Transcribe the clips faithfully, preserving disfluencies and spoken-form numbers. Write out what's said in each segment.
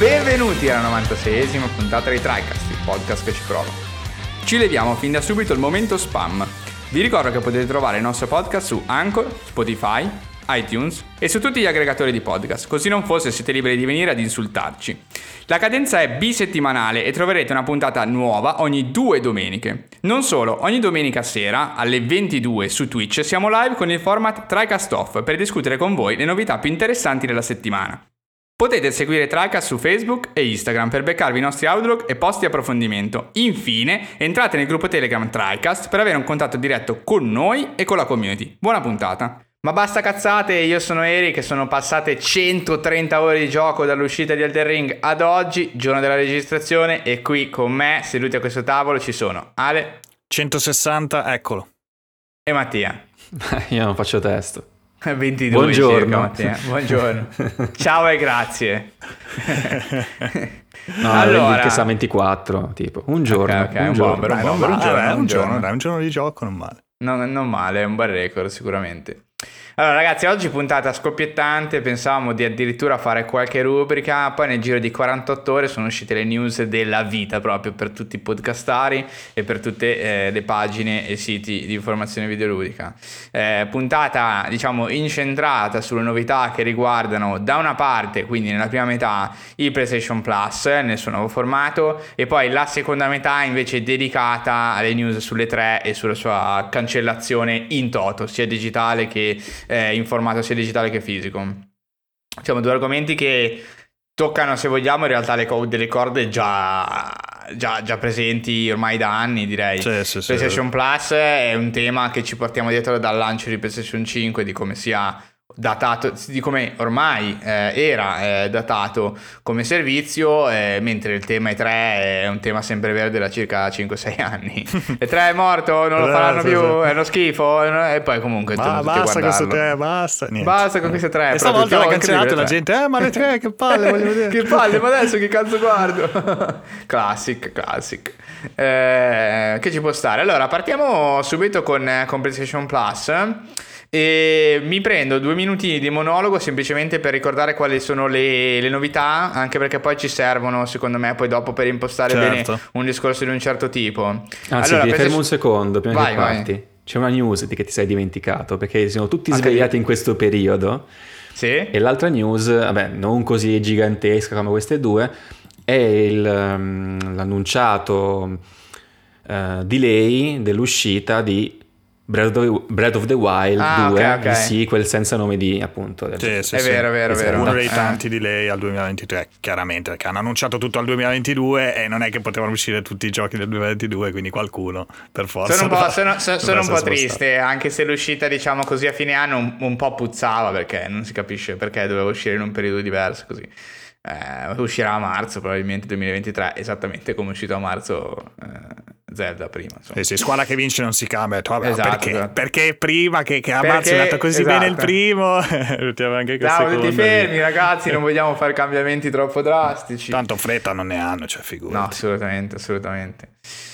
Benvenuti alla novantaseiesima puntata di TriCast, il podcast che ci prova. Ci leviamo fin da subito il momento spam. Vi ricordo che potete trovare il nostro podcast su Anchor, Spotify, iTunes e su tutti gli aggregatori di podcast, così non fosse siete liberi di venire ad insultarci. La cadenza è bisettimanale e troverete una puntata nuova ogni due domeniche. Non solo, ogni domenica sera alle ventidue su Twitch siamo live con il format TriCast Off per discutere con voi le novità più interessanti della settimana. Potete seguire TriCast su Facebook e Instagram per beccarvi i nostri audiolog e post di approfondimento. Infine, entrate nel gruppo Telegram TriCast per avere un contatto diretto con noi e con la community. Buona puntata! Ma basta cazzate, io sono Eric e sono passate centotrenta ore di gioco dall'uscita di Elden Ring ad oggi, giorno della registrazione, e qui con me, seduti a questo tavolo, ci sono Ale, centosessanta, eccolo, e Mattia. Io non faccio testo. ventidue Buongiorno. Circa, Mattia. Buongiorno. Ciao e grazie. No, allora che sa ventiquattro, tipo un giorno, okay, okay, un giorno. Bomber, un, dai, bomber, un, un, giorno, giorno, un, un giorno, giorno, dai, un giorno di gioco non male. Non, non male, è un bel record sicuramente. Allora ragazzi, oggi puntata scoppiettante, pensavamo di addirittura fare qualche rubrica, poi nel giro di quarantotto ore sono uscite le news della vita proprio per tutti i podcastari e per tutte eh, le pagine e siti di informazione videoludica. Eh, puntata diciamo incentrata sulle novità che riguardano da una parte, quindi nella prima metà, il PlayStation Plus nel suo nuovo formato, e poi la seconda metà invece dedicata alle news sulle tre e sulla sua cancellazione in toto, sia digitale che Eh, in formato sia digitale che fisico. Diciamo due argomenti che toccano, se vogliamo, in realtà le co- delle corde già, già, già presenti ormai da anni, direi. Sì, sì, sì. PlayStation Plus è un tema che ci portiamo dietro dal lancio di PlayStation cinque, di come sia datato, di come ormai eh, era eh, datato come servizio, eh, mentre il tema E tre è un tema sempre verde da circa cinque sei anni. E tre è morto, non lo faranno più, è uno schifo, e poi comunque Ma basta questo tre, basta niente. Basta con queste tre. E stavolta l'ha cancellato la gente, eh ma le tre, che palle, voglio vedere. Che palle, ma adesso che cazzo guardo? Classic, classic. Eh, che ci può stare? Allora, partiamo subito con, con PlayStation Plus. E mi prendo due minuti di monologo semplicemente per ricordare quali sono le, le novità, anche perché poi ci servono secondo me poi dopo per impostare certo. bene un discorso di un certo tipo. Anzi, allora, ti fermo un secondo prima vai, che parti. Vai. C'è una news di che ti sei dimenticato, perché siamo tutti Ah, svegliati che... in questo periodo. Sì. E l'altra news, vabbè, non così gigantesca come queste due, è il, um, l'annunciato uh, delay dell'uscita di Breath of the, Breath of the Wild ah, due, okay, okay. il sequel senza nome di appunto del sì, sì, è sì. vero, è vero, è vero. Uno dei Eh. tanti delay al duemilaventitré, chiaramente, perché hanno annunciato tutto al duemilaventidue e non è che potevano uscire tutti i giochi del duemilaventidue, quindi qualcuno per forza sono un po', doveva, sono, sono, sono un po' triste, spostato. anche se l'uscita diciamo così a fine anno un, un po' puzzava, perché non si capisce perché doveva uscire in un periodo diverso così. Eh, uscirà a marzo probabilmente duemilaventitré, esattamente come è uscito a marzo eh, Zelda prima, insomma. Sì, sì, squadra che vince non si cambia. Vabbè, Esatto, perché? esatto. Perché prima che, che a Perché, marzo è andato così esatto. bene il primo, mettiamo anche quel Ciao, secondo tutti fermi lì. ragazzi, non vogliamo fare cambiamenti troppo drastici. Tanto fretta non ne hanno, cioè figurati. No, assolutamente, assolutamente.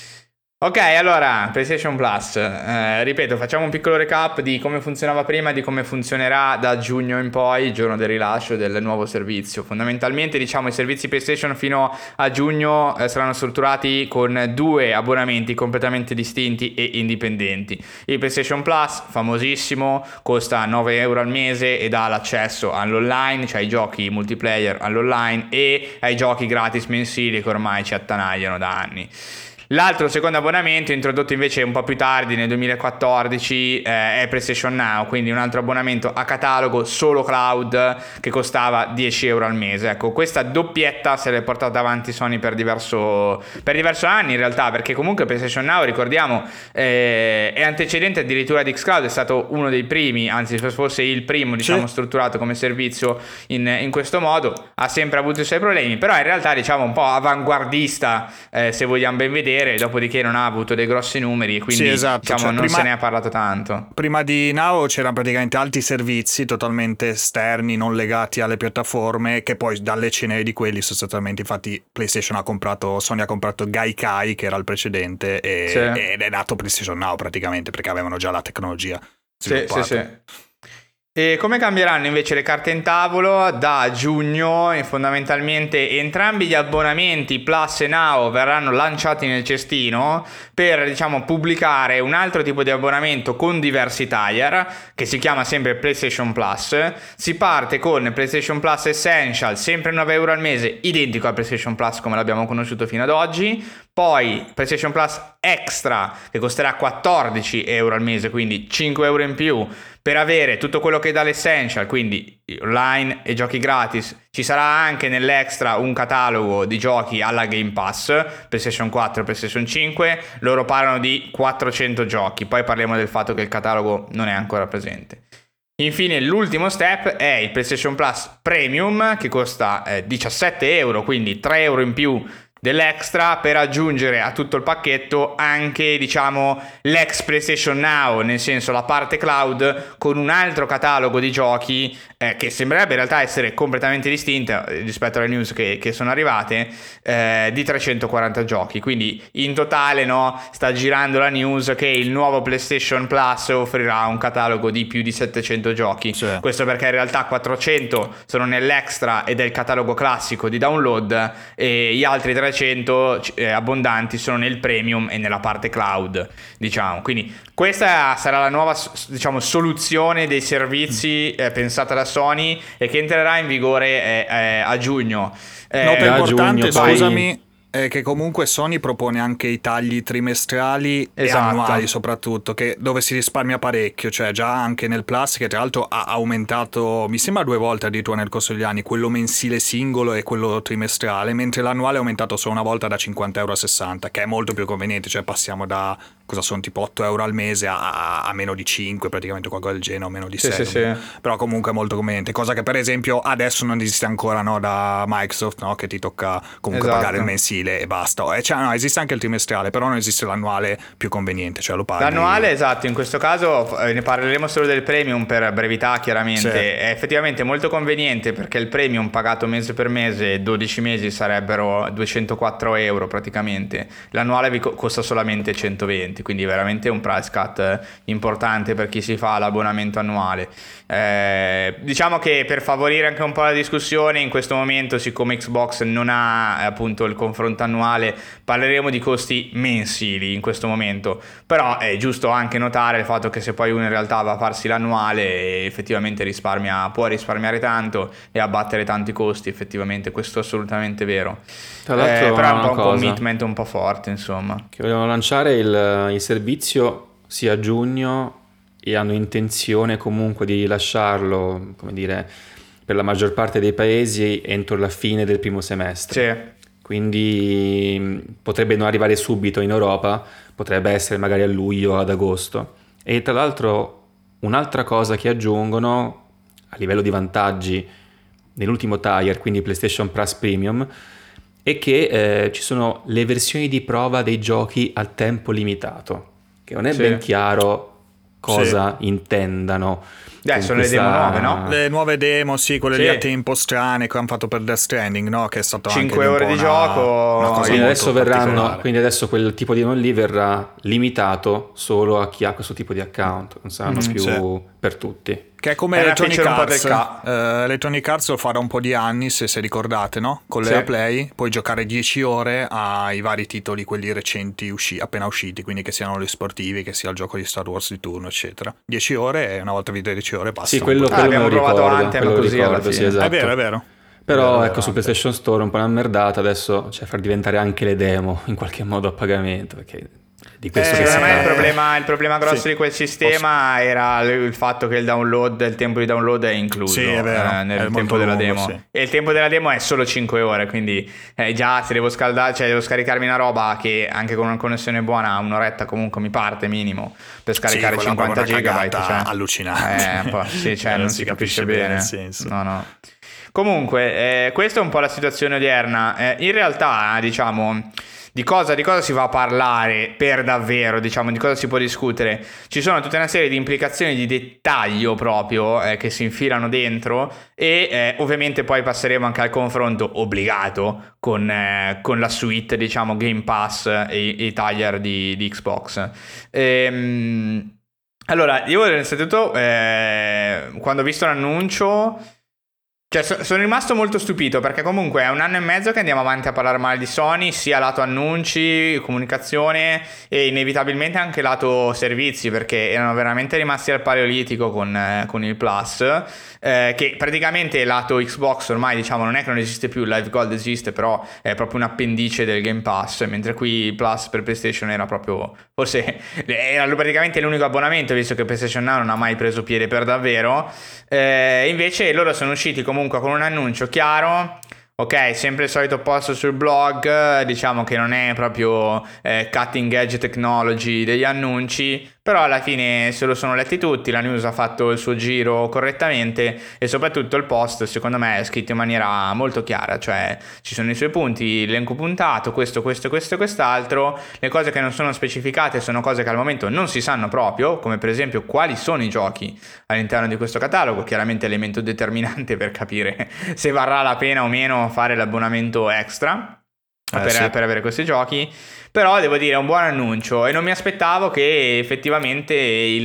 Ok, allora, PlayStation Plus, eh, ripeto, facciamo un piccolo recap di come funzionava prima e di come funzionerà da giugno in poi, il giorno del rilascio del nuovo servizio. Fondamentalmente, diciamo, i servizi PlayStation fino a giugno eh, saranno strutturati con due abbonamenti completamente distinti e indipendenti. Il PlayStation Plus, famosissimo, costa nove euro al mese e dà l'accesso all'online, cioè ai giochi multiplayer all'online e ai giochi gratis mensili che ormai ci attanagliano da anni. L'altro, secondo abbonamento, introdotto invece un po' più tardi nel duemilaquattordici, eh, è PlayStation Now, quindi un altro abbonamento a catalogo solo cloud che costava dieci euro al mese. Ecco, questa doppietta se l'è portata avanti Sony per diverso, per diverso anni in realtà, perché comunque PlayStation Now, ricordiamo, eh, è antecedente addirittura di xCloud, è stato uno dei primi, anzi forse il primo, diciamo, sì. strutturato come servizio in, in questo modo. Ha sempre avuto i suoi problemi, però in realtà diciamo un po' avanguardista, eh, se vogliamo ben vedere. Dopodiché non ha avuto dei grossi numeri, quindi sì, esatto. diciamo, cioè, non prima, se ne ha parlato tanto. Prima di Now c'erano praticamente altri servizi totalmente esterni, non legati alle piattaforme, che poi dalle ceneri di quelli sostanzialmente, infatti PlayStation ha comprato, Sony ha comprato Gaikai, che era il precedente, e, sì. ed è nato PlayStation Now praticamente, perché avevano già la tecnologia sviluppata. Sì, sì, sì. E come cambieranno invece le carte in tavolo? Da giugno e fondamentalmente entrambi gli abbonamenti Plus e Now verranno lanciati nel cestino per, diciamo, pubblicare un altro tipo di abbonamento con diversi tier che si chiama sempre PlayStation Plus. Si parte con PlayStation Plus Essential, sempre nove euro al mese, identico a PlayStation Plus come l'abbiamo conosciuto fino ad oggi. Poi PlayStation Plus Extra che costerà quattordici euro al mese, quindi cinque euro in più per avere tutto quello che dà l'Essential, quindi online e giochi gratis. Ci sarà anche nell'Extra un catalogo di giochi alla Game Pass, PlayStation quattro e PlayStation cinque, loro parlano di quattrocento giochi, poi parliamo del fatto che il catalogo non è ancora presente. Infine l'ultimo step è il PlayStation Plus Premium che costa eh, diciassette euro, quindi tre euro in più dell'extra, per aggiungere a tutto il pacchetto anche, diciamo, l'ex PlayStation Now, nel senso la parte cloud con un altro catalogo di giochi eh, che sembrerebbe in realtà essere completamente distinta rispetto alle news che, che sono arrivate, eh, di trecentoquaranta giochi. Quindi in totale, no, sta girando la news che il nuovo PlayStation Plus offrirà un catalogo di più di settecento giochi. Sì. Questo perché in realtà quattrocento sono nell'extra ed è il catalogo classico di download, e gli altri trecento eh, abbondanti sono nel premium e nella parte cloud, diciamo. Quindi questa sarà la nuova, diciamo, soluzione dei servizi eh, pensata da Sony e che entrerà in vigore eh, eh, a giugno. Eh, Nota da importante, giugno, poi- scusami, è che comunque Sony propone anche i tagli trimestrali Esatto. e annuali soprattutto, che dove si risparmia parecchio, cioè già anche nel Plus, che tra l'altro ha aumentato, mi sembra due volte addirittura nel corso degli anni, quello mensile singolo e quello trimestrale, mentre l'annuale è aumentato solo una volta da cinquanta euro a sessanta, che è molto più conveniente, cioè passiamo da, cosa sono, tipo otto euro al mese a, a meno di cinque, praticamente qualcosa del genere, o meno di Sì, sei. sì, sì. Però comunque è molto conveniente, cosa che per esempio adesso non esiste ancora, no, da Microsoft, no, che ti tocca comunque Esatto. pagare il mensile e basta. E cioè, no, esiste anche il trimestrale, però non esiste l'annuale più conveniente, cioè lo paghi. L'annuale, esatto, in questo caso eh, ne parleremo solo del premium per brevità, chiaramente. Sì. È effettivamente molto conveniente perché il premium pagato mese per mese, dodici mesi, sarebbero duecentoquattro euro praticamente. L'annuale vi co- costa solamente centoventi, quindi veramente un price cut eh, importante per chi si fa l'abbonamento annuale. Eh, diciamo che per favorire anche un po' la discussione, in questo momento, siccome Xbox non ha eh, appunto il confronto annuale, parleremo di costi mensili in questo momento. Però è giusto anche notare il fatto che se poi uno in realtà va a farsi l'annuale, effettivamente risparmia, può risparmiare tanto e abbattere tanti costi, effettivamente questo è assolutamente vero. Tra l'altro, Eh, però è un po' un una cosa. commitment un po' forte, insomma. Che vogliono lanciare il, il servizio sia a giugno e hanno intenzione comunque di lasciarlo, come dire, per la maggior parte dei paesi entro la fine del primo semestre. Sì. Quindi mh, potrebbe non arrivare subito in Europa, potrebbe essere magari a luglio o ad agosto. E tra l'altro un'altra cosa che aggiungono a livello di vantaggi nell'ultimo tier, quindi PlayStation Plus Premium, è che eh, ci sono le versioni di prova dei giochi a tempo limitato, che non è Sì. ben chiaro cosa intendano. Dai, con sono le questa- demo nuove, no? Le nuove demo, sì, quelle Sì. lì a tempo strane che hanno fatto per Death Stranding, no? Che è stato Cinque anche un ore po' di una- gioco, una cosa Quindi molto adesso verranno, particolare. quindi adesso quel tipo di non lì verrà limitato solo a chi ha questo tipo di account, non saranno Mm, più sì. per tutti. Che è come È una Electronic feature un po' Arts. del ca- Eh, Electronic Arts lo fa da un po' di anni, se, se ricordate, no? Con Sì. l'E A Play puoi giocare dieci ore ai vari titoli, quelli recenti, usci- appena usciti, quindi che siano gli sportivi, che sia il gioco di Star Wars di turno, eccetera. dieci ore e una volta finite dieci ore basta. Sì, quello, Ah, quello me abbiamo lo provato ricordo, Anthem quello lo così alla ricordo, sì, fine. esatto. È vero, è vero. Però Vero, ecco, vero, su anche. PlayStation Store un po' una merdata adesso, cioè far diventare anche le demo in qualche modo a pagamento, perché di questo Eh, che si Secondo me il tratta. problema, il problema grosso Sì. di quel sistema era l- il fatto che il download, il tempo di download è incluso Sì, è vero, eh, è nel molto tempo della lungo, demo. sì. E il tempo della demo è solo cinque ore, quindi eh, già se devo scaldare, cioè devo scaricarmi una roba che anche con una connessione buona un'oretta comunque mi parte minimo per scaricare quella è cinquanta proprio una gigabyte. cagata Cioè, allucinante. Eh, un po', sì, cioè, Eh, non si capisce bene. il senso. No, no. Comunque, eh, questa è un po' la situazione odierna. Eh, in realtà, diciamo, di cosa, di cosa si va a parlare per davvero, diciamo, di cosa si può discutere? Ci sono tutta una serie di implicazioni di dettaglio proprio eh, che si infilano dentro e eh, ovviamente poi passeremo anche al confronto obbligato con, eh, con la suite, diciamo, Game Pass e, e i taglier di, di Xbox. Ehm... Allora, io innanzitutto, eh, quando ho visto l'annuncio, cioè so- sono rimasto molto stupito, perché comunque è un anno e mezzo che andiamo avanti a parlare male di Sony, sia lato annunci, comunicazione e inevitabilmente anche lato servizi, perché erano veramente rimasti al paleolitico con, eh, con il Plus, eh, che praticamente lato Xbox ormai, diciamo, non è che non esiste più, Live Gold esiste, però è proprio un appendice del Game Pass, mentre qui il Plus per PlayStation era proprio, forse era praticamente l'unico abbonamento, visto che PlayStation Now non ha mai preso piede per davvero. Eh, invece loro sono usciti comunque con un annuncio chiaro. Ok, sempre il solito post sul blog, diciamo che non è proprio eh, cutting edge technology degli annunci, però alla fine se lo sono letti tutti, la news ha fatto il suo giro correttamente e soprattutto il post secondo me è scritto in maniera molto chiara, cioè ci sono i suoi punti, elenco puntato, questo, questo, questo e quest'altro, le cose che non sono specificate sono cose che al momento non si sanno proprio, come per esempio quali sono i giochi all'interno di questo catalogo, chiaramente elemento determinante per capire se varrà la pena o meno fare l'abbonamento extra eh, per, sì. per avere questi giochi. Però devo dire è un buon annuncio e non mi aspettavo che effettivamente il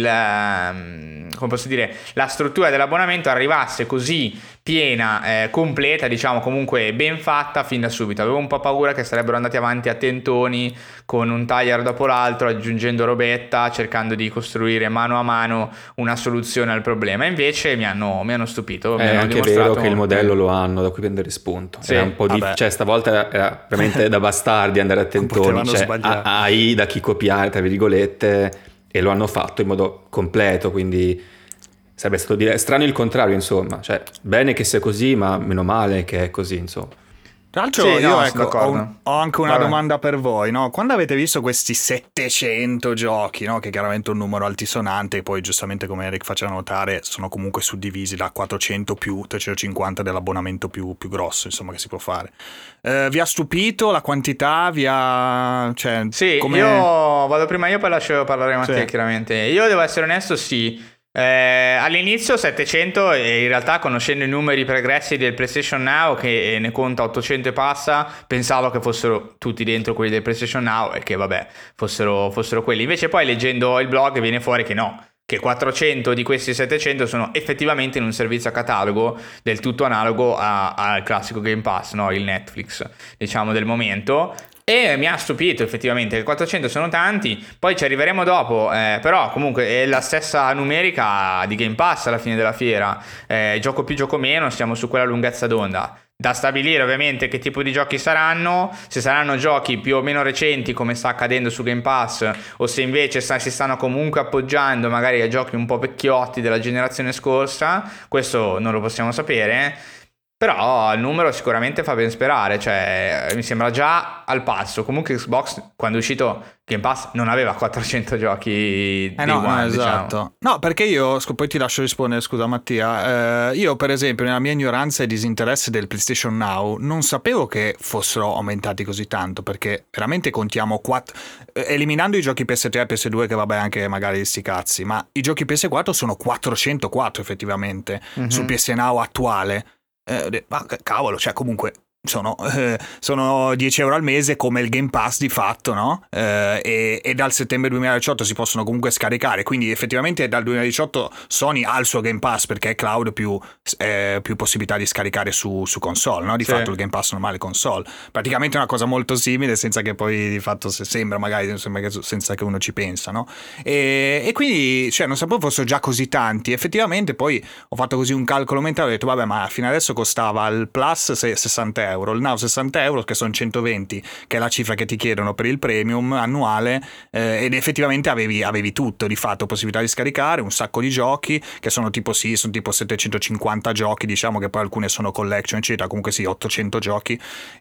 um, come posso dire, la struttura dell'abbonamento arrivasse così piena, eh, completa, diciamo comunque ben fatta fin da subito. Avevo un po' paura che sarebbero andati avanti a tentoni con un taglier dopo l'altro, aggiungendo robetta, cercando di costruire mano a mano una soluzione al problema. Invece mi hanno, mi hanno stupito. È mi hanno anche dimostrato... vero che il modello lo hanno da cui prendere spunto. Sì. Era un po' di... cioè stavolta era veramente da bastardi andare a tentoni, cioè A I da chi copiare, tra virgolette, e lo hanno fatto in modo completo, quindi sarebbe stato dire strano il contrario, insomma, cioè bene che sia così, ma meno male che è così, insomma. Tra l'altro sì, io no, ecco, ho, un, ho anche una Vabbè. domanda per voi, no? Quando avete visto questi settecento giochi, no? Che chiaramente è un numero altisonante, e poi giustamente come Eric faceva notare sono comunque suddivisi da quattrocento più trecentocinquanta dell'abbonamento più, più grosso, insomma, che si può fare. Eh, vi ha stupito la quantità? Vi ha... Cioè, sì, come... io vado prima io, poi lascio parlare Mattia, sì. chiaramente. Io devo essere onesto, sì. Eh, all'inizio settecento, e in realtà conoscendo i numeri pregressi del PlayStation Now, che ne conta ottocento e passa, pensavo che fossero tutti dentro quelli del PlayStation Now e che vabbè fossero, fossero quelli. Invece poi leggendo il blog viene fuori che no, che quattrocento di questi settecento sono effettivamente in un servizio a catalogo del tutto analogo a- al classico Game Pass, no? Il Netflix, diciamo, del momento. E mi ha stupito effettivamente che quattrocento sono tanti, poi ci arriveremo dopo, eh, però comunque è la stessa numerica di Game Pass alla fine della fiera, eh, gioco più gioco meno, siamo su quella lunghezza d'onda. Da stabilire ovviamente che tipo di giochi saranno, se saranno giochi più o meno recenti come sta accadendo su Game Pass, o se invece sta, si stanno comunque appoggiando magari a giochi un po' vecchiotti della generazione scorsa, questo non lo possiamo sapere. Però il numero sicuramente fa ben sperare, cioè mi sembra già al passo. Comunque Xbox quando è uscito Game Pass non aveva quattrocento giochi Eh di no, One, no, esatto. diciamo. No, perché io, poi ti lascio rispondere, scusa Mattia, eh, io per esempio nella mia ignoranza e disinteresse del PlayStation Now non sapevo che fossero aumentati così tanto, perché veramente contiamo quattro, eh, eliminando i giochi P S tre e P S due che vabbè anche magari sti cazzi, ma i giochi P S quattro sono quattrocentoquattro effettivamente mm-hmm. sul P S Now attuale. Eh, ma cavolo, cioè comunque sono, eh, sono dieci euro al mese come il Game Pass di fatto, no? Eh, e, e dal settembre duemiladiciotto si possono comunque scaricare, quindi effettivamente dal duemiladiciotto Sony ha il suo Game Pass perché è cloud più, eh, più possibilità di scaricare su, su console, no? Di sì. fatto il Game Pass normale console, praticamente è una cosa molto simile senza che poi di fatto se sembra magari sembra che, senza che uno ci pensa, no? E, e quindi cioè non sapevo fossero già così tanti, effettivamente poi ho fatto così un calcolo mentale, ho detto vabbè ma fino adesso costava il Plus sessanta euro, il Now sessanta euro che sono centoventi che è la cifra che ti chiedono per il premium annuale, eh, ed effettivamente avevi, avevi tutto di fatto, possibilità di scaricare un sacco di giochi che sono tipo sì sono tipo settecentocinquanta giochi, diciamo che poi alcune sono collection eccetera, comunque sì ottocento giochi,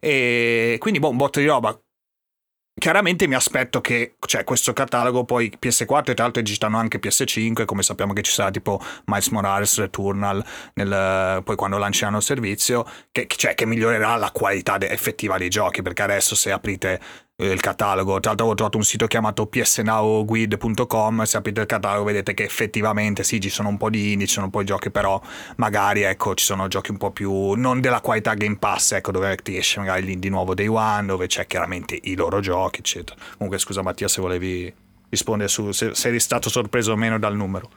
e quindi boh, un botto di roba. Chiaramente mi aspetto che cioè, questo catalogo poi P S quattro e tra l'altro esistano anche P S cinque, come sappiamo che ci sarà tipo Miles Morales Returnal nel, poi quando lanceranno il servizio, che, cioè, che migliorerà la qualità de- effettiva dei giochi, perché adesso se aprite eh, il catalogo, tra l'altro ho trovato un sito chiamato p s now guide punto com, se aprite il catalogo vedete che effettivamente sì ci sono un po' di indie, ci sono un po' di giochi, però magari ecco ci sono giochi un po' più non della qualità Game Pass, ecco dove ti esce magari l'indie nuovo Day One, dove c'è chiaramente i loro giochi eccetera. Comunque scusa Mattia se volevi risponde su se, se eri stato sorpreso o meno dal numero.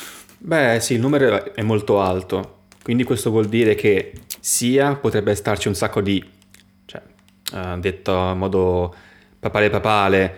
Beh, sì, il numero è molto alto, quindi questo vuol dire che sia potrebbe starci un sacco di, cioè, eh, detto in modo papale papale,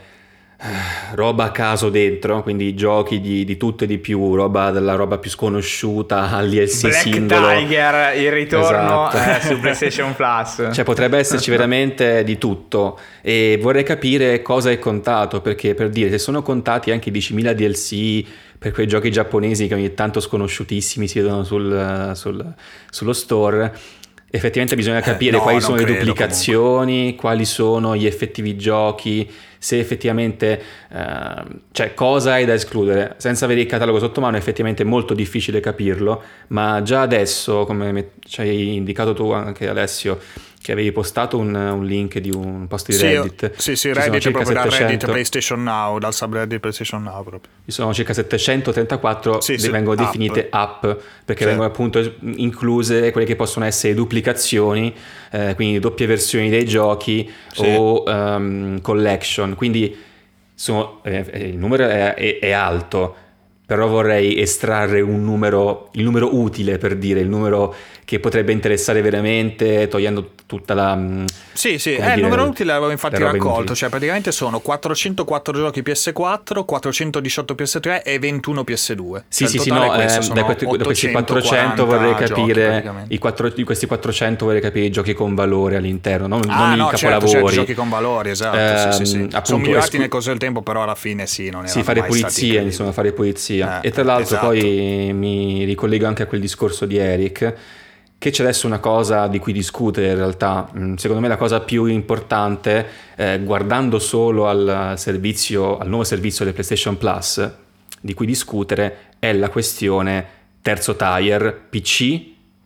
eh, roba a caso dentro, quindi giochi di, di tutto e di più, roba della roba più sconosciuta agli D L C Black singolo. Tiger, il ritorno Esatto. eh, su PlayStation Plus. Cioè potrebbe esserci veramente di tutto, e vorrei capire cosa è contato, perché per dire, se sono contati anche diecimila D L C per quei giochi giapponesi che ogni tanto sconosciutissimi si vedono sul, sul, sullo store, effettivamente bisogna capire Eh, no, quali non sono le credo, duplicazioni, comunque. Quali sono gli effettivi giochi, se effettivamente eh, cioè cosa hai da escludere. Senza avere il catalogo sotto mano è effettivamente molto difficile capirlo, ma già adesso, come ci hai indicato tu anche Alessio, che avevi postato un, un link di un post di Reddit. Sì, sì, ci Reddit sono proprio circa da Reddit settecento PlayStation Now, dal subreddit PlayStation Now proprio. Ci sono circa settecentotrentaquattro Sì, che sì, vengono app. definite app, perché Sì. vengono appunto incluse quelle che possono essere duplicazioni, eh, quindi doppie versioni dei giochi, Sì. o um, collection. Quindi sono, eh, il numero è, è, è alto, però vorrei estrarre un numero, il numero utile, per dire, il numero che potrebbe interessare veramente, togliendo tutta la... Sì, sì, come eh, il dire, numero utile l'avevo infatti le robe raccolto, inutili. cioè praticamente sono quattrocentoquattro giochi P S quattro, quattrocentodiciotto P S tre e ventuno P S due. Sì, Cioè, sì, il sì, totale no, è questo, eh, sono da, questi, da questi quattrocento vorrei capire, giochi, i quattro, di questi quattrocento vorrei capire i giochi con valore all'interno, non, Ah, non no, i certo, capolavori. certo, giochi con valori, esatto, sì, sì, sì. Ehm, appunto, Sono migliorati esclu- nel corso del tempo, però alla fine sì, non erano Sì, fare mai pulizia, stati insomma, fare pulizia. Eh, E tra l'altro esatto. poi mi ricollego anche a quel discorso di Eric, che c'è adesso una cosa di cui discutere in realtà. Mm, Secondo me la cosa più importante, eh, guardando solo al servizio, al nuovo servizio del PlayStation Plus, di cui discutere, è la questione terzo tier, P C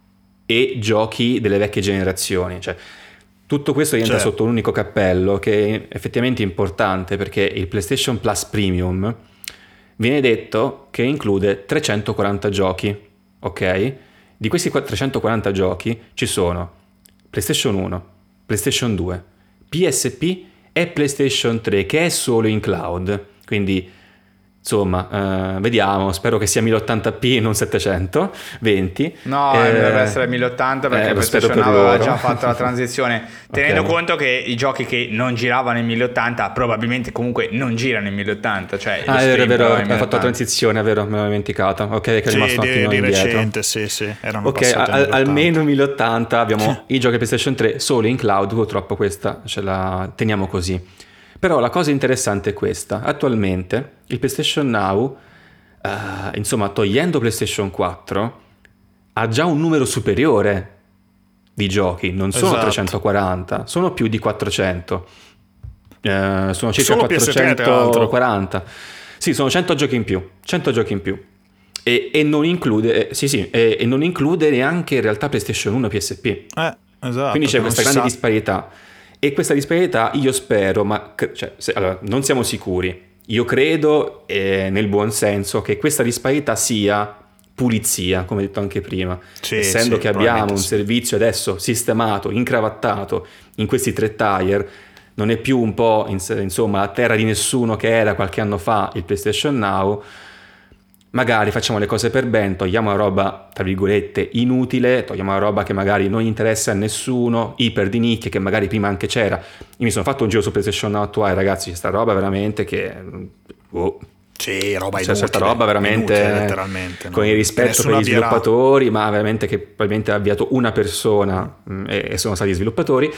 e giochi delle vecchie generazioni. Cioè, tutto questo rientra Certo. sotto un unico cappello, che è effettivamente importante, perché il PlayStation Plus Premium viene detto che include trecentoquaranta giochi, ok? Di questi trecentoquaranta giochi ci sono PlayStation uno, PlayStation due, P S P e PlayStation tre, che è solo in cloud. Quindi, insomma, eh, vediamo, spero che sia mille ottanta p, non settecentoventi. No, Eh, dovrebbe essere mille ottanta perché eh, lo spero PlayStation per aveva loro. già fatto la transizione, tenendo Ok. conto che i giochi che non giravano in mille ottanta probabilmente comunque non girano in mille ottanta, cioè lo Ah, è vero, è stream vero, però ha è in fatto la mille ottanta. transizione, è vero, me l'avevo dimenticato. Ok, che è Sì, rimasto un di, attimo di indietro. recente, sì, sì, erano Ok, passati al- a almeno mille ottanta abbiamo i giochi PlayStation tre solo in cloud, purtroppo questa ce la teniamo così. Però la cosa interessante è questa: attualmente il PlayStation Now, eh, insomma, togliendo PlayStation quattro, ha già un numero superiore di giochi, non sono Esatto. trecentoquaranta, sono più di quattrocento. Eh, sono circa Solo P S tre, tra l'altro. quattrocentoquaranta. Sì, sono cento giochi in più, cento giochi in più. E, e non include, eh, sì, sì, e, e non include neanche in realtà PlayStation uno e P S P. Eh, esatto. Quindi c'è che non questa si grande sa. disparità. E questa disparità io spero, ma cre- cioè, se- allora, non siamo sicuri. Io credo, eh, nel buon senso, che questa disparità sia pulizia, come detto anche prima. Sì, Essendo sì, che abbiamo un probabilmente sì. servizio adesso sistemato, incravattato in questi tre tier, non è più un po' ins- insomma a terra di nessuno che era qualche anno fa il PlayStation Now. Magari facciamo le cose per ben, togliamo la roba tra virgolette inutile, togliamo la roba che magari non interessa a nessuno, iper di nicchia, che magari prima anche c'era. Io mi sono fatto un giro su PlayStation Now attuale, ragazzi, c'è sta roba veramente che oh, Sì, roba c'è inutile. certa roba veramente inutile, letteralmente. con no? il rispetto Nessuno per gli avvierà. sviluppatori, ma veramente che probabilmente ha avviato una persona mh, e, e sono stati gli sviluppatori.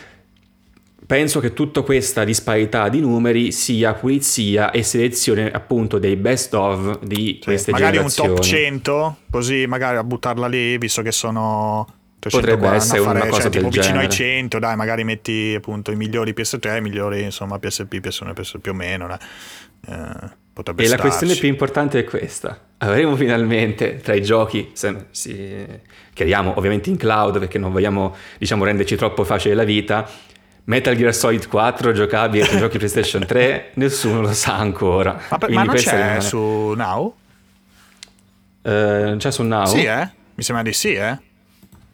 Penso che tutta questa disparità di numeri sia pulizia e selezione appunto dei best of di Sì, queste magari generazioni. un top cento, così magari a buttarla lì, visto che sono Potrebbe trecentoquaranta, essere a fare, una cosa cioè, del tipo vicino ai genere. cento, dai, magari metti appunto i migliori P S tre, i migliori insomma P S P, P S uno, P S più o meno, no? eh, potrebbe E la starci. questione più importante è questa: avremo finalmente tra i giochi, se, si, chiariamo ovviamente in cloud perché non vogliamo, diciamo, renderci troppo facile la vita, Metal Gear Solid quattro giocabile sui giochi PlayStation tre, nessuno lo sa ancora. Ma, per- Quindi ma non questa c'è rimane- su Now? Eh, c'è su Now? Sì, eh? Mi sembra di sì, eh?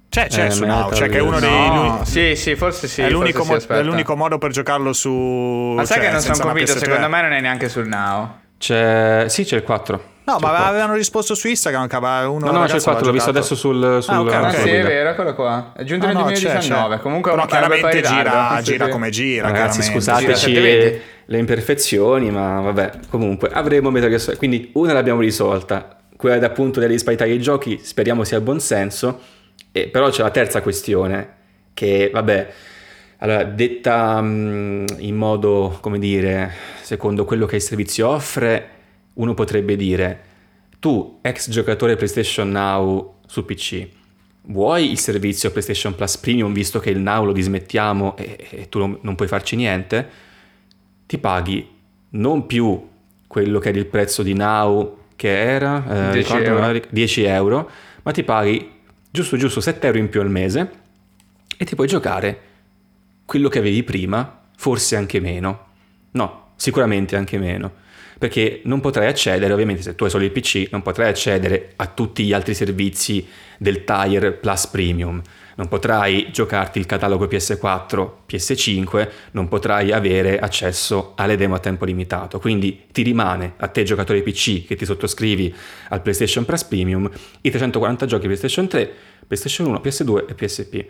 C'è, c'è Eh, su Now, Metal cioè che è uno dei... No, l'uni- sì, sì, forse sì. è, l'unico forse sì, mo- aspetta. è l'unico modo per giocarlo su... Ma sai cioè, che non sono senza una convinto, P S tre. secondo me non è neanche sul Now. C'è... Sì, c'è il quattro. No, C'è ma il quattro. avevano risposto su Instagram che aveva uno No, no, c'è il ragazzo quattro, l'ho visto aveva adesso giocato. sul... sul Ah, ok, Ah ok. sì, è vero, eccolo qua. È giunto Ah, nel no, c'è, duemiladiciannove. c'è. Comunque Però è un bel chiaramente paio di gira, radar. gira Sì, sì. come gira, Ragazzi, chiaramente. scusateci Gira settecentoventi. le imperfezioni, ma vabbè, comunque avremo Metal Gear Solid. Quindi una l'abbiamo risolta, quella da appunto delle disparità dei giochi, speriamo sia il buon senso. E però c'è la terza questione, che vabbè, allora detta mh, in modo, come dire, secondo quello che il servizio offre, uno potrebbe dire: tu, ex giocatore PlayStation Now su P C, vuoi il servizio PlayStation Plus Premium visto che il Now lo dismettiamo e, e tu non, non puoi farci niente? Ti paghi non più quello che era il prezzo di Now, che era eh, dieci ricordo, euro. dieci euro, ma ti paghi giusto giusto sette euro in più al mese e ti puoi giocare quello che avevi prima, forse anche meno. No, sicuramente anche meno. Perché non potrai accedere, ovviamente se tu hai solo il P C, non potrai accedere a tutti gli altri servizi del Tier Plus Premium. Non potrai giocarti il catalogo P S quattro, P S cinque, non potrai avere accesso alle demo a tempo limitato. Quindi ti rimane, a te giocatore P C che ti sottoscrivi al PlayStation Plus Premium, i trecentoquaranta giochi PlayStation tre, PlayStation uno, P S due e P S P.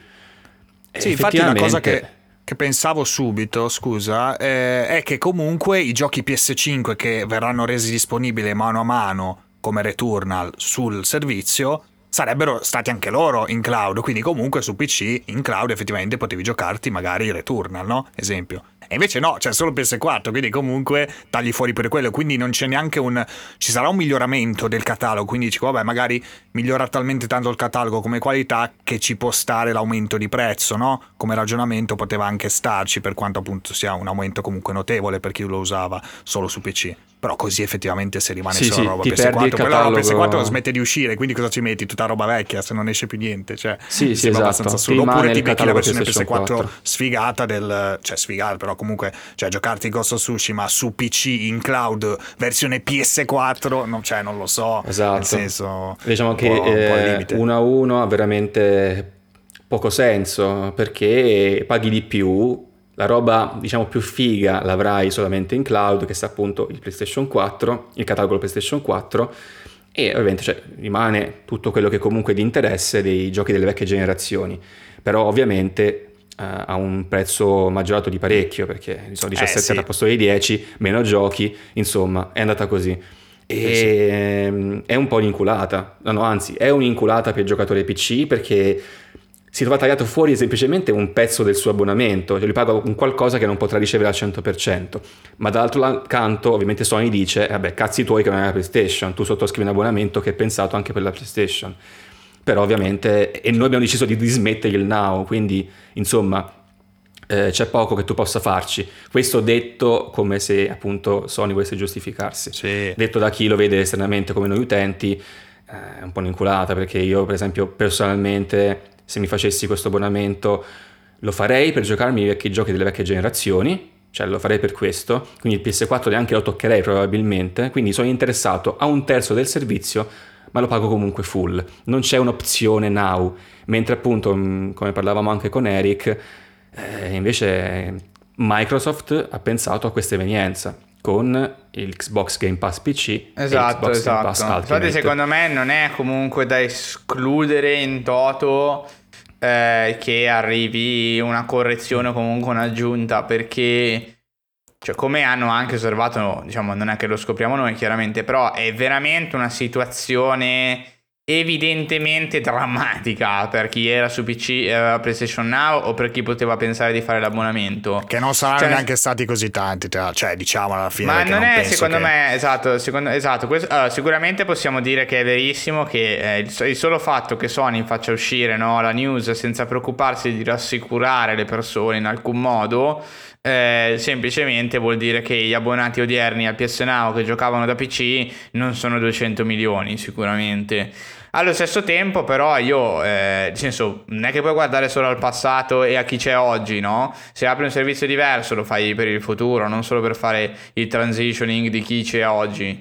E Sì, infatti una cosa effettivamente- che, che pensavo subito, scusa, eh, è che comunque i giochi P S cinque che verranno resi disponibili mano a mano come Returnal sul servizio sarebbero stati anche loro in cloud, quindi comunque su P C in cloud effettivamente potevi giocarti magari Returnal, no? Esempio. E invece no, c'è solo P S quattro, quindi comunque tagli fuori per quello, quindi non c'è neanche un... ci sarà un miglioramento del catalogo, quindi dici vabbè magari migliora talmente tanto il catalogo come qualità che ci può stare l'aumento di prezzo, no? Come ragionamento poteva anche starci, per quanto appunto sia un aumento comunque notevole per chi lo usava solo su P C. Però così effettivamente se rimane Sì, solo sì, roba ti P S perdi quattro, il poi la roba P S quattro catalogo. smette di uscire, quindi cosa ci metti? Tutta roba vecchia se non esce più niente, cioè Sì, mi sì, sembra esatto. abbastanza assurdo. Ti rimane Oppure ti il becchi la catalogo versione P S PlayStation quattro quattro. sfigata del... cioè sfigata però comunque, cioè giocarti Ghost of Tsushima su P C in cloud versione P S quattro, non, cioè non lo so, Esatto. nel senso Diciamo un che po', un po' al eh, limite. uno a uno ha veramente poco senso, perché paghi di più, la roba diciamo più figa l'avrai solamente in cloud, che sta appunto il PlayStation quattro, il catalogo PlayStation quattro, e ovviamente cioè, rimane tutto quello che comunque è di interesse dei giochi delle vecchie generazioni, però ovviamente eh, ha un prezzo maggiorato di parecchio, perché sono diciassette sì. al posto dei dieci, meno giochi, insomma è andata così. E ehm, è un po' un'inculata, no, no, anzi è un'inculata per il giocatore P C, perché si trova tagliato fuori semplicemente un pezzo del suo abbonamento, cioè lui paga un qualcosa che non potrà ricevere al cento per cento, ma dall'altro la- canto ovviamente Sony dice eh, vabbè cazzi tuoi che non è la PlayStation, tu sottoscrivi un abbonamento che è pensato anche per la PlayStation, però ovviamente, e noi abbiamo deciso di dismettere il Now, quindi insomma eh, c'è poco che tu possa farci. Questo detto come se appunto Sony volesse giustificarsi, Sì. detto da chi lo vede esternamente come noi utenti eh, è un po' un'inculata, perché io per esempio personalmente se mi facessi questo abbonamento lo farei per giocarmi i vecchi giochi delle vecchie generazioni, cioè lo farei per questo, quindi il P S quattro neanche lo toccherei probabilmente, quindi sono interessato a un terzo del servizio ma lo pago comunque full, non c'è un'opzione Now, mentre appunto mh, come parlavamo anche con Eric eh, invece Microsoft ha pensato a questa evenienza con il Xbox Game Pass P C e Esatto, l'Xbox Game Pass esatto. Ultimate. Infatti secondo me non è comunque da escludere in toto eh, che arrivi una correzione o comunque un'aggiunta, perché cioè come hanno anche osservato, diciamo non è che lo scopriamo noi chiaramente, però è veramente una situazione evidentemente drammatica per chi era su P C e aveva PlayStation Now, o per chi poteva pensare di fare l'abbonamento. Che non saranno Cioè, neanche stati così tanti, tra- cioè diciamo alla fine. Ma perché non è penso secondo che- me esatto, secondo, esatto questo, allora, sicuramente possiamo dire che è verissimo che eh, il, il solo fatto che Sony faccia uscire no, la news senza preoccuparsi di rassicurare le persone in alcun modo eh, semplicemente vuol dire che gli abbonati odierni al P S Now che giocavano da P C non sono duecento milioni sicuramente. Allo stesso tempo però io eh, nel senso non è che puoi guardare solo al passato e a chi c'è oggi, no? Se apri un servizio diverso lo fai per il futuro, non solo per fare il transitioning di chi c'è oggi.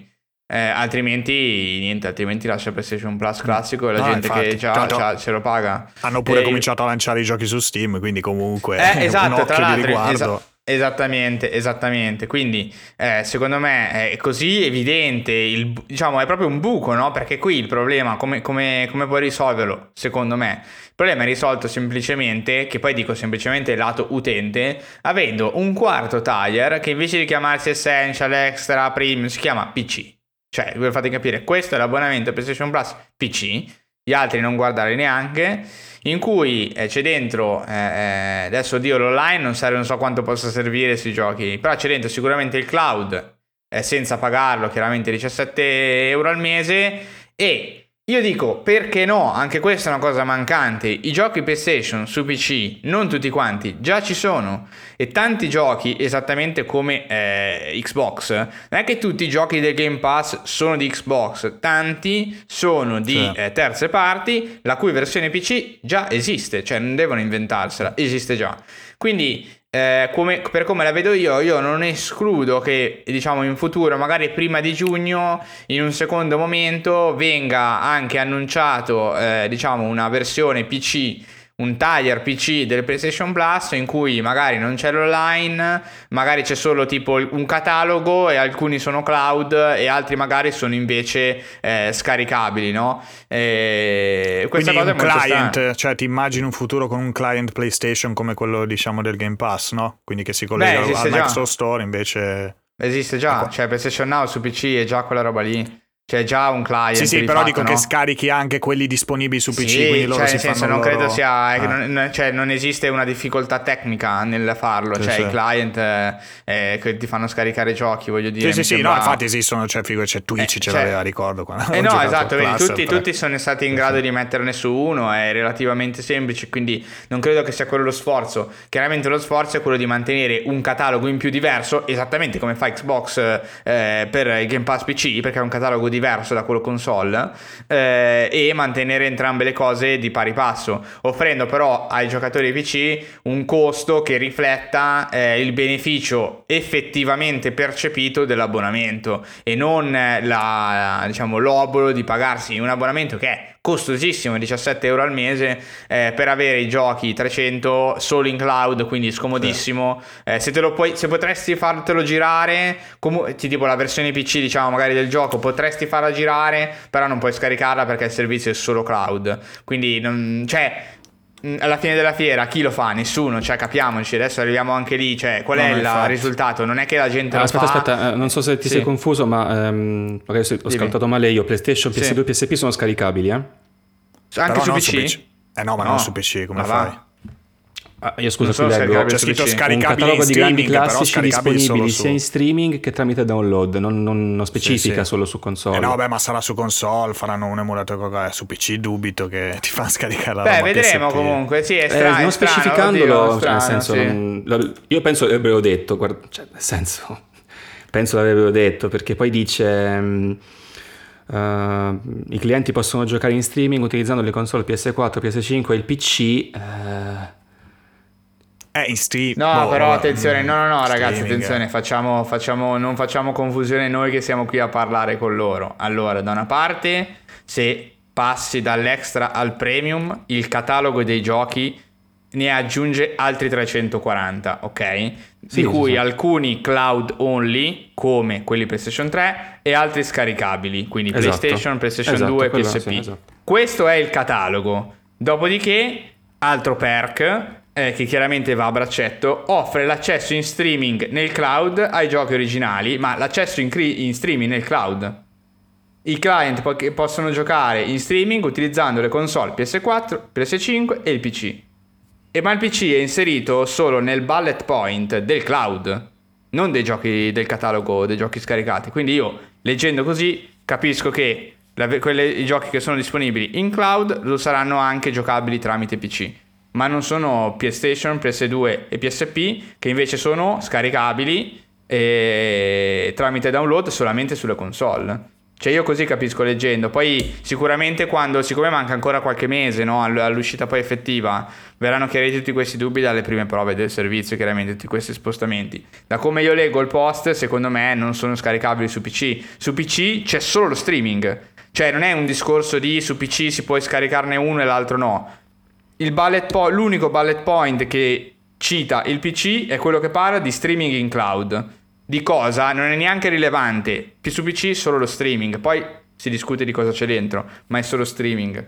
eh, altrimenti niente, altrimenti lascia PlayStation Plus classico e la no, gente infatti, che già, tanto già ce lo paga. hanno pure E- cominciato a lanciare i giochi su Steam, quindi comunque Eh, esatto, un occhio tra di l'altro, riguardo. esa- esattamente, esattamente. Quindi, eh, secondo me è così evidente, il, bu- diciamo, è proprio un buco, no? Perché qui il problema, come, come, come puoi risolverlo? Secondo me, il problema è risolto semplicemente, che poi dico semplicemente lato utente, avendo un quarto tier che invece di chiamarsi Essential, Extra, Premium, si chiama P C. Cioè, voi fate capire, questo è l'abbonamento PlayStation Plus P C, gli altri non guardare neanche, in cui eh, c'è dentro, eh, eh, adesso oddio l'online non, serve, non so quanto possa servire sui giochi, però c'è dentro sicuramente il cloud, eh, senza pagarlo, chiaramente diciassette euro al mese, e io dico, perché no? Anche questa è una cosa mancante. I giochi PlayStation su P C, non tutti quanti, già ci sono. E tanti giochi, esattamente come eh, Xbox, non è che tutti i giochi del Game Pass sono di Xbox, tanti sono di Sì. eh, terze parti, la cui versione P C già esiste, cioè non devono inventarsela, esiste già. Quindi, eh, come, per come la vedo io, io non escludo che, diciamo, in futuro, magari prima di giugno, in un secondo momento, venga anche annunciato, eh, diciamo, una versione P C, un tier P C del PlayStation Plus in cui magari non c'è l'online, magari c'è solo tipo un catalogo e alcuni sono cloud e altri magari sono invece eh, scaricabili, no? E questa Quindi cosa un è molto client, strana. cioè ti immagini un futuro con un client PlayStation come quello diciamo del Game Pass, no? Quindi che si collega Beh, esiste al già. Microsoft Store invece... Esiste già, Ecco. cioè PlayStation Now su P C è già quella roba lì. C'è già un client. Sì, sì, di però fatto, dico no? che scarichi anche quelli disponibili su P C, Sì, quindi loro cioè, si nel senso, fanno non loro... credo sia. Ah. Non, non- cioè, non esiste una difficoltà tecnica nel farlo. Sì, cioè, sì. i client eh, eh, che ti fanno scaricare giochi, voglio dire. Sì, sì, mi sì, sembra- no, infatti esistono, cioè, figo, c'è Twitch, Eh, ce cioè- l'aveva, ricordo. Quando Eh ho no, giocato esatto, a vedi, Cluster tutti, tre. tutti sono stati in grado di metterne su uno, è relativamente semplice, quindi non credo che sia quello lo sforzo. Chiaramente lo sforzo è quello di mantenere un catalogo in più diverso, esattamente come fa Xbox eh, per il Game Pass P C, perché è un catalogo diverso da quello console, eh, e mantenere entrambe le cose di pari passo, offrendo però ai giocatori P C un costo che rifletta eh, il beneficio effettivamente percepito dell'abbonamento e non eh, la, diciamo, l'obolo di pagarsi un abbonamento che è costosissimo, diciassette euro al mese, eh, per avere i giochi trecento solo in cloud, quindi scomodissimo. Eh, se te lo puoi, se potresti fartelo girare, comu- tipo la versione P C, diciamo, magari del gioco, potresti farla girare, però non puoi scaricarla perché il servizio è solo cloud. Quindi, non, cioè, mh, alla fine della fiera, chi lo fa? Nessuno, cioè, capiamoci, adesso arriviamo anche lì, cioè, qual No, è no, il infatti. risultato? Non è che la gente Ah, lo aspetta, fa... aspetta, eh, non so se ti Sì. sei confuso, ma ehm, magari se- ho Dimmi. scaldato male io. PlayStation, Sì. P S due, P S P sono scaricabili, eh? Anche Però su non P su C? P C. Eh no, ma non su P C, come ma va. fai? Ah, io scusa, Non sono qui leggo. scaricabili C'è su scritto P C. Un scaricabili catalogo in di grandi streaming, però classici scaricabili disponibili solo sia in su... streaming che tramite download, non, non- non specifica sì. solo su console. Eh no, beh, ma sarà su console, faranno un emulatore eh, su P C, dubito che ti fa scaricare la Beh, roba vedremo P S P. comunque, sì, è Eh, strano, non è strano, specificandolo, oddio, cioè, strano, nel senso, sì. non- la- io penso l'avrebbero detto, guarda, cioè, nel senso, penso l'avrebbero detto, perché poi dice mm, eh, i clienti possono giocare in streaming utilizzando le console P S quattro, P S cinque e il P C. eh, Eh, in stream... No, boh, però vabbè, attenzione, mm, no, no, no, ragazzi, streaming, attenzione, eh. facciamo, facciamo, non facciamo confusione noi che siamo qui a parlare con loro. Allora, da una parte, se passi dall'extra al premium, il catalogo dei giochi ne aggiunge altri trecentoquaranta, ok? Sì, Di sì, cui sì. alcuni cloud only, come quelli PlayStation tre, e altri scaricabili, quindi Esatto. PlayStation, PlayStation Esatto, due e quello P S P. sì, esatto. Questo è il catalogo. Dopodiché, altro perk, eh, che chiaramente va a braccetto, offre l'accesso in streaming nel cloud ai giochi originali, ma l'accesso in, cri- in streaming nel cloud. I client po- che possono giocare in streaming utilizzando le console P S quattro, P S cinque e il P C. E ma il P C è inserito solo nel bullet point del cloud, non dei giochi del catalogo dei giochi scaricati. Quindi io, leggendo così, capisco che la- quelle- i giochi che sono disponibili in cloud lo saranno anche giocabili tramite P C, ma non sono PlayStation, P S due e P S P, che invece sono scaricabili eh, tramite download solamente sulle console. Cioè io così capisco leggendo. Poi sicuramente quando, siccome manca ancora qualche mese, no, all'uscita poi effettiva, verranno chiariti tutti questi dubbi dalle prime prove del servizio, chiaramente tutti questi spostamenti. Da come io leggo il post, secondo me non sono scaricabili su P C. Su P C c'è solo lo streaming. Cioè non è un discorso di su P C si può scaricarne uno e l'altro no. Il bullet po- l'unico bullet point che cita il P C è quello che parla di streaming in cloud. Di cosa? Non è neanche rilevante. Più su P C solo lo streaming. Poi si discute di cosa c'è dentro, ma è solo streaming.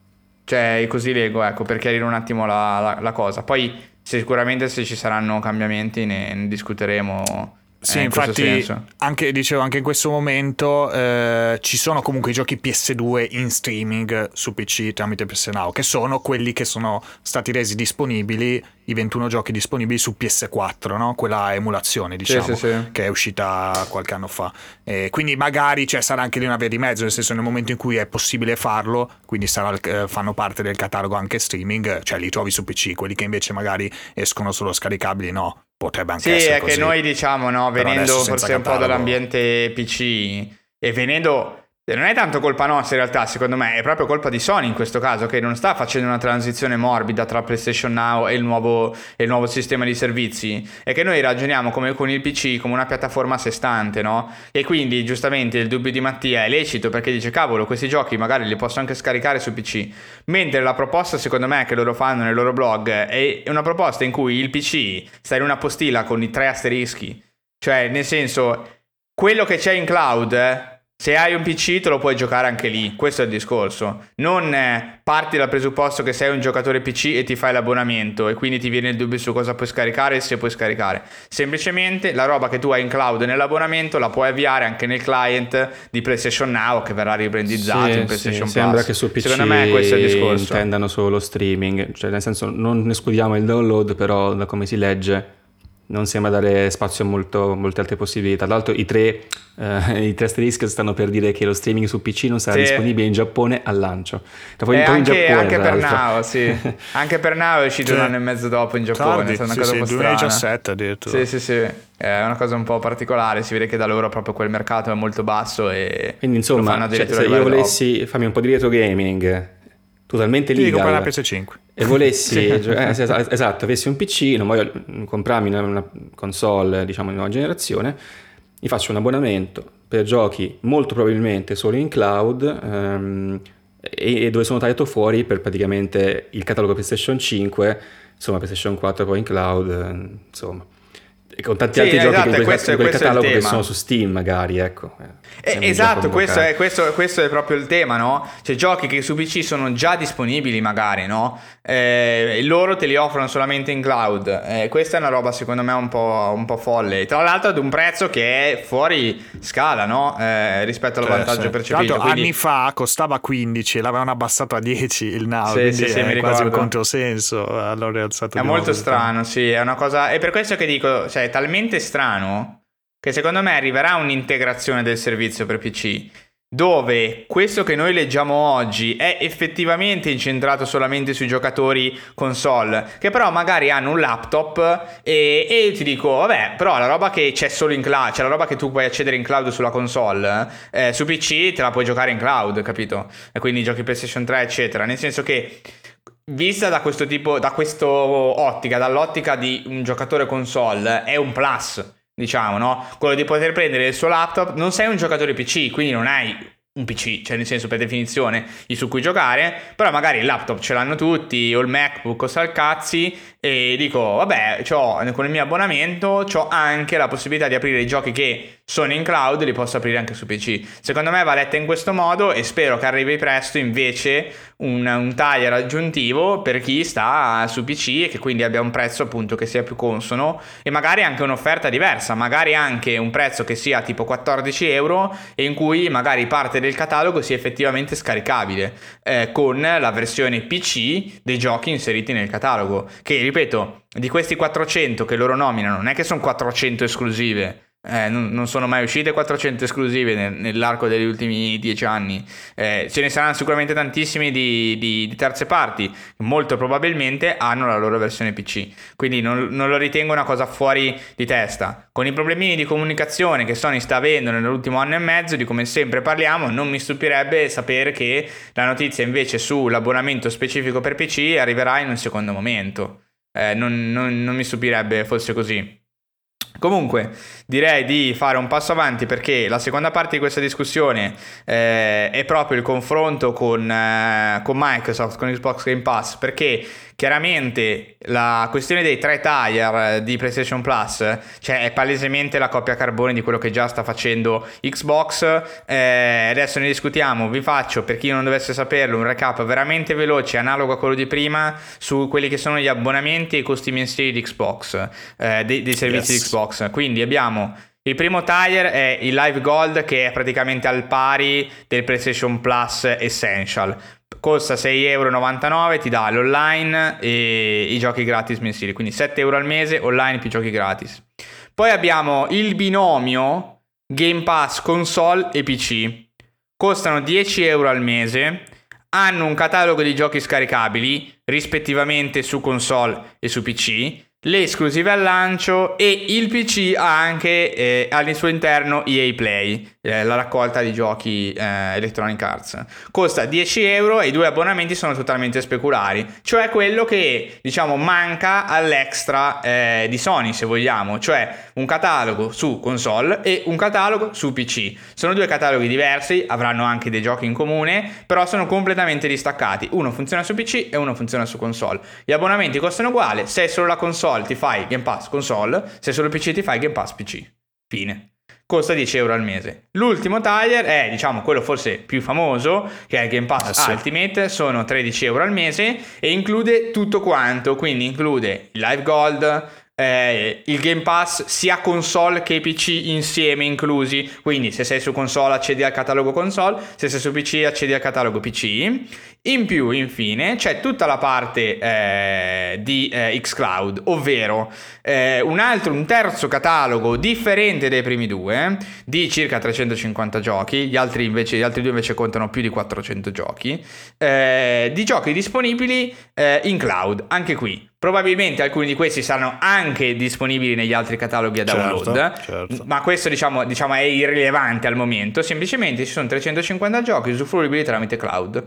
Cioè, così leggo, ecco, per chiarire un attimo la, la, la cosa. Poi sicuramente se ci saranno cambiamenti ne, ne discuteremo. Sì, eh, in infatti, anche, dicevo, anche in questo momento eh, ci sono comunque i giochi P S due in streaming su P C tramite P S Now, che sono quelli che sono stati resi disponibili, i ventuno giochi disponibili su P S quattro, no? Quella emulazione, diciamo, sì, sì, sì. che è uscita qualche anno fa. E quindi magari cioè, sarà anche lì una via di mezzo, nel senso nel momento in cui è possibile farlo, quindi sarà, eh, fanno parte del catalogo anche streaming, cioè li trovi su P C, quelli che invece magari escono solo scaricabili, no. Potrebbe anche sì, essere è così. Che noi diciamo, no, venendo forse un po' dall'ambiente P C e venendo... Non è tanto colpa nostra in realtà, secondo me, è proprio colpa di Sony in questo caso, che non sta facendo una transizione morbida tra PlayStation Now e il nuovo, e il nuovo sistema di servizi. È che noi ragioniamo come con il P C come una piattaforma a sé stante, no? E quindi giustamente il dubbio di Mattia è lecito, perché dice cavolo, questi giochi magari li posso anche scaricare su P C. Mentre la proposta secondo me che loro fanno nel loro blog è una proposta in cui il P C sta in una postilla con i tre asterischi. Cioè, nel senso, quello che c'è in cloud... Se hai un P C te lo puoi giocare anche lì, questo è il discorso. Non eh, parti dal presupposto che sei un giocatore P C e ti fai l'abbonamento e quindi ti viene il dubbio su cosa puoi scaricare e se puoi scaricare. Semplicemente la roba che tu hai in cloud nell'abbonamento la puoi avviare anche nel client di PlayStation Now che verrà ribrandizzato sì, in PlayStation sì, Plus. Sembra che su P C secondo me questo è il discorso. intendano solo streaming, cioè nel senso non escludiamo il download, però da come si legge non sembra dare spazio a molto, molte altre possibilità. Tra l'altro i tre, eh, i tre asterischi stanno per dire che lo streaming su P C non sarà sì. disponibile in Giappone al lancio. Poi, eh, poi anche, in Giappone, anche per Now, sì. Anche per Now è uscito sì. un anno e mezzo dopo in Giappone. Tardi, è una sì, cosa sì, un po' duemiladiciassette addirittura. Sì, sì, sì. È una cosa un po' particolare. Si vede che da loro proprio quel mercato è molto basso e quindi insomma, cioè, se io volessi dopo. farmi un po' di retro gaming totalmente legal, comprare la P S cinque e volessi eh, esatto, avessi un P C, non voglio comprarmi una, una console diciamo di nuova generazione, mi faccio un abbonamento per giochi molto probabilmente solo in cloud ehm, e, e dove sono tagliato fuori per praticamente il catalogo PlayStation cinque, insomma PlayStation quattro poi in cloud, insomma, e con tanti sì, altri esatto, giochi in quel, questo, in quel catalogo che tema. sono su Steam magari, ecco. Eh, esatto, questo è, questo, questo è proprio il tema, no? Cioè giochi che su P C sono già disponibili magari, no? Eh, loro te li offrono solamente in cloud. Eh, questa è una roba secondo me un po', un po' folle. Tra l'altro ad un prezzo che è fuori scala, no? Eh, rispetto all'avvantaggio cioè, sì. percepito. Tra quindi... anni fa costava quindici e l'avevano abbassato a dieci il Now, sì, quindi sì, sì, è mi quasi ricordo. un controsenso. Allora è alzato è di molto nuovo, strano, sì, è una cosa... È per questo che dico, cioè è talmente strano che secondo me arriverà un'integrazione del servizio per P C dove questo che noi leggiamo oggi è effettivamente incentrato solamente sui giocatori console che però magari hanno un laptop e, e io ti dico vabbè però la roba che c'è solo in cloud, cioè la roba che tu puoi accedere in cloud sulla console eh, su P C te la puoi giocare in cloud, capito? E quindi giochi PlayStation tre eccetera, nel senso che vista da questo tipo, da questo ottica, dall'ottica di un giocatore console è un plus, diciamo, no? Quello di poter prendere il suo laptop. Non sei un giocatore P C, quindi non hai un P C, cioè nel senso per definizione su cui giocare, però magari il laptop ce l'hanno tutti o il MacBook o salcazzi e dico vabbè, c'ho, con il mio abbonamento c'ho anche la possibilità di aprire i giochi che sono in cloud, li posso aprire anche su P C. Secondo me va letta in questo modo e spero che arrivi presto invece un, un taglio aggiuntivo per chi sta su P C e che quindi abbia un prezzo appunto che sia più consono e magari anche un'offerta diversa, magari anche un prezzo che sia tipo quattordici euro e in cui magari parte del catalogo sia effettivamente scaricabile eh, con la versione P C dei giochi inseriti nel catalogo, che ripeto, di questi quattrocento che loro nominano non è che sono quattrocento esclusive, Eh, non, non sono mai uscite quattrocento esclusive nel- nell'arco degli ultimi dieci anni. Eh, ce ne saranno sicuramente tantissimi di, di- di terze parti che molto probabilmente hanno la loro versione P C, quindi non, non lo ritengo una cosa fuori di testa. Con i problemini di comunicazione che Sony sta avendo nell'ultimo anno e mezzo, di come sempre parliamo, non mi stupirebbe sapere che la notizia invece sull'abbonamento specifico per P C arriverà in un secondo momento. Eh, non, non- non mi stupirebbe fosse così. Comunque direi di fare un passo avanti, perché la seconda parte di questa discussione eh, è proprio il confronto con, eh, con Microsoft, con Xbox Game Pass, perché chiaramente la questione dei tre tier di PlayStation Plus, cioè è palesemente la copia carbone di quello che già sta facendo Xbox. Eh, adesso ne discutiamo, vi faccio, per chi non dovesse saperlo, un recap veramente veloce, analogo a quello di prima, su quelli che sono gli abbonamenti e i costi mensili di Xbox, eh, dei, dei servizi Yes. di Xbox. Quindi abbiamo il primo tier, è il Live Gold, che è praticamente al pari del PlayStation Plus Essential. Costa sei e novantanove euro, ti dà l'online e i giochi gratis mensili, quindi sette euro al mese, online più giochi gratis. Poi abbiamo il binomio Game Pass console e P C. Costano dieci euro al mese, hanno un catalogo di giochi scaricabili rispettivamente su console e su P C, le esclusive al lancio, e il P C ha anche eh, al suo interno E A Play, eh, la raccolta di giochi eh, Electronic Arts. Costa dieci euro e i due abbonamenti sono totalmente speculari, cioè quello che diciamo manca all'extra eh, di Sony, se vogliamo, cioè un catalogo su console e un catalogo su P C. Sono due cataloghi diversi, avranno anche dei giochi in comune, però sono completamente distaccati. Uno funziona su P C e uno funziona su console. Gli abbonamenti costano uguale, se è solo la console ti fai Game Pass console, se è solo P C ti fai Game Pass P C. Fine. Costa dieci euro al mese. L'ultimo tier è, diciamo, quello forse più famoso, che è il Game Pass eh sì. Ultimate, sono tredici euro al mese e include tutto quanto, quindi include il Live Gold, eh, il Game Pass sia console che P C insieme inclusi, quindi se sei su console accedi al catalogo console, se sei su P C accedi al catalogo P C. In più, infine, c'è tutta la parte eh, di eh, xCloud, ovvero eh, un altro, un terzo catalogo differente dai primi due, di circa trecentocinquanta giochi, gli altri, invece, gli altri due invece contano più di quattrocento giochi, eh, di giochi disponibili eh, in cloud, anche qui. Probabilmente alcuni di questi saranno anche disponibili negli altri cataloghi a download, Certo, certo. ma questo diciamo, diciamo è irrilevante al momento, semplicemente ci sono trecentocinquanta giochi usufruibili tramite cloud.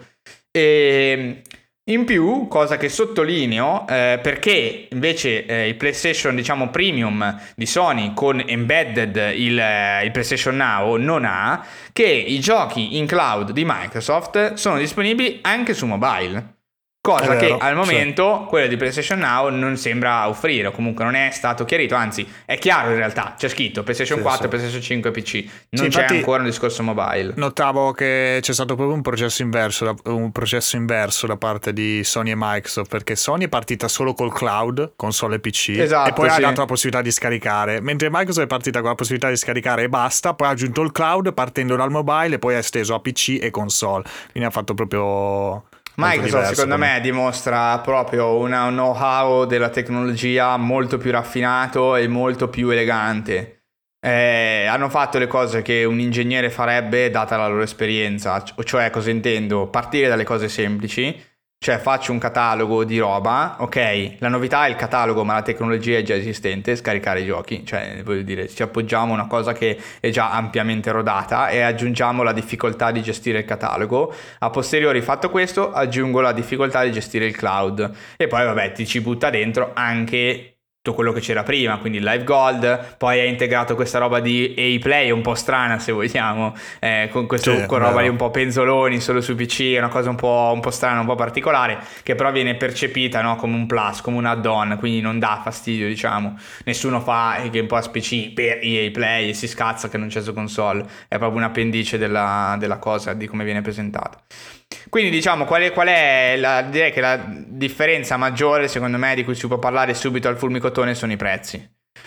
E in più, cosa che sottolineo, eh, perché invece eh, il PlayStation diciamo premium di Sony con embedded il, eh, il PlayStation Now non ha, che i giochi in cloud di Microsoft sono disponibili anche su mobile. Cosa È che vero, al sì. momento quello di PlayStation Now non sembra offrire, o comunque non è stato chiarito, anzi è chiaro in realtà, c'è scritto PlayStation Sì, quattro, sì. PlayStation cinque e P C, non Sì, c'è infatti- ancora un discorso mobile. Notavo che c'è stato proprio un processo inverso da, un processo inverso da parte di Sony e Microsoft, perché Sony è partita solo col cloud, console e P C, Esatto, e poi sì. ha dato la possibilità di scaricare, mentre Microsoft è partita con la possibilità di scaricare e basta, poi ha aggiunto il cloud partendo dal mobile e poi ha esteso a P C e console, quindi ha fatto proprio... molto Microsoft diverso, secondo come- me dimostra proprio una- un know-how della tecnologia molto più raffinato e molto più elegante. Eh, hanno fatto le cose che un ingegnere farebbe data la loro esperienza, cioè cosa intendo? Partire dalle cose semplici, cioè faccio un catalogo di roba, ok, la novità è il catalogo ma la tecnologia è già esistente, scaricare i giochi, cioè voglio dire ci appoggiamo a una cosa che è già ampiamente rodata e aggiungiamo la difficoltà di gestire il catalogo. A posteriori, fatto questo, aggiungo la difficoltà di gestire il cloud e poi vabbè ti ci butta dentro anche tutto quello che c'era prima, quindi il Live Gold, poi ha integrato questa roba di E A Play un po' strana se vogliamo, eh, con questo Sì, con roba vero. lì un po' penzoloni solo su P C, è una cosa un po', un po' strana, un po' particolare, che però viene percepita, no, come un plus, come un add-on, quindi non dà fastidio, diciamo. Nessuno fa il Game Pass P C per E A Play e si scazza che non c'è su console, è proprio un appendice della, della cosa, di come viene presentata. Quindi diciamo qual è, qual è la, direi che la differenza maggiore secondo me di cui si può parlare subito al fulmicotone sono i prezzi.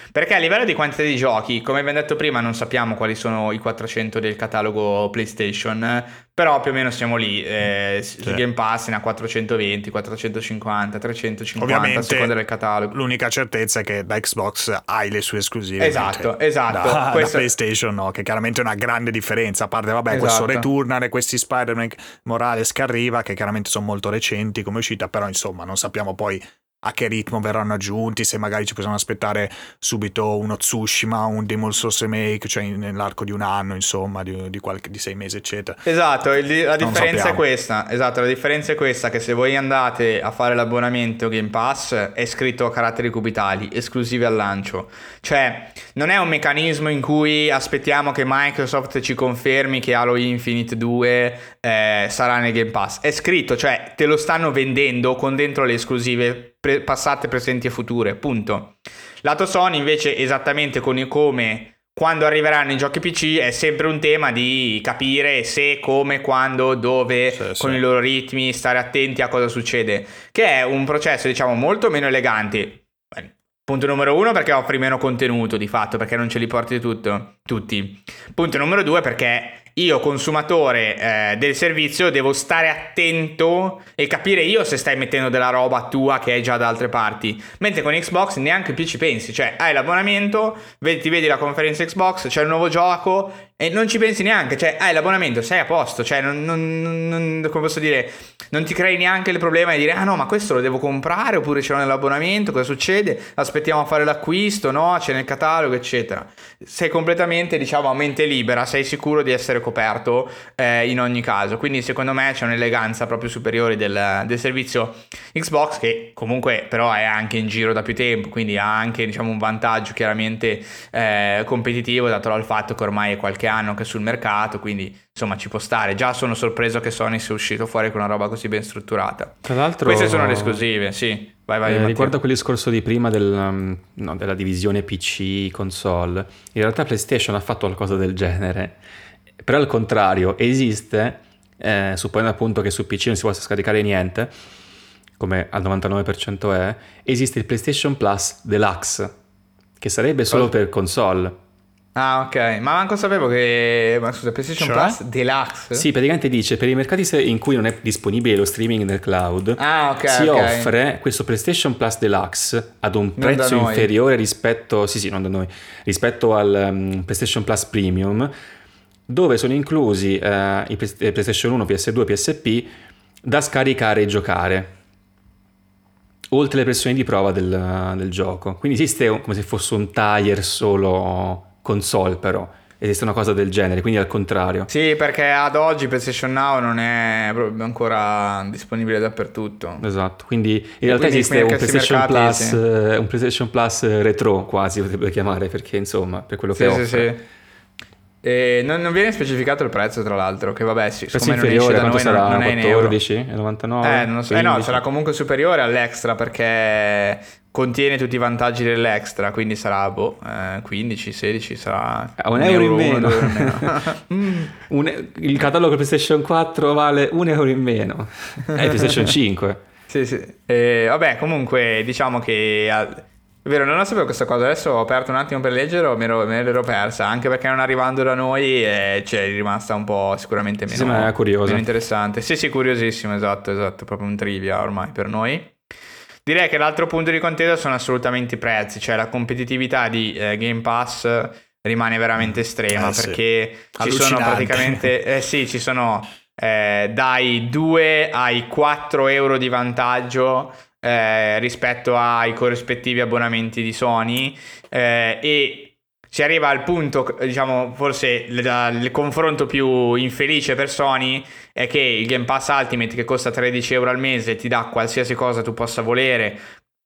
Perché a livello di quantità di giochi, come abbiamo detto prima, non sappiamo quali sono i quattrocento del catalogo PlayStation, però più o meno siamo lì. Eh, sì. Il Game Pass ne ha quattrocentoventi, quattrocentocinquanta, trecentocinquanta Ovviamente, a seconda del catalogo. L'unica certezza è che da Xbox hai le sue esclusive. Esatto, esatto. Da, Questo... da PlayStation no, che chiaramente è una grande differenza. A parte, vabbè, esatto. questo Returnal e questi Spider-Man Morales che arriva, che chiaramente sono molto recenti come uscita, però insomma non sappiamo poi a che ritmo verranno aggiunti, se magari ci possiamo aspettare subito uno Tsushima, un Demon's Souls remake, cioè nell'arco di un anno, insomma, di, di, qualche, di sei mesi, eccetera. Esatto, il, la differenza è questa, esatto, la differenza è questa, che se voi andate a fare l'abbonamento Game Pass è scritto a caratteri cubitali, esclusivi al lancio. Cioè, non è un meccanismo in cui aspettiamo che Microsoft ci confermi che Halo Infinite due eh, sarà nel Game Pass. È scritto, cioè te lo stanno vendendo con dentro le esclusive pre- passate, presenti e future, punto. Lato Sony invece esattamente con il come, quando arriveranno i giochi P C è sempre un tema di capire se, come, quando, dove, sì, con sì. i loro ritmi, stare attenti a cosa succede, che è un processo diciamo molto meno elegante. Punto numero uno, perché offri meno contenuto di fatto, perché non ce li porti tutto, tutti. Punto numero due, perché io consumatore eh, del servizio devo stare attento e capire io se stai mettendo della roba tua che è già da altre parti. Mentre con Xbox neanche più ci pensi, cioè hai l'abbonamento, vedi, ti vedi la conferenza Xbox, c'è il nuovo gioco e non ci pensi neanche, cioè hai l'abbonamento, sei a posto, cioè non, non, non, come posso dire, non ti crei neanche il problema di dire ah no ma questo lo devo comprare oppure ce l'ho nell'abbonamento, cosa succede? Aspettiamo a fare l'acquisto, no? C'è nel catalogo eccetera. Sei completamente diciamo a mente libera, sei sicuro di essere coperto eh, in ogni caso, quindi secondo me c'è un'eleganza proprio superiore del, del servizio Xbox, che comunque però è anche in giro da più tempo, quindi ha anche diciamo un vantaggio chiaramente eh, competitivo dato dal fatto che ormai è qualche anno che è sul mercato, quindi insomma ci può stare. Già sono sorpreso che Sony sia uscito fuori con una roba così ben strutturata. Tra l'altro queste sono le esclusive, sì. Vai, vai, eh, riguardo a quel discorso di prima del, um, no, della divisione P C console, in realtà PlayStation ha fatto qualcosa del genere, però al contrario esiste, eh, supponendo appunto che su P C non si possa scaricare niente, come al novantanove per cento è, esiste il PlayStation Plus Deluxe, che sarebbe solo per console. Ah ok, ma manco sapevo che... Ma scusa, PlayStation cioè? Plus Deluxe? Sì, praticamente dice per i mercati in cui non è disponibile lo streaming nel cloud, ah, okay, si okay. offre questo PlayStation Plus Deluxe ad un prezzo inferiore rispetto... Sì, sì, non da noi. Rispetto al um, PlayStation Plus Premium, dove sono inclusi uh, i PlayStation uno, P S due, P S P da scaricare e giocare, oltre le versioni di prova del, del gioco. Quindi esiste un, come se fosse un tier solo... console, però esiste una cosa del genere, quindi al contrario. Sì, perché ad oggi PlayStation Now non è ancora disponibile dappertutto. Esatto, quindi in e realtà quindi esiste un PlayStation mercati, Plus sì. uh, un PlayStation Plus retro quasi potrebbe chiamare, perché insomma per quello sì, che sì, offre. Sì. E non, non viene specificato il prezzo, tra l'altro, che vabbè, sì, prezzo inferiore, quanto sarà? Non, non quattordici e novantanove? Eh, non lo so. Eh no, sarà comunque superiore all'extra, perché contiene tutti i vantaggi dell'extra, quindi sarà boh, eh, quindici, sedici, sarà un, un euro, euro in meno, euro in meno. mm. un, il catalogo PlayStation quattro vale un euro in meno. È PlayStation cinque. Sì, sì. E, vabbè, comunque diciamo che è vero, non lo sapevo questa cosa, adesso ho aperto un attimo per leggere, me, ero, me l'ero persa, anche perché non arrivando da noi eh, cioè, è rimasta un po' sicuramente meno, sì, ma è curiosa. meno interessante. Sì, sì, curiosissimo, esatto, esatto, proprio un trivia ormai per noi. Direi che l'altro punto di contesa sono assolutamente i prezzi, cioè la competitività di eh, Game Pass rimane veramente estrema, eh, perché sì. ci sono praticamente, eh sì, ci sono eh, dai due ai quattro euro di vantaggio Eh, rispetto ai corrispettivi abbonamenti di Sony eh, e si arriva al punto, diciamo, forse il, il confronto più infelice per Sony è che il Game Pass Ultimate, che costa tredici euro al mese, ti dà qualsiasi cosa tu possa volere,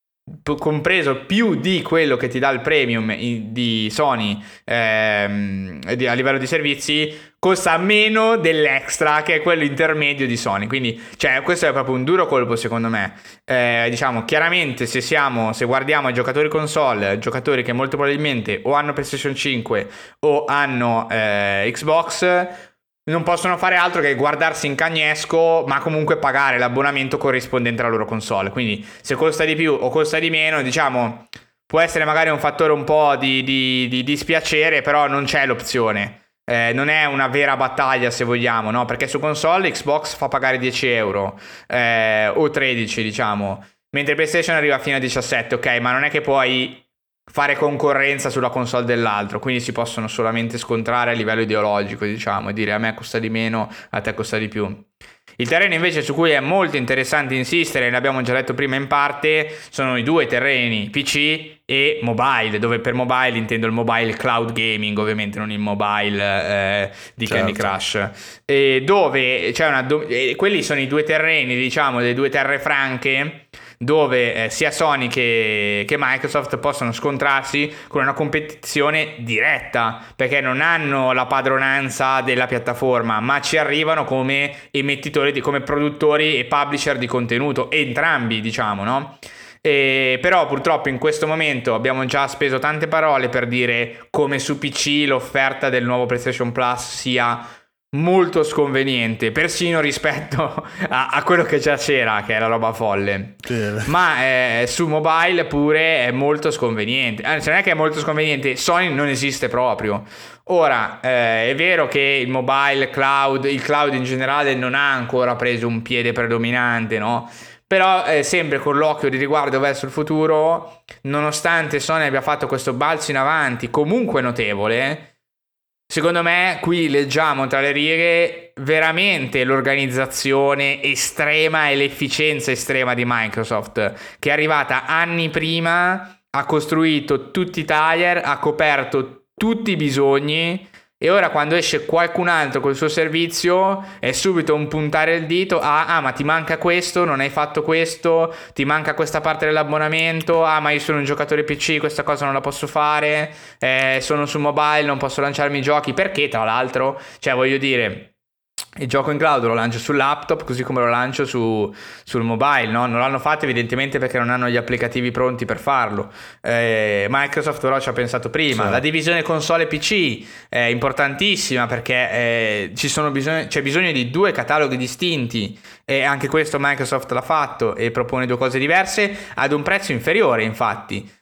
compreso più di quello che ti dà il premium di Sony ehm, a livello di servizi, costa meno dell'extra, che è quello intermedio di Sony. Quindi cioè questo è proprio un duro colpo secondo me. Eh, diciamo chiaramente, se siamo se guardiamo ai giocatori console, giocatori che molto probabilmente o hanno PlayStation cinque o hanno eh, Xbox, non possono fare altro che guardarsi in cagnesco, ma comunque pagare l'abbonamento corrispondente alla loro console. Quindi se costa di più o costa di meno, diciamo, può essere magari un fattore un po' di, di, di dispiacere, però non c'è l'opzione. Eh, non è una vera battaglia, se vogliamo, no? Perché su console Xbox fa pagare dieci euro eh, o tredici, diciamo, mentre PlayStation arriva fino a diciassette, ok, ma non è che puoi fare concorrenza sulla console dell'altro, quindi si possono solamente scontrare a livello ideologico, diciamo, e dire a me costa di meno, a te costa di più. Il terreno invece su cui è molto interessante insistere, ne abbiamo già detto prima in parte, sono i due terreni P C e mobile, dove per mobile intendo il mobile cloud gaming, ovviamente non il mobile eh, di certo. Candy Crush, e dove c'è una do- e quelli sono i due terreni, diciamo, le due terre franche, dove eh, sia Sony che, che Microsoft possono scontrarsi con una competizione diretta, perché non hanno la padronanza della piattaforma, ma ci arrivano come emettitori, di, come produttori e publisher di contenuto, entrambi, diciamo, no? E però purtroppo in questo momento abbiamo già speso tante parole per dire come su P C l'offerta del nuovo PlayStation Plus sia molto sconveniente, persino rispetto a, a quello che già c'era, che è la roba folle. Sì. Ma eh, su mobile pure è molto sconveniente. Anzi, non è che è molto sconveniente, Sony non esiste proprio. Ora eh, è vero che il mobile cloud, il cloud in generale non ha ancora preso un piede predominante, no? Però eh, sempre con l'occhio di riguardo verso il futuro, nonostante Sony abbia fatto questo balzo in avanti comunque notevole, secondo me qui leggiamo tra le righe veramente l'organizzazione estrema e l'efficienza estrema di Microsoft, che è arrivata anni prima, ha costruito tutti i tire, ha coperto tutti i bisogni, e ora quando esce qualcun altro col suo servizio è subito un puntare il dito a ah ma ti manca questo, non hai fatto questo, ti manca questa parte dell'abbonamento, ah ma io sono un giocatore P C, questa cosa non la posso fare, eh, sono su mobile, non posso lanciarmi i giochi, perché tra l'altro, cioè voglio dire, il gioco in cloud lo lancio sul laptop così come lo lancio su, sul mobile, no? Non l'hanno fatto evidentemente perché non hanno gli applicativi pronti per farlo. eh, Microsoft però ci ha pensato prima. Sì. La divisione console P C è importantissima perché eh, ci sono bisogno, c'è bisogno di due cataloghi distinti, e anche questo Microsoft l'ha fatto e propone due cose diverse ad un prezzo inferiore, infatti.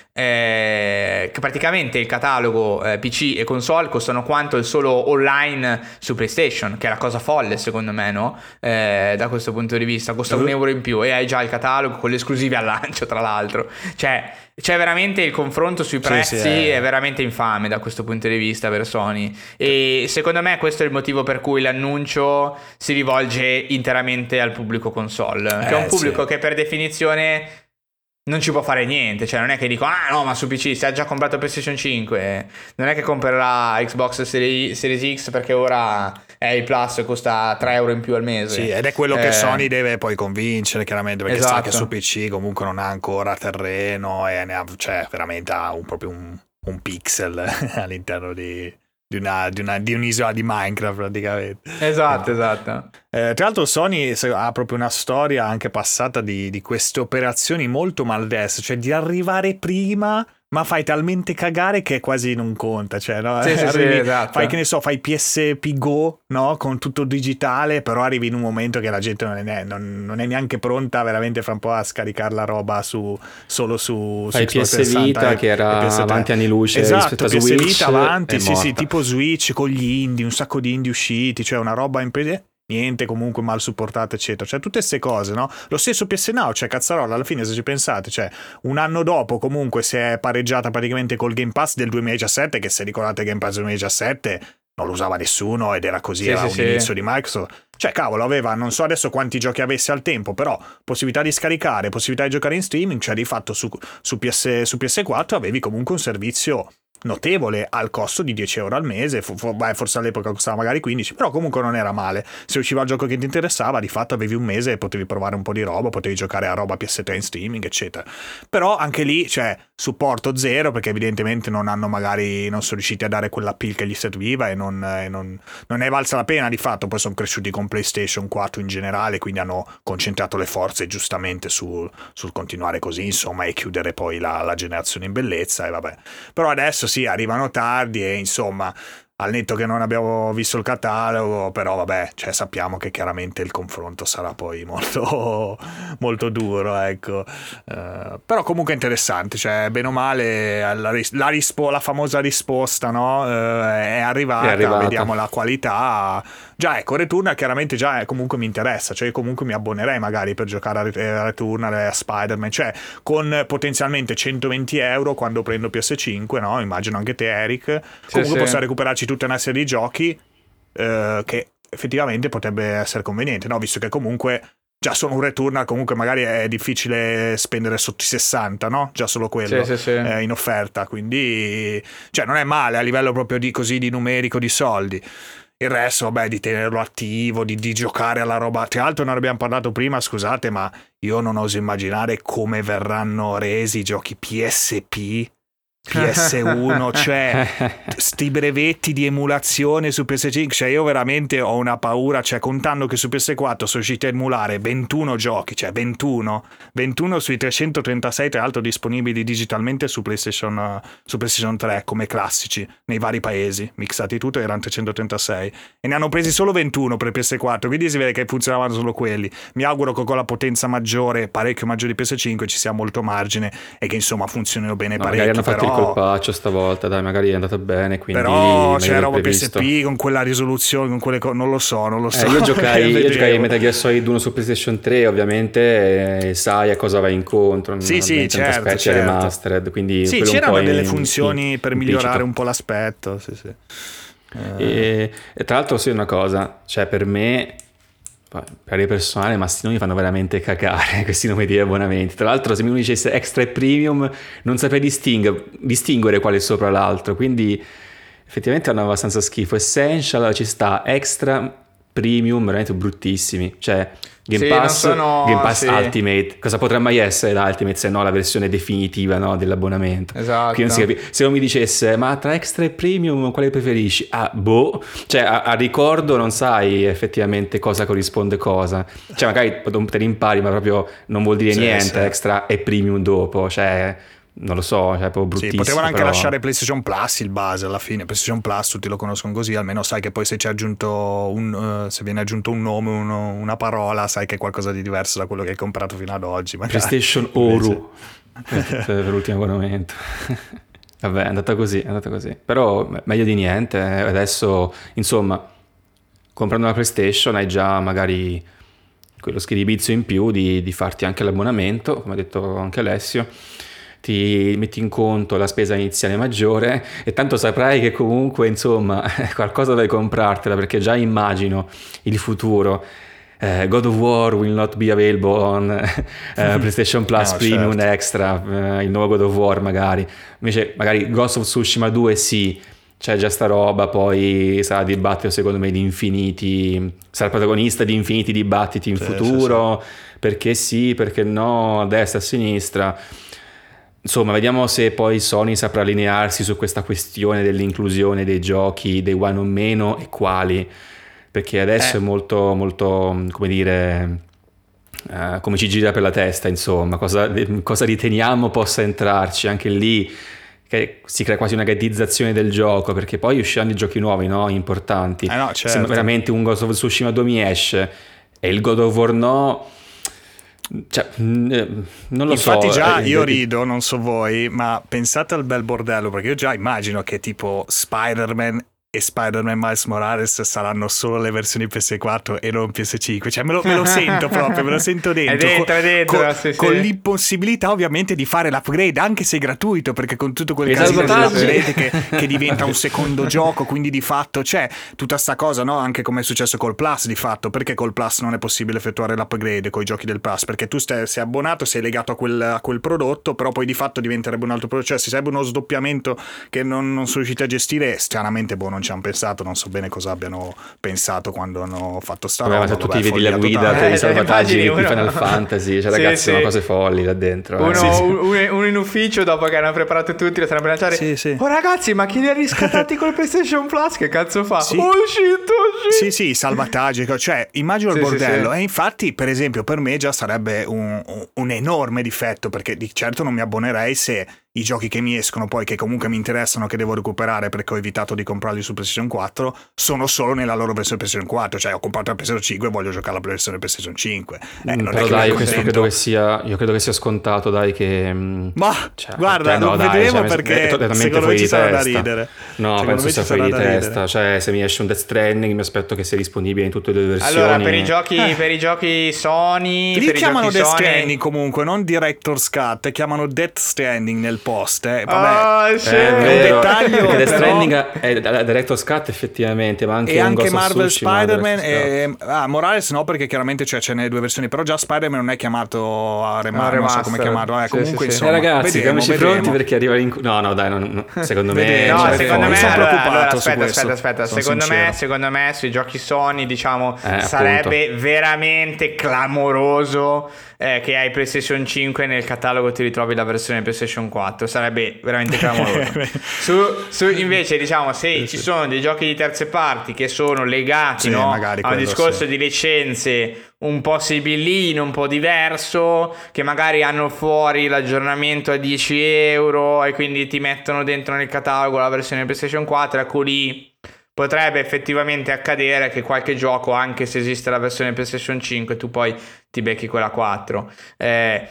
Eh, che praticamente il catalogo eh, P C e console costano quanto il solo online su PlayStation, che è la cosa folle secondo me, no? Eh, da questo punto di vista costa un euro in più e hai già il catalogo con le esclusive al lancio, tra l'altro. Cioè c'è veramente il confronto sui prezzi, sì, sì, è... è veramente infame da questo punto di vista per Sony, e secondo me questo è il motivo per cui l'annuncio si rivolge interamente al pubblico console, eh, che è un pubblico sì. che per definizione non ci può fare niente, cioè non è che dico ah no ma su P C si è già comprato PlayStation cinque, non è che comprerà Xbox Series X perché ora è il Plus e costa tre euro in più al mese. Sì, ed è quello eh, che Sony deve poi convincere chiaramente, perché esatto. sa che su P C comunque non ha ancora terreno e ne ha, cioè veramente ha un, proprio un, un pixel all'interno di... Di, una, di, una, di un'isola di Minecraft praticamente. Esatto, esatto. Eh, tra l'altro Sony ha proprio una storia anche passata di, di queste operazioni molto maldestre, cioè di arrivare prima ma fai talmente cagare che quasi non conta, cioè no? Sì, sì, arrivi, sì, esatto. Fai che ne so, fai P S P Go, no? Con tutto digitale, però arrivi in un momento che la gente non è, non, non è neanche pronta veramente fra un po' a scaricare la roba su, solo su, fai su P S Vita che era avanti anni luce, esatto, rispetto a P S Switch Vita avanti, sì morta. sì, tipo Switch con gli indie, un sacco di indie usciti, cioè una roba imprese niente comunque mal supportato eccetera, cioè tutte queste cose, no? Lo stesso P S Now, cioè cazzarola, alla fine se ci pensate, cioè un anno dopo comunque si è pareggiata praticamente col Game Pass del duemiladiciassette, che se ricordate Game Pass duemiladiciassette non lo usava nessuno ed era così, sì, era sì, un inizio sì. di Microsoft, cioè cavolo aveva non so adesso quanti giochi avesse al tempo, però possibilità di scaricare, possibilità di giocare in streaming, cioè di fatto su, su, P S, su P S quattro avevi comunque un servizio notevole al costo di dieci euro al mese, f- f- beh, forse all'epoca costava magari quindici, però comunque non era male. Se usciva il gioco che ti interessava, di fatto avevi un mese e potevi provare un po' di roba, potevi giocare a roba P S tre in streaming eccetera. Però anche lì, cioè, supporto zero, perché evidentemente non hanno magari non sono riusciti a dare quell'appeal che gli serviva e non, e non, non è valsa la pena. Di fatto poi sono cresciuti con PlayStation quattro in generale, quindi hanno concentrato le forze giustamente sul, sul continuare così, insomma, e chiudere poi la, la generazione in bellezza, e vabbè. Però adesso sì, arrivano tardi e insomma al netto che non abbiamo visto il catalogo, però vabbè, cioè sappiamo che chiaramente il confronto sarà poi molto, molto duro, ecco. Uh, però comunque interessante, cioè bene o male la, ris- la, rispo- la famosa risposta, no? Uh, è, arrivata, è arrivata, vediamo la qualità. Già ecco, Returnal chiaramente già comunque mi interessa, cioè io comunque mi abbonerei magari per giocare a Returnal e a Spider-Man, cioè con potenzialmente centoventi euro quando prendo P S cinque, no? Immagino anche te, Eric, sì, comunque sì. posso recuperarci tutta una serie di giochi eh, che effettivamente potrebbe essere conveniente, no? Visto che comunque già solo un Returnal comunque magari è difficile spendere sotto i sessanta, no? Già solo quello sì, sì, sì. Eh, in offerta, quindi cioè non è male a livello proprio di così di numerico di soldi. Il resto, vabbè, di tenerlo attivo, di, di giocare alla roba. Tra l'altro non abbiamo parlato prima, scusate, ma io non oso immaginare come verranno resi i giochi P S P, P S uno, cioè sti brevetti di emulazione su P S cinque, cioè io veramente ho una paura, cioè contando che su P S quattro sono riusciti a emulare ventuno giochi, cioè ventuno, ventuno sui trecentotrentasei tra l'altro disponibili digitalmente su PlayStation, su PlayStation tre come classici nei vari paesi, mixati tutto erano trecentotrentasei e ne hanno presi solo ventuno per P S quattro, quindi si vede che funzionavano solo quelli. Mi auguro che con la potenza maggiore, parecchio maggiore di P S cinque, ci sia molto margine e che insomma funzionino bene no, parecchio. Hanno fatto però... il colpaccio stavolta, dai, magari è andato bene, quindi però c'è roba P S P con quella risoluzione, con quelle cose, non lo so, non lo so. Eh, io giocai, io giocai Metal Gear Solid uno su PlayStation tre, ovviamente, e sai a cosa vai incontro. Sì, sì, certo, aspetti certo. remastered, quindi sì, quello c'erano un po' delle in, funzioni in, per implicito. migliorare un po' l'aspetto, sì, sì. Eh. E, e tra l'altro sì, una cosa, cioè per me, per il personale, ma sti nomi fanno veramente cagare, questi nomi di abbonamenti. Tra l'altro se mi dicesse Extra e Premium non saprei distinguere, distinguere quale è sopra l'altro, quindi effettivamente hanno abbastanza schifo. Essential ci sta, Extra, Premium veramente bruttissimi, cioè Game sì, Pass, sono... Game Pass sì. Ultimate, cosa potrà mai essere l'Ultimate se no la versione definitiva, no, dell'abbonamento? Esatto. Quindi non si capi- se uno mi dicesse ma tra Extra e Premium quale preferisci? Ah, boh, cioè a, a ricordo non sai effettivamente cosa corrisponde cosa, cioè magari te ne impari ma proprio non vuol dire sì, niente sì. Extra e Premium dopo, cioè non lo so, cioè è proprio bruttissimo. Sì, potevano anche però... lasciare PlayStation Plus il base alla fine. PlayStation Plus tutti lo conoscono così, almeno sai che poi se c'è aggiunto un uh, se viene aggiunto un nome, uno, una parola, sai che è qualcosa di diverso da quello che hai comprato fino ad oggi. Magari. PlayStation Oru per l'ultimo abbonamento. Vabbè, è andata così, è andata così. Però meglio di niente. Adesso, insomma, comprando una PlayStation hai già magari quello schiribizzo in più di, di farti anche l'abbonamento, come ha detto anche Alessio. Ti metti in conto la spesa iniziale maggiore e tanto saprai che comunque insomma qualcosa devi comprartela, perché già immagino il futuro. Uh, God of War will not be available on uh, PlayStation Plus no, Premium certo. Extra, uh, il nuovo God of War magari, invece magari Ghost of Tsushima due sì, c'è già sta roba, poi sarà dibattito secondo me di infiniti, sarà protagonista di infiniti dibattiti in sì, futuro, sì, sì. perché sì, perché no, a destra, a sinistra. Insomma, vediamo se poi Sony saprà allinearsi su questa questione dell'inclusione dei giochi Day One o meno e quali, perché adesso eh. è molto, molto, come dire, uh, come ci gira per la testa, insomma, cosa, cosa riteniamo possa entrarci, anche lì che si crea quasi una gattizzazione del gioco, perché poi usciranno i giochi nuovi, no? Importanti. Eh no, certo. Sembra veramente un Ghost of Tsushima due mi esce e il God of War no... Cioè, non lo Infatti so. già eh, io eh, rido, non so voi, ma pensate al bel bordello, perché io già immagino che tipo Spider-Man e Spider-Man Miles Morales saranno solo le versioni P S quattro e non P S cinque, cioè me lo, me lo sento proprio, me lo sento dentro, è dentro, è dentro con, sì, con sì. l'impossibilità ovviamente di fare l'upgrade anche se gratuito, perché con tutto quel Esatto, casino sì. dell'upgrade che, che diventa un secondo gioco, quindi di fatto c'è tutta sta cosa, no? Anche come è successo col Plus di fatto, perché col Plus non è possibile effettuare l'upgrade con i giochi del Plus, perché tu stai, sei abbonato, sei legato a quel, a quel prodotto, però poi di fatto diventerebbe un altro prodotto, cioè si sarebbe uno sdoppiamento che non, non sono riusciti a gestire, stranamente boh non ci hanno pensato, non so bene cosa abbiano pensato quando hanno fatto sta roba. Vabbè, se tu vabbè, ti vedi la follia guida totale. per Eh, i salvataggi di immagini uno- Final Fantasy, cioè Sì, ragazzi sì. sono cose folli là dentro. eh. Uno, Sì, sì. uno- uno in ufficio dopo che hanno preparato tutti lo stanno per lanciare. Sì, sì. Oh ragazzi, ma chi li ha riscattati col PlayStation Plus? Che cazzo fa? Sì. Oh shit, oh shit. Sì, sì, salvataggi, cioè immagino il Sì, sì, bordello. sì. E infatti, per esempio, per me già sarebbe un, un enorme difetto, perché di certo non mi abbonerei se i giochi che mi escono poi, che comunque mi interessano, che devo recuperare perché ho evitato di comprarli su PlayStation quattro, sono solo nella loro versione PlayStation quattro. Cioè ho comprato la PlayStation cinque e voglio giocare la versione PlayStation cinque. Eh, Mm, non però è che dai, mi questo accontento. credo che sia, io credo che sia scontato, dai, che... mm, Ma cioè, guarda, cioè, no, lo dai, vedremo cioè, perché è totalmente secondo me fuori ci di sarà da testa. ridere. No, Secondo penso me sia ci fuori sarà di da ridere. testa. Cioè, se mi esce un Death Stranding mi aspetto che sia disponibile in tutte le due versioni. Allora, per i giochi, per i giochi Sony, Li per i chiamano giochi Death Sony... Stranding comunque, non Director's Cut, chiamano Death Stranding nel post. Eh. Vabbè, Ah, sì. Eh, è un vero, dettaglio, perché Death però- Stranding è da Director's Cut effettivamente, ma anche e un anche Ghost of Marvel Tsushima, Spider-Man Director's Cut. e ah, Morales no, perché chiaramente cioè, c'è nelle due versioni, però già Spider-Man non è chiamato a rema- Ah, non so come remaster. chiamarlo. Vabbè, Sì, comunque sì, sì. insomma, Eh, ragazzi, vedremo, chiamiamoci vedremo. pronti perché arriva in... No, no, dai, no, no, secondo me... Vedremo, No, cioè, secondo vedremo. me, Sono allora, preoccupato allora, su aspetta, questo, aspetta, aspetta. sono Secondo me, sincero. secondo me sui giochi Sony, diciamo, Eh, sarebbe veramente clamoroso eh, che hai PlayStation cinque e nel catalogo ti ritrovi la versione PlayStation quattro. Sarebbe veramente clamoroso. su, su, invece, diciamo, se ci sono dei giochi di terze parti che sono legati, Sì, no, magari a un quello discorso sì. di licenze un po' sibillino, un po' diverso, che magari hanno fuori l'aggiornamento a dieci euro e quindi ti mettono dentro nel catalogo la versione PlayStation quattro, ecco lì potrebbe effettivamente accadere che qualche gioco, anche se esiste la versione PlayStation cinque, tu poi ti becchi quella quattro. Eh,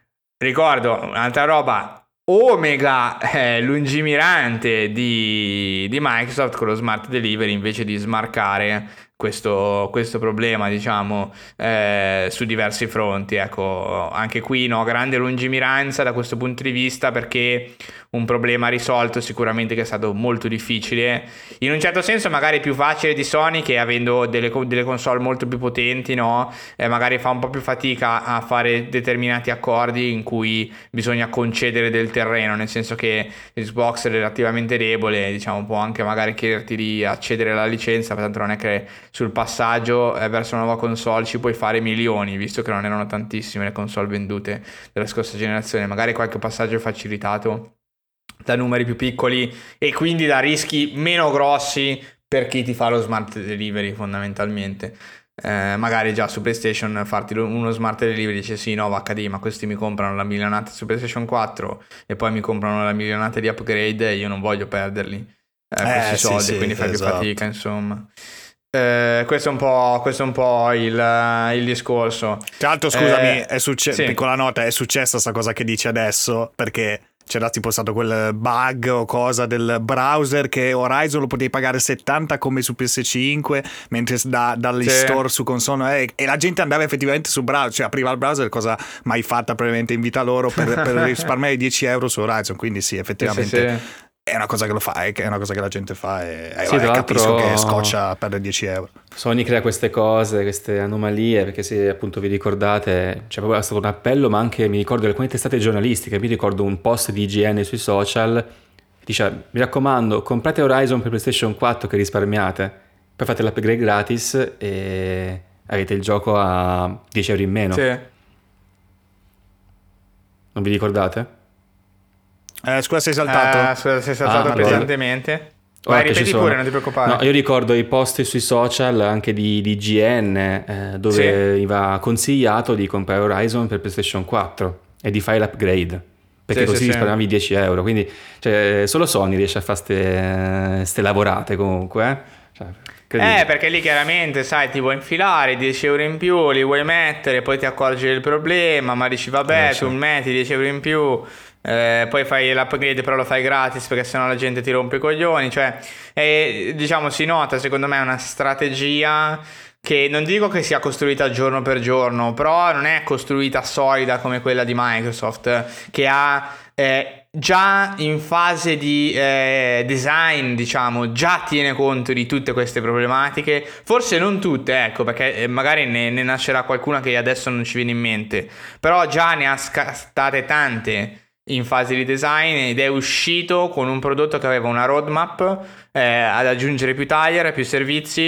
ricordo un'altra roba omega eh, lungimirante di, di Microsoft con lo Smart Delivery, invece di smarcare questo, questo problema, diciamo, eh, su diversi fronti. Ecco, anche qui no, grande lungimiranza da questo punto di vista, perché un problema risolto sicuramente che è stato molto difficile, in un certo senso magari più facile di Sony, che avendo delle, delle console molto più potenti, no, eh, magari fa un po' più fatica a fare determinati accordi in cui bisogna concedere del terreno, nel senso che Xbox è relativamente debole, diciamo, può anche magari chiederti di accedere alla licenza, tanto non è che sul passaggio eh, verso una nuova console ci puoi fare milioni, visto che non erano tantissime le console vendute della scorsa generazione, magari qualche passaggio facilitato da numeri più piccoli e quindi da rischi meno grossi per chi ti fa lo smart delivery fondamentalmente. Eh, magari già su PlayStation farti uno smart delivery, dice sì, no, va acca di, ma questi mi comprano la milionata su PlayStation quattro e poi mi comprano la milionata di upgrade e io non voglio perderli eh, Eh, questi sì, soldi, sì, quindi fai esatto. più fatica, insomma. Eh, questo è un po', questo è un po' il, il discorso. Tra l'altro, scusami, Eh, è succe- sì. piccola nota, è successa sta cosa che dici adesso, perché c'era tipo stato quel bug o cosa del browser che Horizon lo potevi pagare settanta come su P S cinque, mentre da, dagli Sì. store su console eh, e la gente andava effettivamente sul browser, cioè apriva il browser, cosa mai fatta probabilmente in vita loro, per, per risparmiare dieci euro su Horizon. Quindi sì, effettivamente Sì, sì, sì. è una cosa che lo fa, è una cosa che la gente fa e eh, Sì, vabbè, tra capisco l'altro- che scoccia perdere dieci euro. Sony crea queste cose, queste anomalie, perché se appunto vi ricordate, c'è proprio stato un appello, ma anche mi ricordo alcune testate giornalistiche, mi ricordo un post di I G N sui social, che dice, mi raccomando, comprate Horizon per PlayStation quattro che risparmiate, poi fate l'upgrade gratis e avete il gioco a dieci euro in meno. Sì. Non vi ricordate? Eh, scusa, sei saltato? Eh, scusa, sei saltato Ah, pesantemente. Ora Vai, che ci ripeti sono. pure, non ti preoccupare. No, io ricordo i post sui social anche di, di I G N eh, dove Sì. veniva consigliato di comprare Horizon per PlayStation quattro e di fare l'upgrade, perché Sì, così sì, sì. risparmiavi dieci euro. Quindi cioè, solo Sony riesce a fare ste, ste lavorate comunque. Eh, cioè, incredibile. Eh, perché lì chiaramente, sai, ti vuoi infilare dieci euro in più, li vuoi mettere, poi ti accorgi del problema, ma dici vabbè, Eh, sì. tu metti dieci euro in più, eh, poi fai l'upgrade però lo fai gratis perché sennò la gente ti rompe i coglioni, cioè, eh, diciamo, si nota secondo me una strategia che non dico che sia costruita giorno per giorno, però non è costruita solida come quella di Microsoft, che ha eh, già in fase di eh, design, diciamo, già tiene conto di tutte queste problematiche, forse non tutte, ecco, perché eh, magari ne, ne nascerà qualcuna che adesso non ci viene in mente, però già ne ha scattate tante in fase di design ed è uscito con un prodotto che aveva una roadmap eh, ad aggiungere più tire, più servizi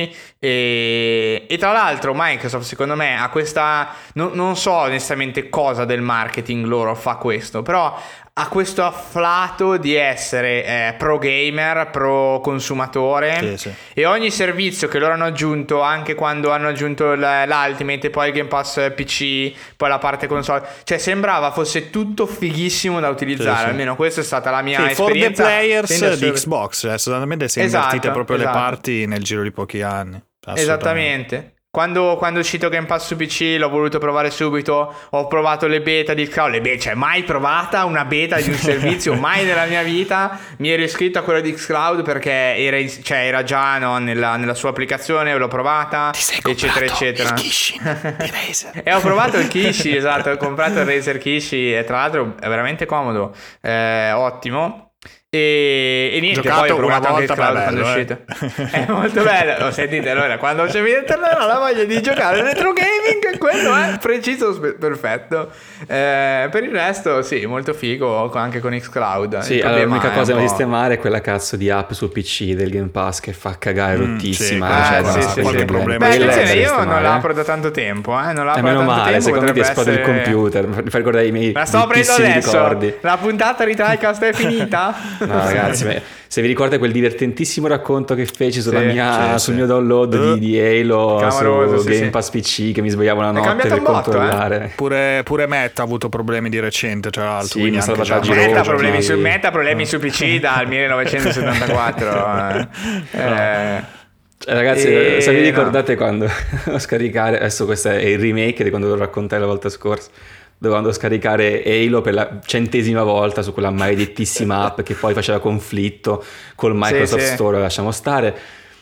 E, e tra l'altro Microsoft secondo me ha questa, no, non so onestamente cosa del marketing loro fa questo, però ha questo afflato di essere eh, pro gamer, pro consumatore, sì, sì. e ogni servizio che loro hanno aggiunto, anche quando hanno aggiunto l'Ultimate, poi il Game Pass P C, poi la parte console, cioè sembrava fosse tutto fighissimo da utilizzare, sì, sì. almeno questa è stata la mia sì, esperienza. For the players di essere... Xbox, cioè, sostanzialmente si è esatto, invertite proprio esatto. le parti nel giro di pochi anni. Esattamente. Quando, quando è uscito Game Pass su P C l'ho voluto provare subito, ho provato le beta di Xcloud, le beta, cioè mai provata una beta di un servizio, mai nella mia vita. Mi ero iscritto a quella di Xcloud perché era, in, cioè era già no, nella, nella sua applicazione, l'ho provata, eccetera eccetera. Il Kishi di Razer. E ho provato il Kishi, esatto, ho comprato il Razer Kishi e tra l'altro è veramente comodo, eh, ottimo. E, e niente, giocato poi ho provato una anche volta, Xcloud quando è bello, uscito. È molto bello. Lo sentite, allora, quando c'è tornerà la voglia di giocare retro gaming, quello è preciso, perfetto. Eh, per il resto, sì, molto figo anche con Xcloud. Sì, allora, l'unica cosa da sistemare è quella cazzo di app sul P C del Game Pass che fa cagare mm, rottissima. Sì, cioè, eh, no, sì, sì, qualche sì. problema. Beh, attenzione, io non sistemare. l'apro da tanto tempo, eh, non l'apro Eh, da meno tanto male, tempo. secondo me ti potrebbe esplode il essere... computer, mi fai ricordare i miei La sto aprendo bruttissimi adesso. ricordi. La puntata di Tricast è finita? No, ragazzi, se vi ricordate quel divertentissimo racconto che feci sulla Sì, mia, sì, sul sì. mio download di, di Halo Clamoroso, su sì, Game sì. Pass P C, che mi svegliavo la È notte cambiato per un botto, controllare. Pure, pure Matt ha avuto problemi di recente, tra l'altro. Sì, quindi mi anche salvataggi già- rosa. Meta Roger, problemi, no, su, di- meta problemi su P C dal millenovecentosettantaquattro. eh. Eh, Cioè, ragazzi, E- se vi no. ricordate quando ho scaricare, adesso questo è il remake di quando lo raccontai la volta scorsa, dovendo scaricare Halo per la centesima volta su quella maledettissima app che poi faceva conflitto col Microsoft sì. Store, lasciamo stare,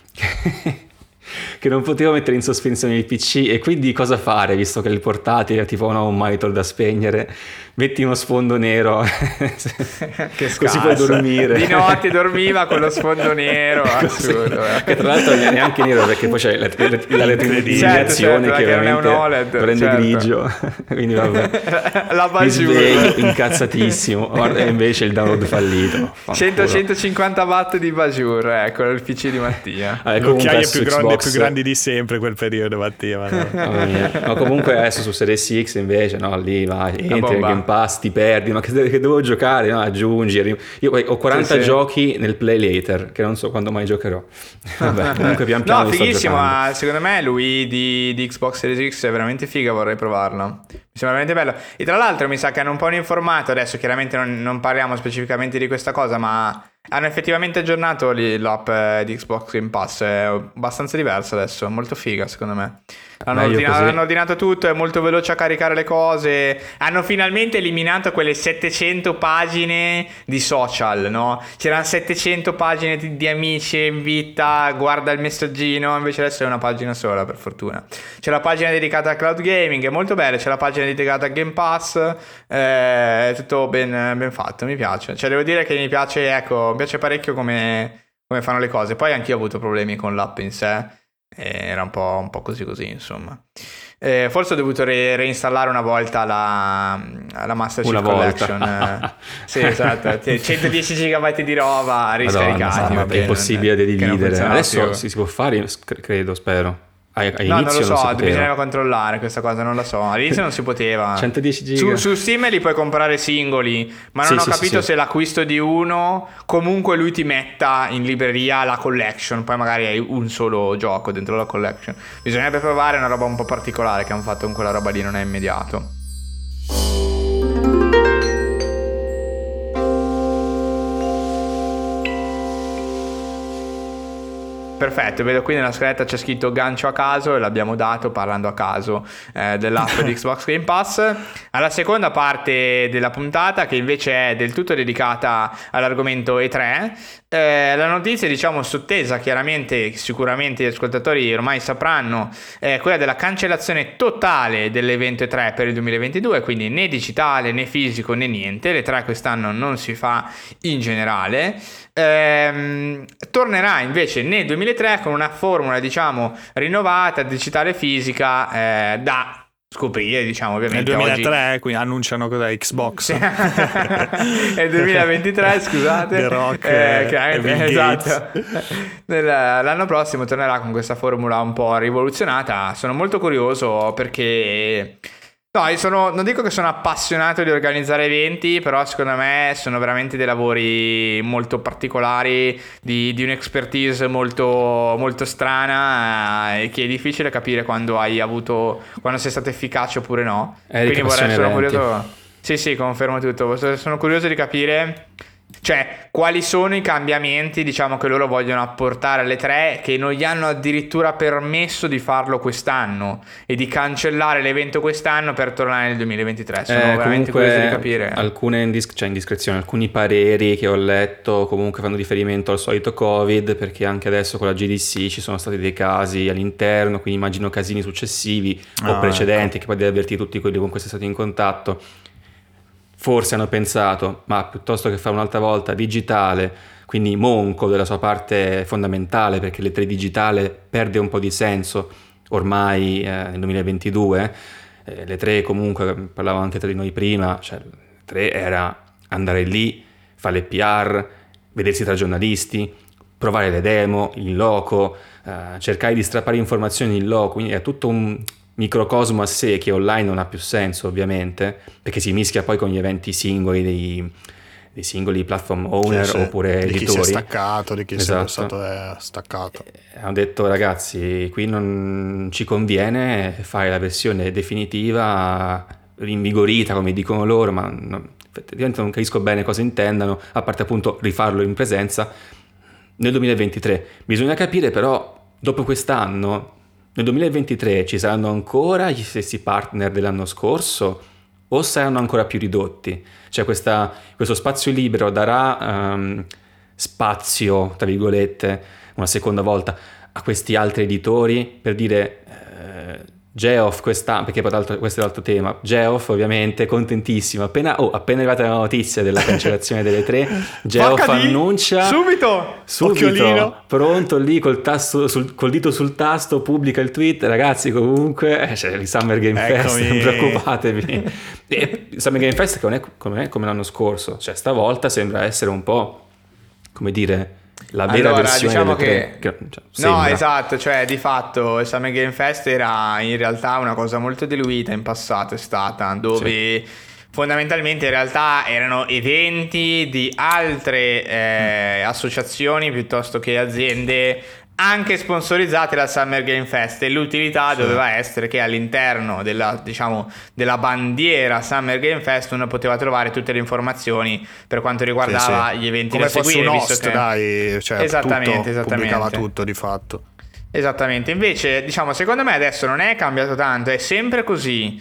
che non potevo mettere in sospensione il P C, e quindi cosa fare, visto che il portatile è tipo no, un monitor da spegnere, metti uno sfondo nero che così puoi scarso. dormire. Di notte dormiva con lo sfondo nero, assurdo. eh. Che tra l'altro non è neanche nero, perché poi c'è la, la, la retroilluminazione Certo, certo, che che non è un veramente O L E D, lo rende certo. grigio. Quindi vabbè, La mi sveglio Bajur. incazzatissimo. Guarda, e invece il download fallito. cento centocinquanta watt di Bajur, ecco il P C di Mattia. Vabbè, Le comunque occhiaie su più grandi, Xbox- più grandi di sempre quel periodo, Mattia. ma no. Mamma mia. Ma comunque adesso su Series X invece no, lì vai, entri nel bomba. Game Pass, ti perdi, ma che, che devo giocare, no? Aggiungi, arri- io poi ho quaranta Sì, sì. giochi nel Play Later che non so quando mai giocherò. Vabbè, comunque pian piano No, li sto fighissimo, giocando. ma secondo me lui di, di Xbox Series X è veramente figa, vorrei provarla. Mi sembra veramente bello. E tra l'altro mi sa che hanno un po' informato, adesso chiaramente non, non parliamo specificamente di questa cosa, ma hanno effettivamente aggiornato lì l'app eh, di Xbox Game Pass, è abbastanza diversa adesso, molto figa secondo me. Hanno, Meglio ordinato, così. hanno ordinato tutto, è molto veloce a caricare le cose. Hanno finalmente eliminato quelle settecento pagine di social, no? C'erano settecento pagine di, di amici, invita, guarda il messaggino, invece adesso è una pagina sola, per fortuna. C'è la pagina dedicata al cloud gaming, è molto bella, c'è la pagina dedicata al Game Pass, eh, è tutto ben, ben fatto, mi piace. Cioè devo dire che mi piace, ecco, mi piace parecchio come, come fanno le cose. Poi anch'io ho avuto problemi con l'app in sé. Era un po', un po' così così, insomma. Eh, forse ho dovuto re- reinstallare una volta la, la Master Chief Una volta. Collection. eh. Sì, esatto. centodieci giga di roba riscaricati. Madonna, perché è impossibile da non- che non dividere. funzionava Adesso più. si, si può fare, sc- credo, spero. A, a No, inizio non lo so, si poteva. bisognava controllare questa cosa, non lo so. All'inizio non si poteva. centodieci giga. Su, su Steam li puoi comprare singoli, ma non Sì, ho sì, capito sì, sì. se l'acquisto di uno comunque lui ti metta in libreria la collection, poi magari hai un solo gioco dentro la collection. Bisognerebbe provare una roba un po' particolare che hanno fatto con quella roba lì, non è immediato. Perfetto, vedo qui nella scaletta c'è scritto gancio a caso e l'abbiamo dato parlando a caso eh, dell'app di Xbox Game Pass. Alla seconda parte della puntata, che invece è del tutto dedicata all'argomento E tre, eh, la notizia diciamo sottesa, chiaramente sicuramente gli ascoltatori ormai sapranno, è quella della cancellazione totale dell'evento E tre per il duemilaventidue, quindi né digitale né fisico né niente, l'E tre quest'anno non si fa in generale. Ehm, tornerà invece nel duemilatré con una formula diciamo rinnovata, digitale fisica, eh, da scoprire, diciamo, Nel ovviamente duemilatré, oggi... quindi annunciano cos'è Xbox. È il duemilaventitré, scusate. The Rock eh, e Bill esatto. L'anno prossimo tornerà con questa formula un po' rivoluzionata. Sono molto curioso perché... No, io sono, non dico che sono appassionato di organizzare eventi, però secondo me sono veramente dei lavori molto particolari, di, di un'expertise molto, molto strana, eh, e che è difficile capire quando hai avuto, quando sei stato efficace oppure no. Eric, Quindi vorrei, sono eventi. curioso. Sì, sì, confermo tutto. Sono curioso di capire, cioè, quali sono i cambiamenti, diciamo, che loro vogliono apportare alle tre, che non gli hanno addirittura permesso di farlo quest'anno e di cancellare l'evento quest'anno per tornare nel duemilaventitré. Sono Eh, veramente comunque, curioso di capire. alcune indis- cioè indiscrezioni, alcuni pareri che ho letto comunque fanno riferimento al solito Covid, perché anche adesso con la G D C ci sono stati dei casi all'interno, quindi immagino casini successivi o Ah, precedenti, ecco. che poi devi avvertire tutti quelli con cui sei stato in contatto. Forse hanno pensato, ma piuttosto che fare un'altra volta digitale, quindi monco della sua parte fondamentale, perché l'E tre digitale perde un po' di senso ormai eh, nel duemilaventidue. Eh, l'E tre comunque, parlavamo anche tra di noi prima, cioè l'E tre era andare lì, fare il P R, vedersi tra giornalisti, provare le demo in loco, eh, cercare di strappare informazioni in loco, quindi è tutto un microcosmo a sé che online non ha più senso, ovviamente, perché si mischia poi con gli eventi singoli dei, dei singoli platform owner, Sì, sì. oppure di editori. chi si è staccato, di chi Esatto. è stato eh, staccato. Eh, Hanno detto, ragazzi, qui non ci conviene fare la versione definitiva rinvigorita, come dicono loro, ma non, effettivamente non capisco bene cosa intendano, a parte appunto rifarlo in presenza nel duemilaventitré. Bisogna capire però, dopo quest'anno, nel duemilaventitré ci saranno ancora gli stessi partner dell'anno scorso o saranno ancora più ridotti? Cioè questa, questo spazio libero darà um, spazio, tra virgolette, una seconda volta a questi altri editori per dire eh, Geoff quest'anno, perché poi l'altro, questo è l'altro tema, Geoff ovviamente contentissimo, appena, oh, appena è arrivata la notizia della cancellazione delle tre, Geoff annuncia subito subito Occhiolino. pronto lì col, tasto, sul, col dito sul tasto, pubblica il tweet, ragazzi comunque c'è il Summer Game Fest, Eccomi. non preoccupatevi. E il Summer Game Fest che non è come, come l'anno scorso, cioè stavolta sembra essere un po', come dire, la vera Allora, versione diciamo delle tre, che- che cioè, No, sembra. esatto, cioè di fatto il Summer Game Fest era in realtà una cosa molto diluita in passato, è stata, dove fondamentalmente in realtà erano eventi di altre eh, associazioni piuttosto che aziende anche sponsorizzate dal Summer Game Fest, e l'utilità doveva essere che all'interno della, diciamo, della bandiera Summer Game Fest uno poteva trovare tutte le informazioni per quanto riguardava Sì, sì. gli eventi come da fosse seguire, un visto host, che... dai, cioè Esattamente, tutto, esattamente. pubblicava tutto di fatto. Esattamente, invece diciamo secondo me adesso non è cambiato tanto, è sempre così,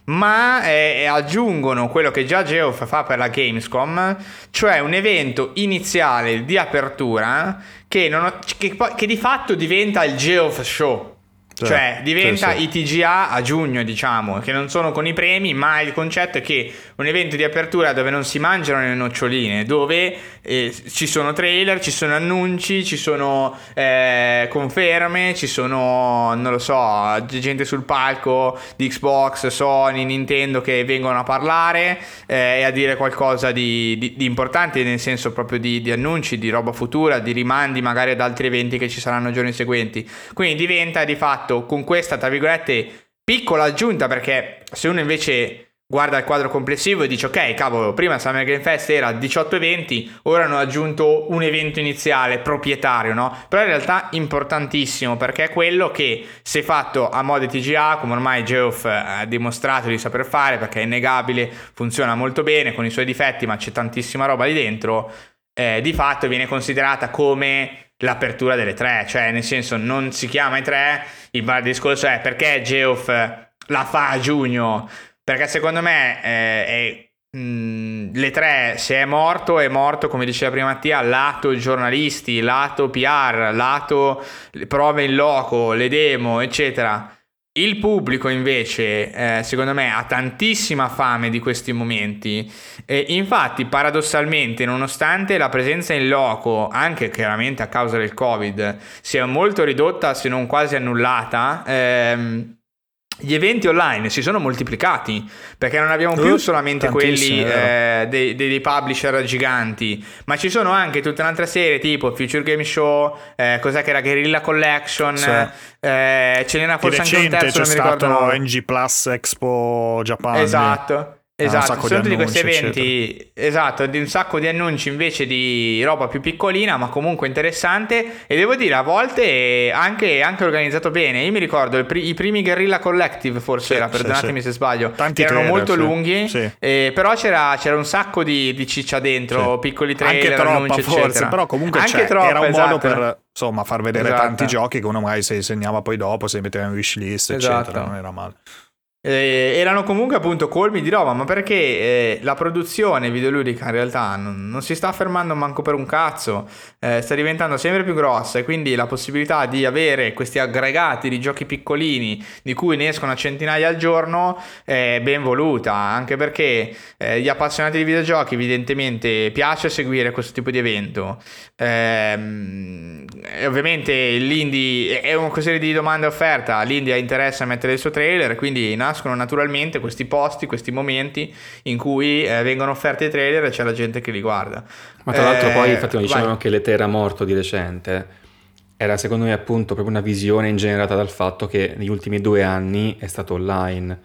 ma eh, aggiungono quello che già Geoff fa per la Gamescom, cioè un evento iniziale di apertura che, non, che, poi- che di fatto diventa il Geoff Show. Sì, Cioè diventa sì, sì. i T G A a giugno, diciamo, che non sono con i premi, ma il concetto è che un evento di apertura dove non si mangiano le noccioline, dove eh, ci sono trailer, ci sono annunci, ci sono eh, conferme, ci sono, non lo so, gente sul palco di Xbox, Sony, Nintendo che vengono a parlare eh, e a dire qualcosa di, di- di importante, nel senso proprio di, di annunci, di roba futura, di rimandi magari ad altri eventi che ci saranno giorni seguenti. Quindi diventa di fatto con questa, tra virgolette, piccola aggiunta, perché se uno invece guarda il quadro complessivo e dice ok, cavolo, prima Summer Game Fest era diciotto eventi, ora hanno aggiunto un evento iniziale proprietario, no? Però in realtà importantissimo, perché è quello che, se fatto a modo T G A, come ormai Geoff ha dimostrato di saper fare, perché è innegabile, funziona molto bene con i suoi difetti, ma c'è tantissima roba lì dentro, eh, di fatto viene considerata come l'apertura delle tre, cioè nel senso non si chiama i tre, il discorso è perché Geoff la fa a giugno, perché secondo me eh, è, mh, le tre, se è morto è morto, come diceva prima Mattia, lato giornalisti, lato P R, lato prove in loco, le demo eccetera. Il pubblico invece eh, secondo me ha tantissima fame di questi momenti, e infatti paradossalmente, nonostante la presenza in loco, anche chiaramente a causa del Covid, sia molto ridotta se non quasi annullata, ehm, gli eventi online si sono moltiplicati, perché non abbiamo più Uh, solamente quelli tantissimi, è vero. eh, dei, dei- dei publisher giganti, ma ci sono anche tutta un'altra serie tipo Future Game Show, eh, cos'è che era Guerrilla Collection, Sì. eh, ce n'era Di forse anche un recente terzo, c'è non mi ricordo il stato nome. N G Plus Expo Japan. Esatto. un Esatto, sacco ci sono di tutti questi annunci, eventi, esatto, di un sacco di annunci invece di roba più piccolina, ma comunque interessante, e devo dire a volte anche, anche organizzato bene. Io mi ricordo il pri- i primi Guerrilla Collective, forse Sì, era, sì, perdonatemi sì. se sbaglio, Tanti che erano trailer, molto sì. lunghi, Sì. eh, però c'era, c'era un sacco di, di ciccia dentro, Sì. piccoli trailer, Anche troppa annunci, forse, eccetera. però comunque Anche c'è, troppa, era un modo esatto. per insomma far vedere Esatto. tanti giochi che uno magari si segnava poi dopo, si metteva in wishlist, Esatto. eccetera, non era male. Eh, erano comunque appunto colmi di roba, ma perché eh, la produzione videoludica in realtà non, non si sta fermando manco per un cazzo, eh, sta diventando sempre più grossa, e quindi la possibilità di avere questi aggregati di giochi piccolini di cui ne escono a centinaia al giorno è ben voluta, anche perché eh, gli appassionati di videogiochi evidentemente piace seguire questo tipo di evento. Ehm, e ovviamente l'indie è una questione di domanda e offerta, l'indie ha interesse a mettere il suo trailer, quindi nascono naturalmente questi posti, questi momenti in cui eh, vengono offerti i trailer e c'è la gente che li guarda. Ma tra l'altro Eh, poi infatti quando dicevano vai. che l'E tre era morto di recente, era secondo me appunto proprio una visione ingenerata dal fatto che negli ultimi due anni è stato online.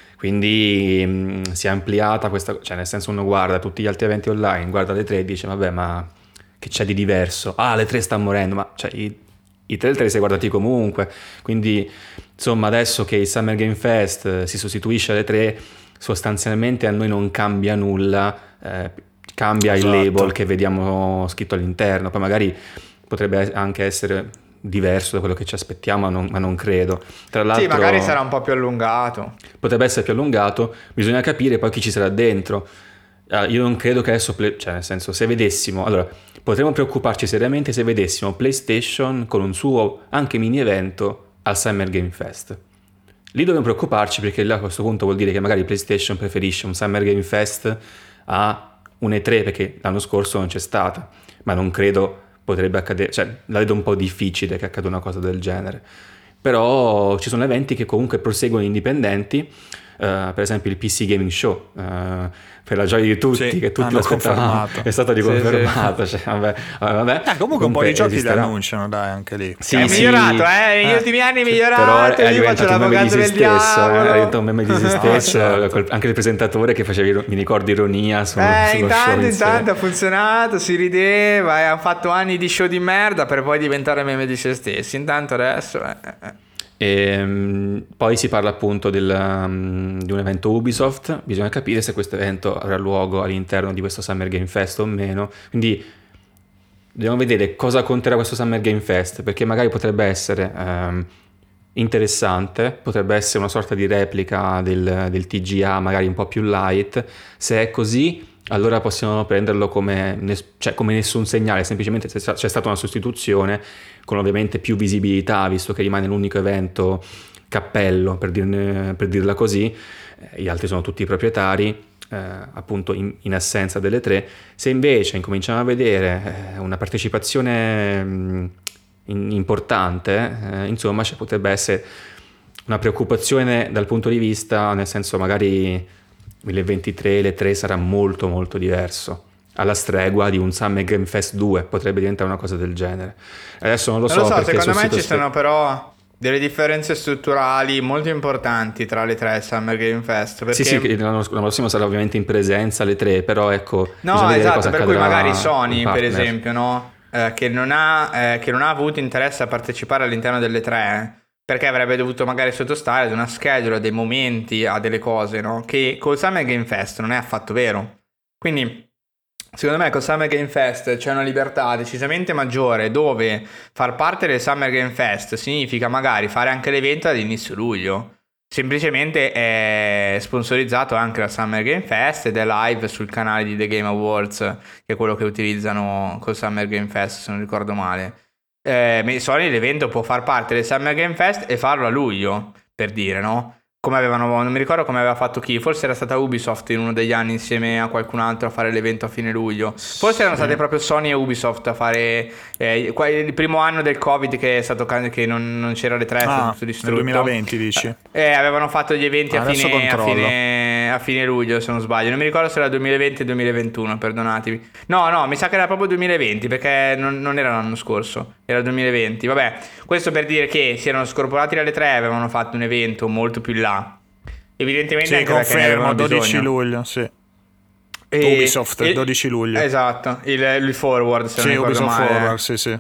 Quindi mh, si è ampliata questa, cioè nel senso uno guarda tutti gli altri eventi online, guarda le tre e dice vabbè ma che c'è di diverso? Ah, le tre sta morendo, ma cioè i, i tre te li sei guardati comunque. Quindi insomma adesso che il Summer Game Fest eh, si sostituisce alle tre, sostanzialmente a noi non cambia nulla, eh, cambia Esatto. il label che vediamo scritto all'interno, poi magari potrebbe anche essere diverso da quello che ci aspettiamo, ma non, ma non credo. Tra l'altro Sì, magari sarà un po' più allungato. potrebbe essere più allungato, bisogna capire poi chi ci sarà dentro. Ah, io non credo che adesso, play- cioè nel senso, se vedessimo, allora, potremmo preoccuparci seriamente se vedessimo PlayStation con un suo anche mini evento al Summer Game Fest. Lì dobbiamo preoccuparci perché là a questo punto vuol dire che magari PlayStation preferisce un Summer Game Fest a un E tre perché l'anno scorso non c'è stata, ma non credo potrebbe accadere, cioè la vedo un po' difficile che accada una cosa del genere. Però ci sono eventi che comunque proseguono indipendenti, eh, per esempio il P C Gaming Show, eh, per la gioia di tutti, Sì, che tutti hanno lo aspettavamo, confermato. è stato Sì, riconfermato. Cioè, vabbè, vabbè. Eh, comunque un po' di giochi li esisterà. annunciano, dai, anche lì. Sì, è sì. migliorato, eh, negli Eh. ultimi anni è Sì, migliorato, però è io faccio diventato un meme di l'avvocato se del stesso, eh, è diavolo. diventato un meme di se No, stesso, certo. col- anche il presentatore che faceva, mi ricordo, ironia sullo, Eh, sullo intanto, show in sé. intanto ha funzionato, si rideva e hanno fatto anni di show di merda per poi diventare meme di se stessi. Intanto adesso... Eh, eh. E, um, poi si parla appunto del, um, di un evento Ubisoft, bisogna capire se questo evento avrà luogo all'interno di questo Summer Game Fest o meno, quindi dobbiamo vedere cosa conterà questo Summer Game Fest, perché magari potrebbe essere um, interessante, potrebbe essere una sorta di replica del, del T G A magari un po' più light. Se è così, allora possiamo prenderlo come, ness- cioè come nessun segnale, semplicemente c'è sta- c'è stata una sostituzione con ovviamente più visibilità, visto che rimane l'unico evento cappello, per, dirne- per dirla così. Eh, gli altri sono tutti proprietari, eh, appunto in, in assenza delle tre. Se invece incominciamo a vedere eh, una partecipazione mh, in- importante, eh, insomma ci potrebbe essere una preoccupazione dal punto di vista, nel senso magari duemilaventitré le tre sarà molto molto diverso, alla stregua di un Summer Game Fest due, potrebbe diventare una cosa del genere. Adesso non lo Non so, lo so, perché secondo sul me sito ci ste- sono però delle differenze strutturali molto importanti tra le tre e il Summer Game Fest. Perché... Sì, sì, che l'anno, l'anno prossimo sarà ovviamente in presenza alle tre, però ecco, No, bisogna vedere esatto, cosa per cui accadrà magari in Sony, per partner. esempio, no? Eh, che, non ha, eh, che non ha avuto interesse a partecipare all'interno delle tre, perché avrebbe dovuto magari sottostare ad una schedule, a dei momenti, a delle cose, no? Che col Summer Game Fest non è affatto vero. Quindi, secondo me, col Summer Game Fest c'è una libertà decisamente maggiore, dove far parte del Summer Game Fest significa magari fare anche l'evento ad inizio luglio. Semplicemente è sponsorizzato anche dal Summer Game Fest ed è live sul canale di The Game Awards, che è quello che utilizzano col Summer Game Fest, se non ricordo male. Eh, Sony l'evento può far parte del Summer Game Fest e farlo a luglio, per dire, no? come avevano, non mi ricordo come aveva fatto chi, forse era stata Ubisoft in uno degli anni insieme a qualcun altro a fare l'evento a fine luglio, forse erano state proprio Sony e Ubisoft a fare eh, qua- il primo anno del Covid che è stato can- che non, non c'era le tre, è Ah, tutto nel distrutto. duemilaventi dici? Eh, avevano fatto gli eventi Ah, a, adesso fine, a, controllo. fine, a fine luglio, se non sbaglio. Non mi ricordo se era duemilaventi o duemilaventuno, perdonatemi. No, no, mi sa che era proprio duemilaventi, perché non, non era l'anno scorso, era duemilaventi. Vabbè, questo per dire che si erano scorporati dalle tre e avevano fatto un evento molto più in là. Evidentemente Sì, anche perché ne confermo, avevano dodici bisogno. luglio, sì. E- Ubisoft, e- dodici luglio. Esatto, il, il forward, se Sì, non ricordo Ubisoft male. Forward, sì, sì.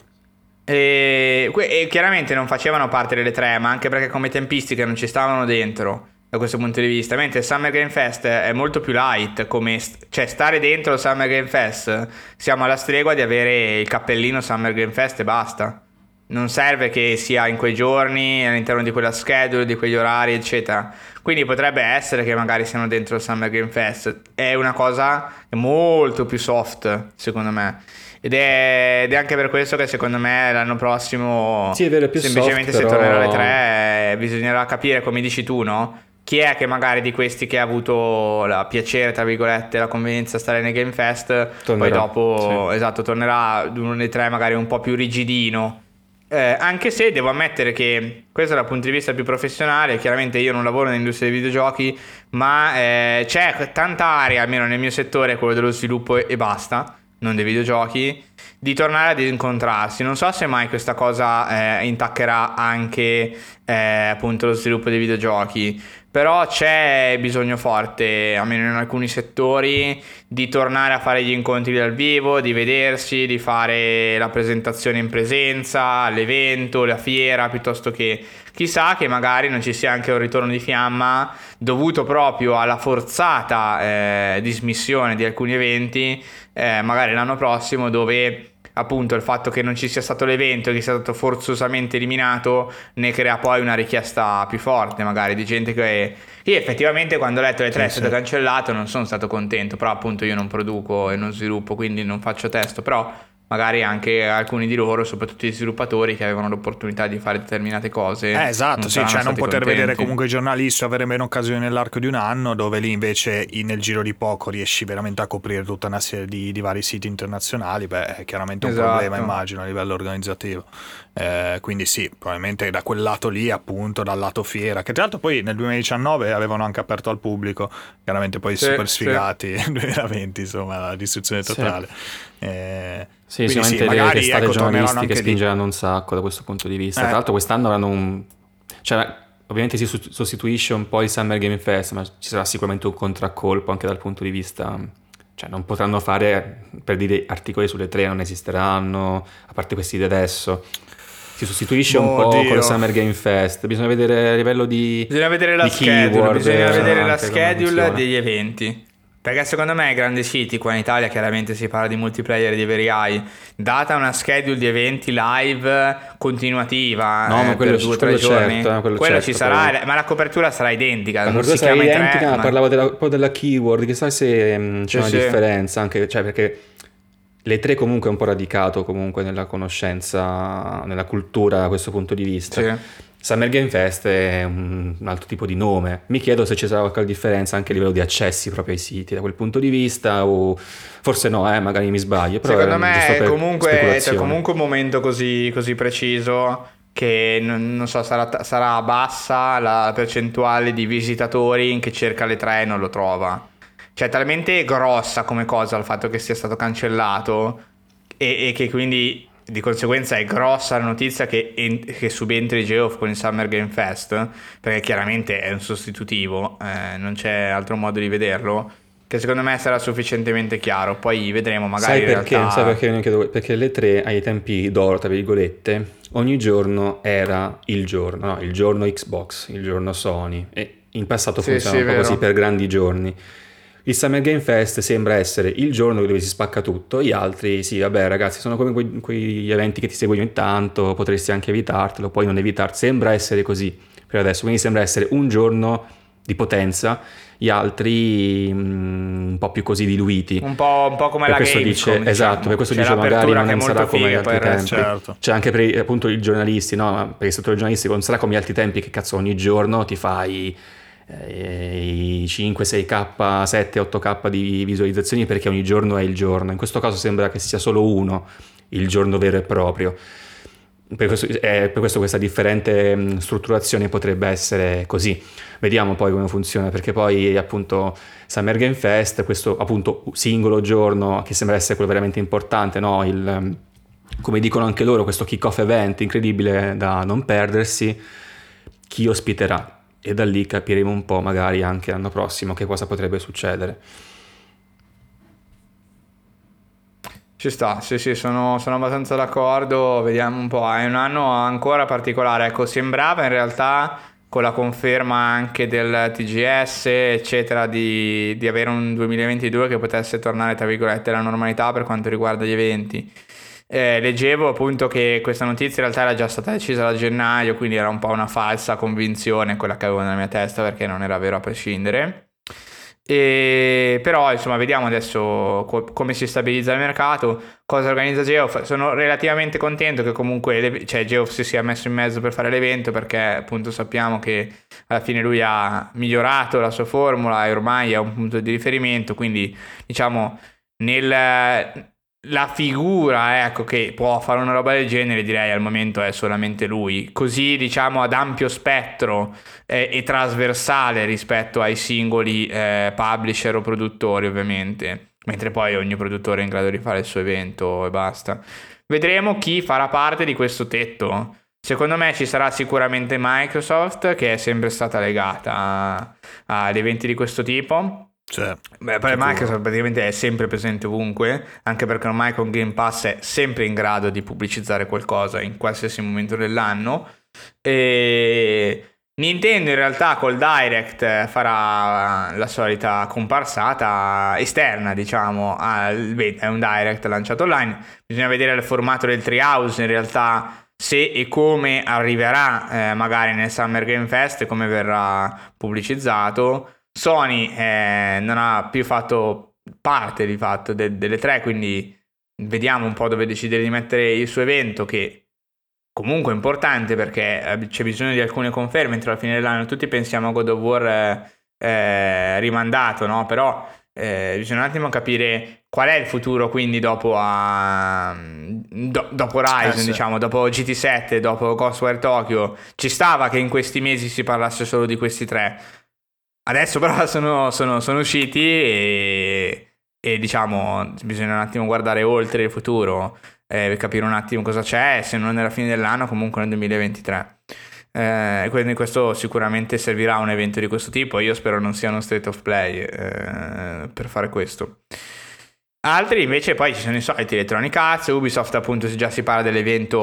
E, que- e chiaramente non facevano parte delle tre, ma anche perché come tempistiche non ci stavano dentro da questo punto di vista. Mentre il Summer Game Fest è molto più light, come st- cioè stare dentro il Summer Game Fest, siamo alla stregua di avere il cappellino Summer Game Fest e basta. Non serve che sia in quei giorni, all'interno di quella schedule, di quegli orari, eccetera. Quindi potrebbe essere che magari siano dentro il Summer Game Fest. È una cosa molto più soft, secondo me. Ed è, ed è anche per questo che secondo me l'anno prossimo, Sì, è vero, è più semplicemente soft, se però- tornerà alle tre, eh, bisognerà capire, come dici tu, no? Chi è che magari di questi che ha avuto la piacere, tra virgolette, la convenienza a stare nei Game Fest, poi Tornerà, dopo, esatto, tornerà ad uno dei tre magari un po' più rigidino. Eh, anche se devo ammettere che questo dal punto di vista più professionale, chiaramente io non lavoro nell'industria dei videogiochi, ma eh, c'è tanta area, almeno nel mio settore, quello dello sviluppo e, e basta, non dei videogiochi, di tornare ad incontrarsi. Non so se mai questa cosa eh, intaccherà anche eh, appunto lo sviluppo dei videogiochi, però c'è bisogno forte, almeno in alcuni settori, di tornare a fare gli incontri dal vivo, di vedersi, di fare la presentazione in presenza, l'evento, la fiera, piuttosto che chissà che magari non ci sia anche un ritorno di fiamma dovuto proprio alla forzata eh, dismissione di alcuni eventi, eh, magari l'anno prossimo, dove appunto il fatto che non ci sia stato l'evento e che sia stato forzosamente eliminato ne crea poi una richiesta più forte, magari di gente che io effettivamente quando ho letto le tre è Sì, stato sì. cancellato non sono stato contento, però appunto io non produco e non sviluppo, quindi non faccio testo, però magari anche alcuni di loro, soprattutto gli sviluppatori che avevano l'opportunità di fare determinate cose, Eh, esatto, non sì, saranno cioè non stati poter contenti. vedere comunque i giornalisti o avere meno occasioni nell'arco di un anno, dove lì invece in- nel giro di poco riesci veramente a coprire tutta una serie di, di vari siti internazionali, beh, è chiaramente un Esatto. problema, immagino, a livello organizzativo. Eh, quindi sì, probabilmente da quel lato lì, appunto, dal lato fiera, che tra l'altro poi nel duemiladiciannove avevano anche aperto al pubblico, chiaramente poi Sì, super sì. sfigati, nel duemilaventi, insomma, la distruzione totale. Eh, Sì, quindi sicuramente le magari, testate ecco, torneranno giornalistiche anche lì. spingeranno un sacco da questo punto di vista. Eh. Tra l'altro quest'anno avranno un... Cioè, ovviamente si sost- sostituisce un po' il Summer Game Fest, ma ci sarà sicuramente un contraccolpo anche dal punto di vista... Cioè, non potranno fare, per dire, articoli sulle tre, non esisteranno, a parte questi di adesso. Si sostituisce un po' Oddio. con il Summer Game Fest. Bisogna vedere a livello di... Bisogna vedere la di schedule, keyword, bisogna eh, vedere la anche come schedule funziona. degli eventi. Perché secondo me i grandi siti, qua in Italia chiaramente si parla di multiplayer e di veri A I, data una schedule di eventi live continuativa No, eh, ma quello- per due o tre quello giorni, certo, eh, quello certo, ci sarà, quello- ma la copertura sarà identica, La non copertura si sarà chiama i tre, identica, ma- parlavo della, un po' della keyword, chissà se mh, c'è Sì, una sì. differenza, anche, cioè perché le tre comunque è un po' radicato comunque nella conoscenza, nella cultura da questo punto di vista. Sì. Summer Game Fest è un, un altro tipo di nome. Mi chiedo se ci sarà qualche differenza anche a livello di accessi proprio ai siti da quel punto di vista, o forse no, eh, magari mi sbaglio. Però Secondo è me giusto è per comunque, c'è speculazione. comunque un momento così, così preciso che non, non so, sarà, sarà bassa la percentuale di visitatori che cerca le tre e non lo trova. Cioè è talmente grossa come cosa il fatto che sia stato cancellato e, e che quindi di conseguenza è grossa la notizia che, che subentri Geoff con il Summer Game Fest, perché chiaramente è un sostitutivo, eh, non c'è altro modo di vederlo, che secondo me sarà sufficientemente chiaro. Poi vedremo magari Sai in perché? realtà... Sai perché? Non chiedo- Perché le tre ai tempi d'oro, tra virgolette, ogni giorno era il giorno, no? Il giorno Xbox, il giorno Sony, e in passato Sì, funzionava sì, un po' vero. così per grandi giorni. Il Summer Game Fest sembra essere il giorno dove si spacca tutto, gli altri, sì, vabbè ragazzi, sono come quei, quegli eventi che ti segui ogni tanto, potresti anche evitartelo, poi non evitarti, sembra essere così per adesso, quindi sembra essere un giorno di potenza, gli altri mm, un po' più così diluiti. Un po', un po' come Per la questo Gamescom, dice, diciamo. esatto, per questo C'è dice magari l'apertura non che è sarà molto come gli figa, altri poi il resto- tempi. Certo. C'è anche per appunto i giornalisti, no? Per il settore giornalistico non sarà come gli altri tempi che cazzo ogni giorno ti fai eh, i cinque, sei K, sette, otto K di visualizzazioni, perché ogni giorno è il giorno. In questo caso sembra che sia solo uno il giorno vero e proprio. Per questo, eh, per questo questa differente mh, strutturazione potrebbe essere così. Vediamo poi come funziona, perché poi appunto Summer Game Fest, questo appunto singolo giorno che sembra essere quello veramente importante, no? Il, come dicono anche loro, questo kick-off event incredibile da non perdersi, chi ospiterà, e da lì capiremo un po' magari anche l'anno prossimo che cosa potrebbe succedere. Ci sta, sì sì, sono, sono abbastanza d'accordo, vediamo un po', è un anno ancora particolare, ecco, sembrava in realtà con la conferma anche del T G S, eccetera, di, di avere un duemilaventidue che potesse tornare, tra virgolette, alla normalità per quanto riguarda gli eventi. Eh, leggevo appunto che questa notizia in realtà era già stata decisa da gennaio, quindi era un po' una falsa convinzione quella che avevo nella mia testa, perché non era vero a prescindere. E però insomma vediamo adesso co- come si stabilizza il mercato, cosa organizza Geoff. Sono relativamente contento che comunque le- cioè Geoff si sia messo in mezzo per fare l'evento, perché appunto sappiamo che alla fine lui ha migliorato la sua formula e ormai è un punto di riferimento, quindi diciamo nel la figura, ecco, che può fare una roba del genere, direi al momento è solamente lui, così diciamo ad ampio spettro eh, e trasversale rispetto ai singoli eh, publisher o produttori, ovviamente, mentre poi ogni produttore è in grado di fare il suo evento e basta. Vedremo chi farà parte di questo tetto. Secondo me ci sarà sicuramente Microsoft, che è sempre stata legata ad eventi di questo tipo. Cioè, Beh, poi Microsoft praticamente è sempre presente ovunque, anche perché ormai con Game Pass è sempre in grado di pubblicizzare qualcosa in qualsiasi momento dell'anno. E Nintendo in realtà col Direct farà la solita comparsata esterna, diciamo, al, è un Direct lanciato online. Bisogna vedere il formato del Treehouse in realtà, se e come arriverà eh, magari nel Summer Game Fest e come verrà pubblicizzato. Sony eh, non ha più fatto parte di fatto de- delle tre, quindi vediamo un po' dove decidere di mettere il suo evento, che comunque è importante perché c'è bisogno di alcune conferme entro la fine dell'anno. Tutti pensiamo a God of War eh, eh, rimandato, no? Però eh, bisogna un attimo capire qual è il futuro, quindi dopo a, do, dopo Horizon, eh, sì. diciamo, dopo G T sette, dopo Ghostwire Tokyo. Ci stava che in questi mesi si parlasse solo di questi tre. Adesso però sono, sono, sono usciti e, e diciamo bisogna un attimo guardare oltre il futuro, eh, capire un attimo cosa c'è, se non nella fine dell'anno comunque nel duemilaventitré. Eh, quindi questo sicuramente servirà a un evento di questo tipo. Io spero non sia uno State of Play eh, per fare questo. Altri invece poi ci sono i soliti Electronic Arts, Ubisoft appunto già si parla dell'evento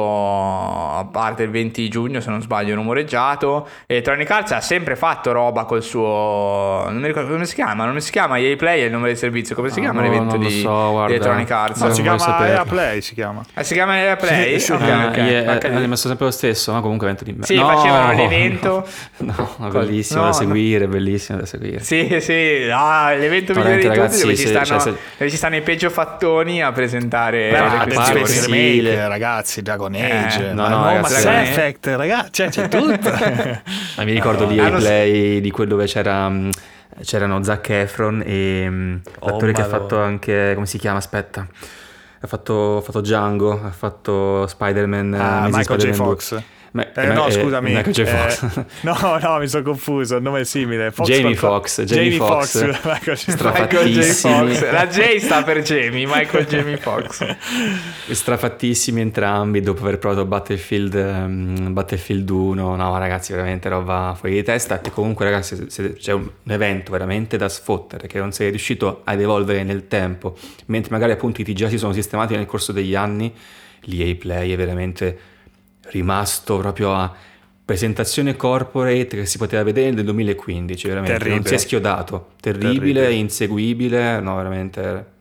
a parte il venti giugno se non sbaglio rumoreggiato. Electronic Arts ha sempre fatto roba col suo, non mi ricordo come si chiama, non si chiama E A Play è il nome del servizio, come si ah, chiama no, l'evento di so, Electronic Arts? No, si chiama E A Play, si chiama. Ah, si chiama E A Play? Sì, sì. Okay, ah, okay, yeah, okay. Hanno messo sempre lo stesso, no? Comunque evento di Sì, no, facevano l'evento. No, no bellissimo no, da seguire, no. bellissimo da seguire. Sì, sì, ah, l'evento migliore di tutti dove, ci stanno, cioè, se... dove ci stanno i peggio fattoni a presentare Beh, le questioni. Space Remake, ragazzi, Dragon Age, eh, no, no, no, ragazzi, Mass Dragon Effect, ragazzi, cioè, c'è tutto. Ma mi ricordo no, di E A hanno... Play di quello dove c'era c'erano Zac Efron e l'attore oh, che ha fatto anche, come si chiama, aspetta, ha fatto, ha fatto Django, ha fatto Spider-Man, ah, Michael Spider-Man J. Fox. Ma, eh, ma, no, eh, scusami. Michael J. Fox. Eh, no, no, mi sono confuso. Il nome è simile. Fox Jamie qualcosa... Fox. Jamie, Jamie Fox. Fox. Michael J. Fox. La J sta per Jamie. Michael Jamie Fox. Strafattissimi entrambi dopo aver provato Battlefield, um, Battlefield uno. No, ragazzi, veramente roba fuori di testa. E comunque, ragazzi, se, se c'è un evento veramente da sfottere che non sei riuscito ad evolvere nel tempo, mentre magari appunto i T G A si sono sistemati nel corso degli anni, l'E A Play è veramente rimasto proprio a presentazione corporate che si poteva vedere nel duemilaquindici, veramente terribile. Non si è schiodato, terribile, terribile. Inseguibile, no, veramente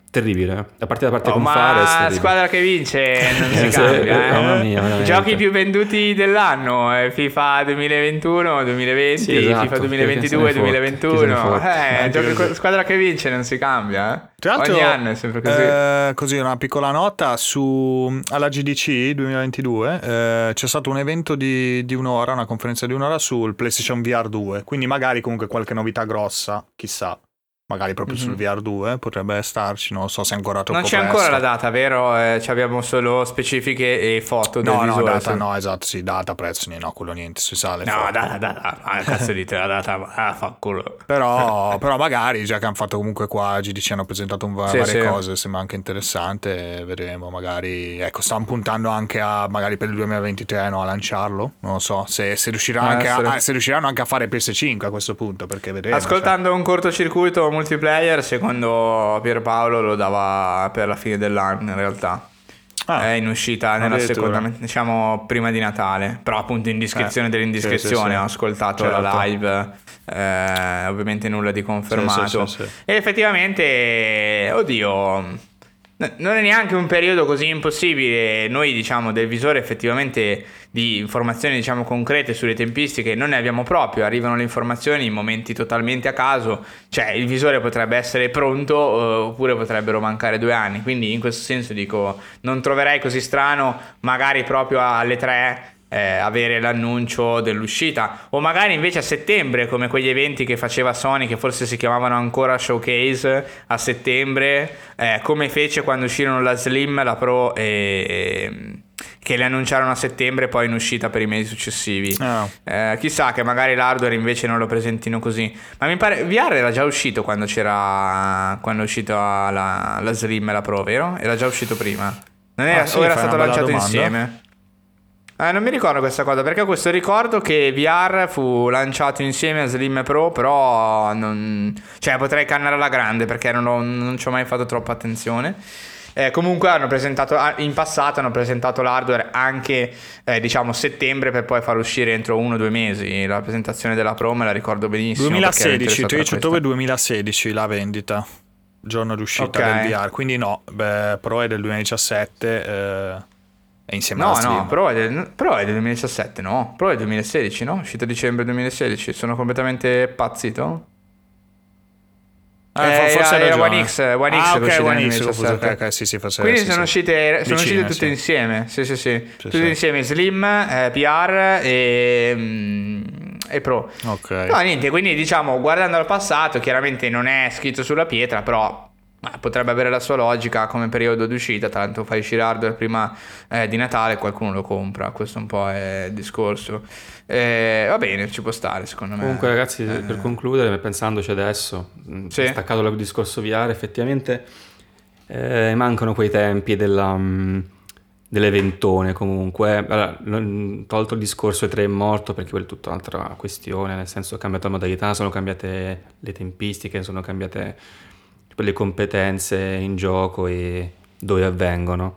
terribile, a parte la parte Oh, con ma Fares, squadra che vince non si Sì, cambia, eh. mamma mia, I veramente. giochi più venduti dell'anno, eh, FIFA duemilaventuno, duemilaventi, Sì, esatto, FIFA chi se duemilaventidue, ne fotte, chi se ne duemilaventuno. fotte. Eh, Anche giochi- così. squadra che vince non si cambia, eh. Tra l'altro, Ogni anno è sempre così. eh, così una piccola nota su alla G D C duemilaventidue eh, c'è stato un evento di, di un'ora, una conferenza di un'ora sul PlayStation V R due, quindi magari comunque qualche novità grossa, chissà, magari proprio Mhm. sul V R due potrebbe starci, non so se è ancora troppo Non c'è presto. ancora la data, vero? Eh, ci abbiamo solo specifiche e foto del No, no, visore. data su- no, esatto, sì, data, prezzo, no, quello niente, si sa le No, foto. data, data. Ah, cazzo dite la data, ah, fa culo. Però, però magari, già che hanno fatto comunque qua a G D C, hanno presentato un va- Sì, varie sì. cose, sembra anche interessante, vedremo, magari, ecco, stanno puntando anche a, magari per il duemilaventitré, no, a lanciarlo, non lo so, se, se, riusciranno, Può anche a, essere. ah, se riusciranno anche a fare P S cinque a questo punto, perché vedremo. Ascoltando un cortocircuito multiplayer, secondo Pierpaolo lo dava per la fine dell'anno in realtà. cioè. Ah, È in uscita nella addirittura. seconda, diciamo prima di Natale. Però appunto in descrizione Eh, dell'indiscrezione sì, sì, sì. ho ascoltato Certo. la live, eh, ovviamente nulla di confermato. Sì, sì, sì, sì. E effettivamente, oddio, n- non è neanche un periodo così impossibile. Noi diciamo del visore effettivamente di informazioni diciamo concrete sulle tempistiche non ne abbiamo proprio, arrivano le informazioni in momenti totalmente a caso, cioè il visore potrebbe essere pronto eh, oppure potrebbero mancare due anni, quindi in questo senso dico non troverei così strano magari proprio alle tre eh, avere l'annuncio dell'uscita, o magari invece a settembre come quegli eventi che faceva Sony che forse si chiamavano ancora Showcase a settembre, eh, come fece quando uscirono la Slim, la Pro e, e che le annunciarono a settembre poi in uscita per i mesi successivi. Ah. Eh, chissà che magari l'hardware invece non lo presentino così, ma mi pare V R era già uscito quando c'era quando è uscito la, la Slim e la Pro, vero? Era già uscito prima, non era, Ah, sì, o era fai stato una bella lanciato domanda. insieme? Eh, non mi ricordo questa cosa perché ho questo ricordo che V R fu lanciato insieme a Slim e Pro, però non... cioè potrei cannare alla grande perché non, ho- non ci ho mai fatto troppa attenzione. Eh, comunque hanno presentato ah, in passato hanno presentato l'hardware anche eh, diciamo settembre per poi far uscire entro uno o due mesi. La presentazione della Pro me la ricordo benissimo perché ero duemilasedici, interessato a tredici questa. ottobre duemilasedici la vendita, giorno d'uscita Ok. del V R, quindi no, beh, Pro è del duemiladiciassette eh, e insieme No, alla Slim. no, Pro è, del, Pro è del duemiladiciassette, no? Pro è del duemilasedici, no? Uscita dicembre duemilasedici, sono completamente pazzito? Eh, Eh, forse hai era, era ragione. One X, One X Ah, che ok, è uscita nel One X, duemiladiciassette. ok, ok, sì, sì, forse Quindi sì, sono sì. uscite, sono Vicine, uscite tutte sì. insieme. Sì, sì, sì. tutte sì. insieme, Slim, eh, P R e, mm, e Pro. Ok. No, niente, quindi diciamo, guardando al passato, chiaramente non è scritto sulla pietra, però ma potrebbe avere la sua logica come periodo d'uscita, tanto fai uscire hardware prima eh, di Natale, qualcuno lo compra, questo un po' è il discorso. Eh, va bene, ci può stare secondo me. Comunque ragazzi, Eh, per concludere, pensandoci adesso, mh, Sì. staccato dal discorso V R, effettivamente eh, mancano quei tempi della, mh, dell'eventone comunque. Allora, non- tolto il discorso E tre è morto perché quella è tutta un'altra questione, nel senso è cambiata la modalità, sono cambiate le tempistiche, sono cambiate le competenze in gioco e dove avvengono.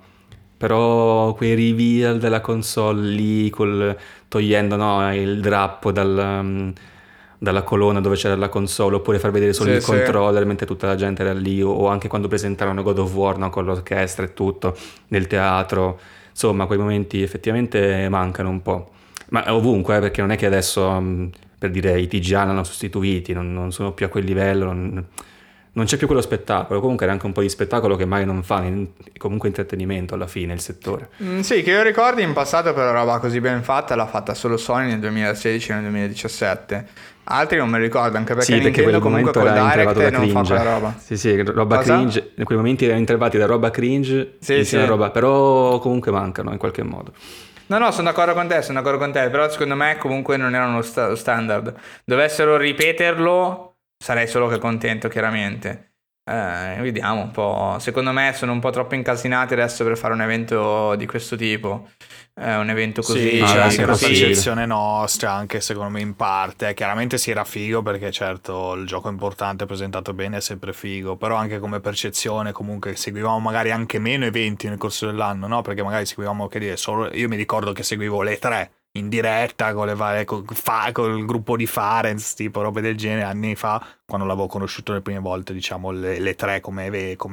Però quei reveal della console lì, col, togliendo no, il drappo dal, um, dalla colonna dove c'era la console, oppure far vedere solo Sì, il sì. controller mentre tutta la gente era lì, o, o anche quando presentarono God of War no, con l'orchestra e tutto, nel teatro. Insomma, quei momenti effettivamente mancano un po'. Ma ovunque, eh, perché non è che adesso, um, per dire, i T G A hanno sostituiti, non, non sono più a quel livello, non, non c'è più quello spettacolo. Comunque era anche un po' di spettacolo che mai non fa, in- comunque intrattenimento alla fine il settore. Mm, sì, che io ricordi in passato per roba così ben fatta l'ha fatta solo Sony nel duemilasedici e nel duemiladiciassette. Altri non me lo ricordo, anche perché Sì, perché Nintendo quel comunque momento col era Direct intravato da non fa cringe. quella roba. Sì, sì, roba Cosa? cringe. In quei momenti erano intravati da roba cringe Sì, insieme sì. a roba, però comunque mancano in qualche modo. No, no, sono d'accordo con te, sono d'accordo con te, però secondo me comunque non erano lo sta- lo standard. Dovessero ripeterlo, sarei solo che contento, chiaramente. Eh, vediamo un po'. Secondo me sono un po' troppo incasinati adesso per fare un evento di questo tipo. È un evento così. Sì, No, c'è è anche una impossibile. percezione nostra, anche secondo me in parte. Chiaramente si era figo perché certo il gioco è importante, presentato bene, è sempre figo, però anche come percezione comunque seguivamo magari anche meno eventi nel corso dell'anno, no? Perché magari seguivamo, che dire, solo... Io mi ricordo che seguivo le tre in diretta con le varie con, fa, con il gruppo di Farenz, tipo robe del genere anni fa, quando l'avevo conosciuto le prime volte, diciamo le, le tre come, come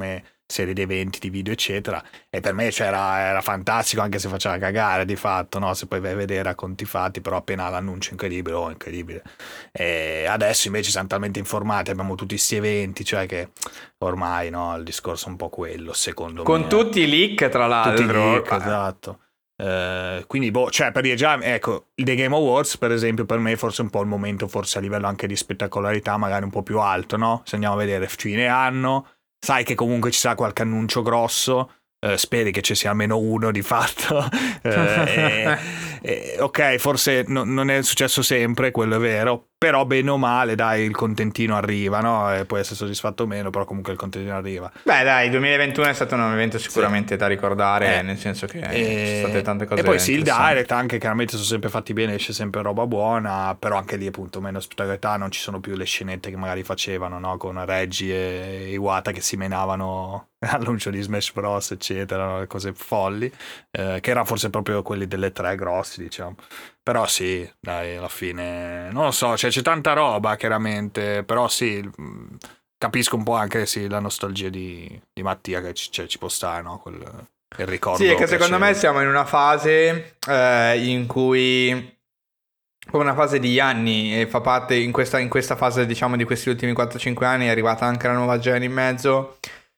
serie di eventi, di video eccetera, e per me cioè, era, era fantastico, anche se faceva cagare di fatto, no? Se poi vai a vedere a conti fatti, però appena l'annuncio incredibile, oh incredibile. E adesso invece siamo talmente informati, abbiamo tutti questi eventi, cioè che ormai no, il discorso è un po' quello, secondo Con me. Con tutti i leak, tra l'altro. Tutti i leak, esatto. Uh, quindi boh, cioè per dire già, ecco, il The Game Awards per esempio per me forse è un po' il momento, forse a livello anche di spettacolarità magari un po' più alto, no? Se andiamo a vedere fine anno, sai che comunque ci sarà qualche annuncio grosso, uh, speri che ci sia almeno uno di fatto. uh, e, e, ok, forse no, non è successo sempre, quello è vero, però bene o male dai, il contentino arriva, no? E puoi essere soddisfatto o meno, però comunque il contentino arriva. Beh dai, il duemilaventuno è stato un evento sicuramente sì. da ricordare, eh, nel senso che e... ci sono state tante cose. E poi sì, il Direct anche chiaramente sono sempre fatti bene, esce sempre roba buona, però anche lì appunto meno spettacolarità, non ci sono più le scenette che magari facevano, no? Con Reggie e Iwata che si menavano all'annuncio di Smash Bros eccetera, no? Le cose folli, eh, che erano forse proprio quelli delle tre grossi, diciamo. Però sì, dai, alla fine non lo so, cioè c'è tanta roba chiaramente, però sì, capisco un po' anche sì, la nostalgia di, di Mattia che ci, cioè, ci può stare, no? Quel, il ricordo. Sì, è che secondo me siamo in una fase eh, in cui come una fase di anni e fa parte in questa, in questa fase diciamo di questi ultimi quattro cinque anni è arrivata anche la nuova gen in mezzo.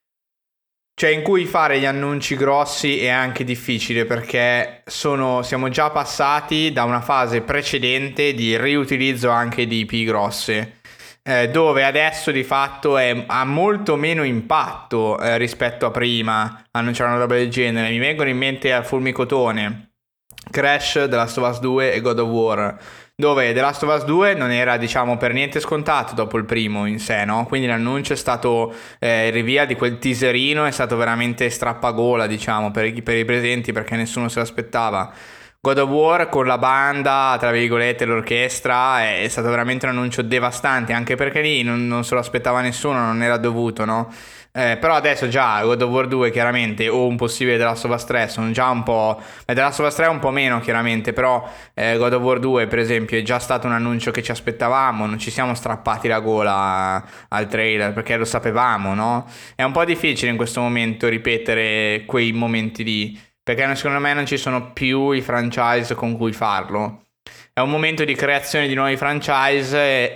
Cioè in cui fare gli annunci grossi è anche difficile perché sono, siamo già passati da una fase precedente di riutilizzo anche di I P grosse, eh, dove adesso di fatto è, ha molto meno impatto eh, rispetto a prima annunciare una roba del genere. Mi vengono in mente a fulmicotone Crash, The Last of Us due e God of War, dove The Last of Us due non era diciamo per niente scontato dopo il primo in sé, no? Quindi l'annuncio è stato eh, il reveal di quel teaserino è stato veramente strappagola diciamo per i, per i presenti perché nessuno se l'aspettava. God of War con la banda, tra virgolette l'orchestra, è, è stato veramente un annuncio devastante, anche perché lì non, non se lo aspettava nessuno, non era dovuto, no? Eh, però adesso già God of War due chiaramente o un possibile The Last of Us tre sono già un po'... The Last of Us tre un po' meno chiaramente, però eh, God of War due per esempio è già stato un annuncio che ci aspettavamo, non ci siamo strappati la gola al trailer perché lo sapevamo, no? È un po' difficile in questo momento ripetere quei momenti lì, perché secondo me non ci sono più i franchise con cui farlo. È un momento di creazione di nuovi franchise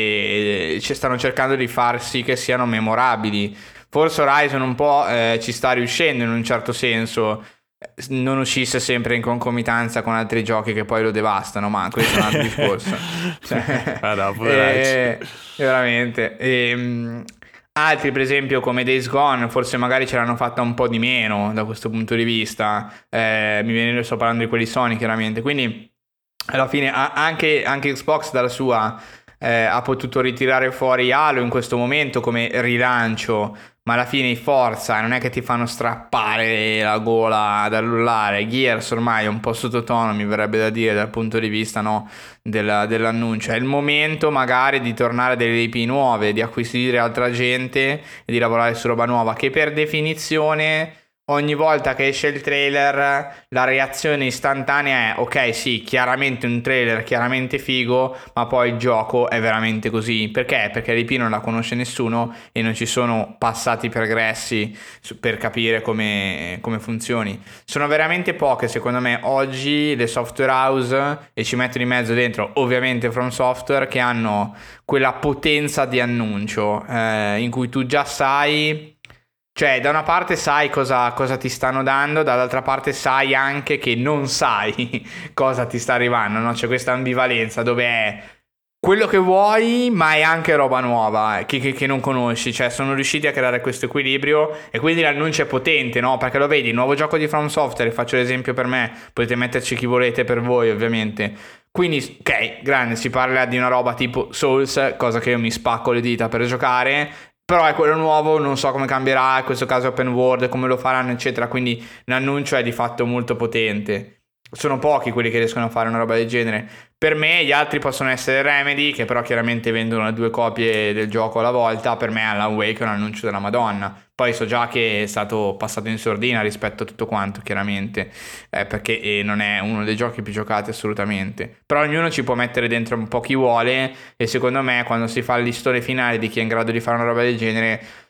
e, e ci stanno cercando di far sì che siano memorabili. Forse Horizon un po' eh, ci sta riuscendo in un certo senso, non uscisse sempre in concomitanza con altri giochi che poi lo devastano, ma questo è un altro discorso. Cioè, ah, no, e, veramente. E, altri per esempio come Days Gone forse magari ce l'hanno fatta un po' di meno da questo punto di vista, eh, mi viene, sto parlando di quelli Sony chiaramente, quindi alla fine anche, anche Xbox dalla sua eh, ha potuto ritirare fuori Halo in questo momento come rilancio, ma alla fine i Forza non è che ti fanno strappare la gola dall'urlare. Gears ormai è un po' sottotono, mi verrebbe da dire, dal punto di vista no, della, dell'annuncio. È il momento magari di tornare a delle I P nuove, di acquisire altra gente e di lavorare su roba nuova, che per definizione ogni volta che esce il trailer la reazione istantanea è ok, sì, chiaramente un trailer, chiaramente figo, ma poi il gioco è veramente così. Perché? Perché l'I P non la conosce nessuno e non ci sono passati pregressi per capire come, come funzioni. Sono veramente poche secondo me oggi le software house, e ci mettono in mezzo dentro ovviamente From Software, che hanno quella potenza di annuncio eh, in cui tu già sai. Cioè, da una parte sai cosa, cosa ti stanno dando, dall'altra parte sai anche che non sai cosa ti sta arrivando, no? C'è questa ambivalenza dove è quello che vuoi, ma è anche roba nuova che, che, che non conosci. Cioè, sono riusciti a creare questo equilibrio e quindi l'annuncio è potente, no? Perché lo vedi, il nuovo gioco di From Software, faccio l'esempio per me, potete metterci chi volete per voi, ovviamente. Quindi, ok, grande, si parla di una roba tipo Souls, cosa che io mi spacco le dita per giocare. Però è quello nuovo, non so come cambierà, in questo caso open world, come lo faranno eccetera, quindi l'annuncio è di fatto molto potente. Sono pochi quelli che riescono a fare una roba del genere. Per me gli altri possono essere Remedy, che però chiaramente vendono due copie del gioco alla volta. Per me Alan Wake è un annuncio della Madonna. Poi so già che è stato passato in sordina rispetto a tutto quanto, chiaramente, eh, perché eh, non è uno dei giochi più giocati assolutamente. Però ognuno ci può mettere dentro un po' chi vuole, e secondo me quando si fa il listone finale di chi è in grado di fare una roba del genere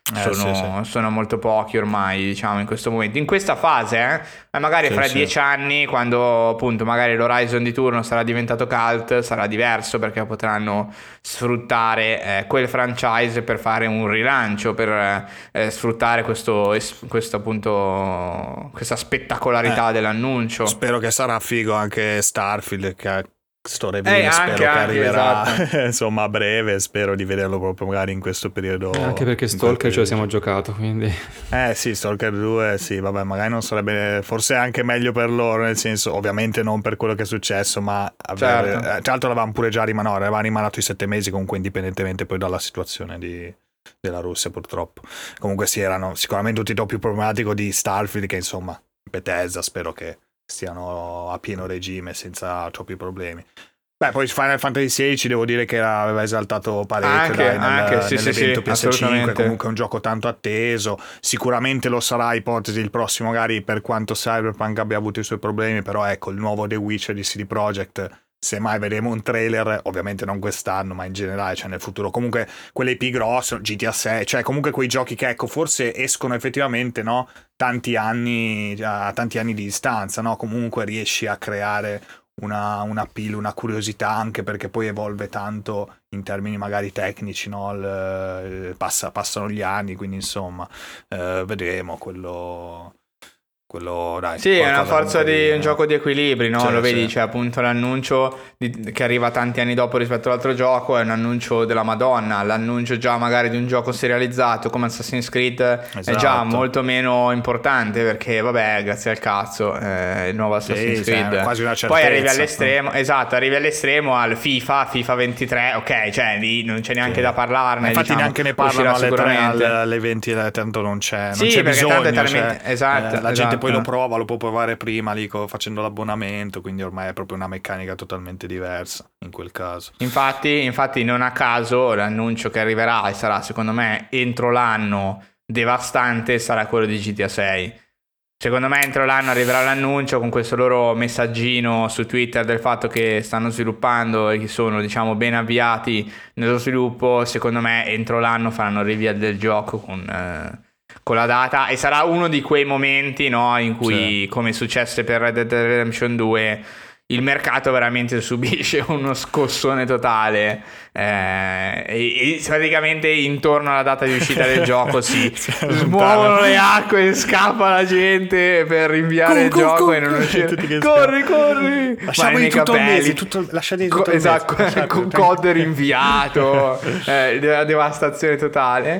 Eh, sono, sì, sì. sono molto pochi ormai, diciamo, in questo momento. In questa fase, eh, magari Sì, fra sì. dieci anni, quando appunto magari l'Horizon di turno sarà diventato cult, sarà diverso perché potranno sfruttare eh, quel franchise per fare un rilancio, per eh, sfruttare questo, es- questo appunto, questa spettacolarità Eh, dell'annuncio. Spero che sarà figo anche Starfield, che sto reveal, Eh, spero anche, che anche, arriverà esatto. insomma a breve, spero di vederlo proprio magari in questo periodo. Anche perché in quel Stalker ce lo periodo. siamo giocato, quindi... Eh sì, Stalker due, sì, vabbè, magari non sarebbe, forse è anche meglio per loro, nel senso, ovviamente non per quello che è successo, ma avere, Certo. eh, tra l'altro l'avevamo pure già rimandato, avevamo rimanato i sette mesi comunque indipendentemente poi dalla situazione di, della Russia purtroppo. Comunque sì, erano sicuramente un titolo più problematico di Starfield, che insomma, Bethesda, spero che stiano a pieno regime senza troppi problemi. Beh, poi Final Fantasy sedici devo dire che aveva esaltato parecchio Anche, dai, nel, anche, sì, sì, nell'evento sì, P S cinque, assolutamente. comunque è un gioco tanto atteso, sicuramente lo sarà, ipotesi il prossimo magari, per quanto Cyberpunk abbia avuto i suoi problemi, però ecco, il nuovo The Witcher di C D Projekt, se mai vedremo un trailer, ovviamente non quest'anno, ma in generale, cioè nel futuro, comunque quelle I P grosse, G T A sei, cioè comunque quei giochi che ecco, forse escono effettivamente, no, tanti anni, a tanti anni di distanza, no, comunque riesci a creare una, una appeal, una curiosità, anche perché poi evolve tanto in termini magari tecnici, no? Il, passa, passano gli anni, quindi insomma eh, vedremo quello, quello dai, Sì, è una qualcosa forza comunque di eh. un gioco di equilibri, no? Sì, Lo vedi, sì. c'è appunto l'annuncio di- che arriva tanti anni dopo rispetto all'altro gioco, è un annuncio della Madonna, l'annuncio già magari di un gioco serializzato come Assassin's Creed è già Esatto. molto meno importante perché, vabbè, grazie al cazzo, eh, il nuovo Assassin's Sì, cioè, Creed. quasi una Poi certezza. arrivi all'estremo, esatto, arrivi all'estremo al FIFA, FIFA ventitré, ok, cioè lì non c'è neanche Sì. da parlarne. Infatti diciamo, neanche ne uscirà parlano alle tre, sicuramente. alle, alle venti, tanto non c'è, non Sì, c'è perché bisogno, tanto è talmente- cioè, esatto, eh, la gente esatto. poi lo prova, lo può provare prima lì co- facendo l'abbonamento, quindi ormai è proprio una meccanica totalmente diversa in quel caso. Infatti, infatti non a caso l'annuncio che arriverà e sarà secondo me entro l'anno devastante sarà quello di G T A sei. Secondo me entro l'anno arriverà l'annuncio con questo loro messaggino su Twitter del fatto che stanno sviluppando e che sono diciamo ben avviati nello sviluppo. Secondo me entro l'anno faranno il reveal del gioco con, eh, con la data e sarà uno di quei momenti, no, in cui Sì. come successe per Red Dead Redemption due il mercato veramente subisce uno scossone totale eh, e, e praticamente intorno alla data di uscita del gioco si smuovono le acque, scappa la gente per rinviare il Go, go, gioco go, e non go. uscire. Tutti che Corri, corri! Lasciamoli nei tutto il capelli. mese, tutto- lasciateli Co- tutto il mese. esatto, Lasciate- con code rinviato, eh, della devastazione totale.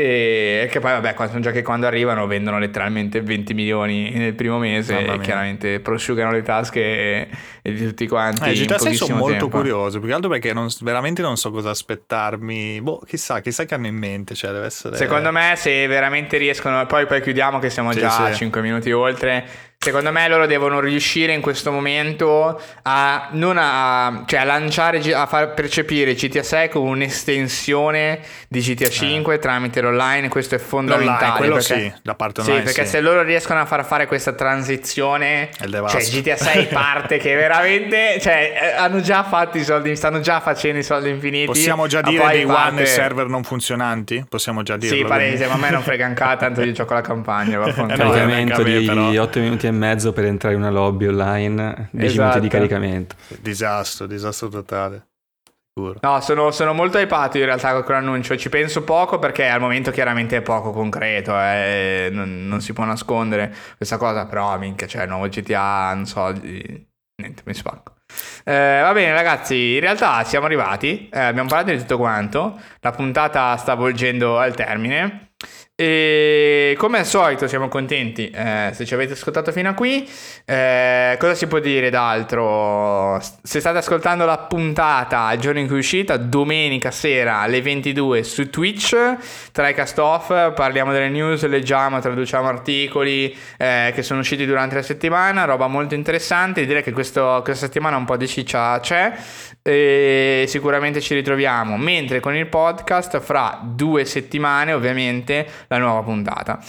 E che poi, vabbè, quando sono giochi quando arrivano vendono letteralmente venti milioni nel primo mese Mamma e mia. chiaramente prosciugano le tasche e, e di tutti quanti. Eh, in G T A sei sono pochissimo molto tempo. curioso, più che altro perché non, veramente non so cosa aspettarmi. Boh, chissà, chissà che hanno in mente, cioè deve essere... Secondo me, se veramente riescono, poi, poi chiudiamo che siamo Sì, già a sì. cinque minuti oltre. Secondo me loro devono riuscire in questo momento a non a, cioè a lanciare, G- a far percepire G T A sei come un'estensione di G T A cinque tramite l'online. Questo è fondamentale. L'online, quello perché, sì, da parte sì, online perché sì. se loro riescono a far fare questa transizione, È il devasto. cioè G T A sei parte che veramente, cioè eh, hanno già fatto i soldi, stanno già facendo i soldi infiniti. Possiamo già ma dire poi dei parte- one server non funzionanti? Possiamo già dirlo? Sì, palese, ma a me non frega un cazzo, tanto io gioco la campagna. vaffanculo. Eh no, Caricamento neanche a me, di però. otto minuti e mezzo per entrare in una lobby online, dieci Esatto. minuti di caricamento. Disastro, disastro totale. Sicuro. No, sono, sono molto hypato in realtà con quell'annuncio. Ci penso poco perché al momento chiaramente è poco concreto, eh, non, non si può nascondere questa cosa. Però, minchia, c'è il nuovo G T A, non so, di- niente, mi spacco. Eh, va bene ragazzi, in realtà siamo arrivati, eh, abbiamo parlato di tutto quanto, la puntata sta volgendo al termine. E come al solito siamo contenti eh, se ci avete ascoltato fino a qui. Eh, cosa si può dire d'altro? Se state ascoltando la puntata il giorno in cui è uscita, domenica sera alle ventidue su Twitch, tra i cast off parliamo delle news, leggiamo, traduciamo articoli eh, che sono usciti durante la settimana, roba molto interessante. Direi che questo, questa settimana un po' di ciccia c'è e sicuramente ci ritroviamo, mentre con il podcast fra due settimane ovviamente la nuova puntata.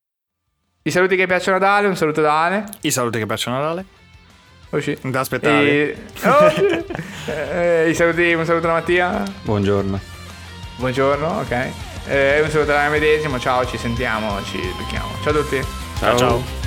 I saluti che piacciono ad Ale, un saluto da Ale. I saluti che piacciono ad Ale. Oh, sì. Da aspettare. E... oh, sì. eh, I saluti, un saluto da Mattia. Buongiorno. Buongiorno, ok. Eh, un saluto dalla medesimo, ciao, ci sentiamo, ci becchiamo. Ciao a tutti. Ciao. Ciao.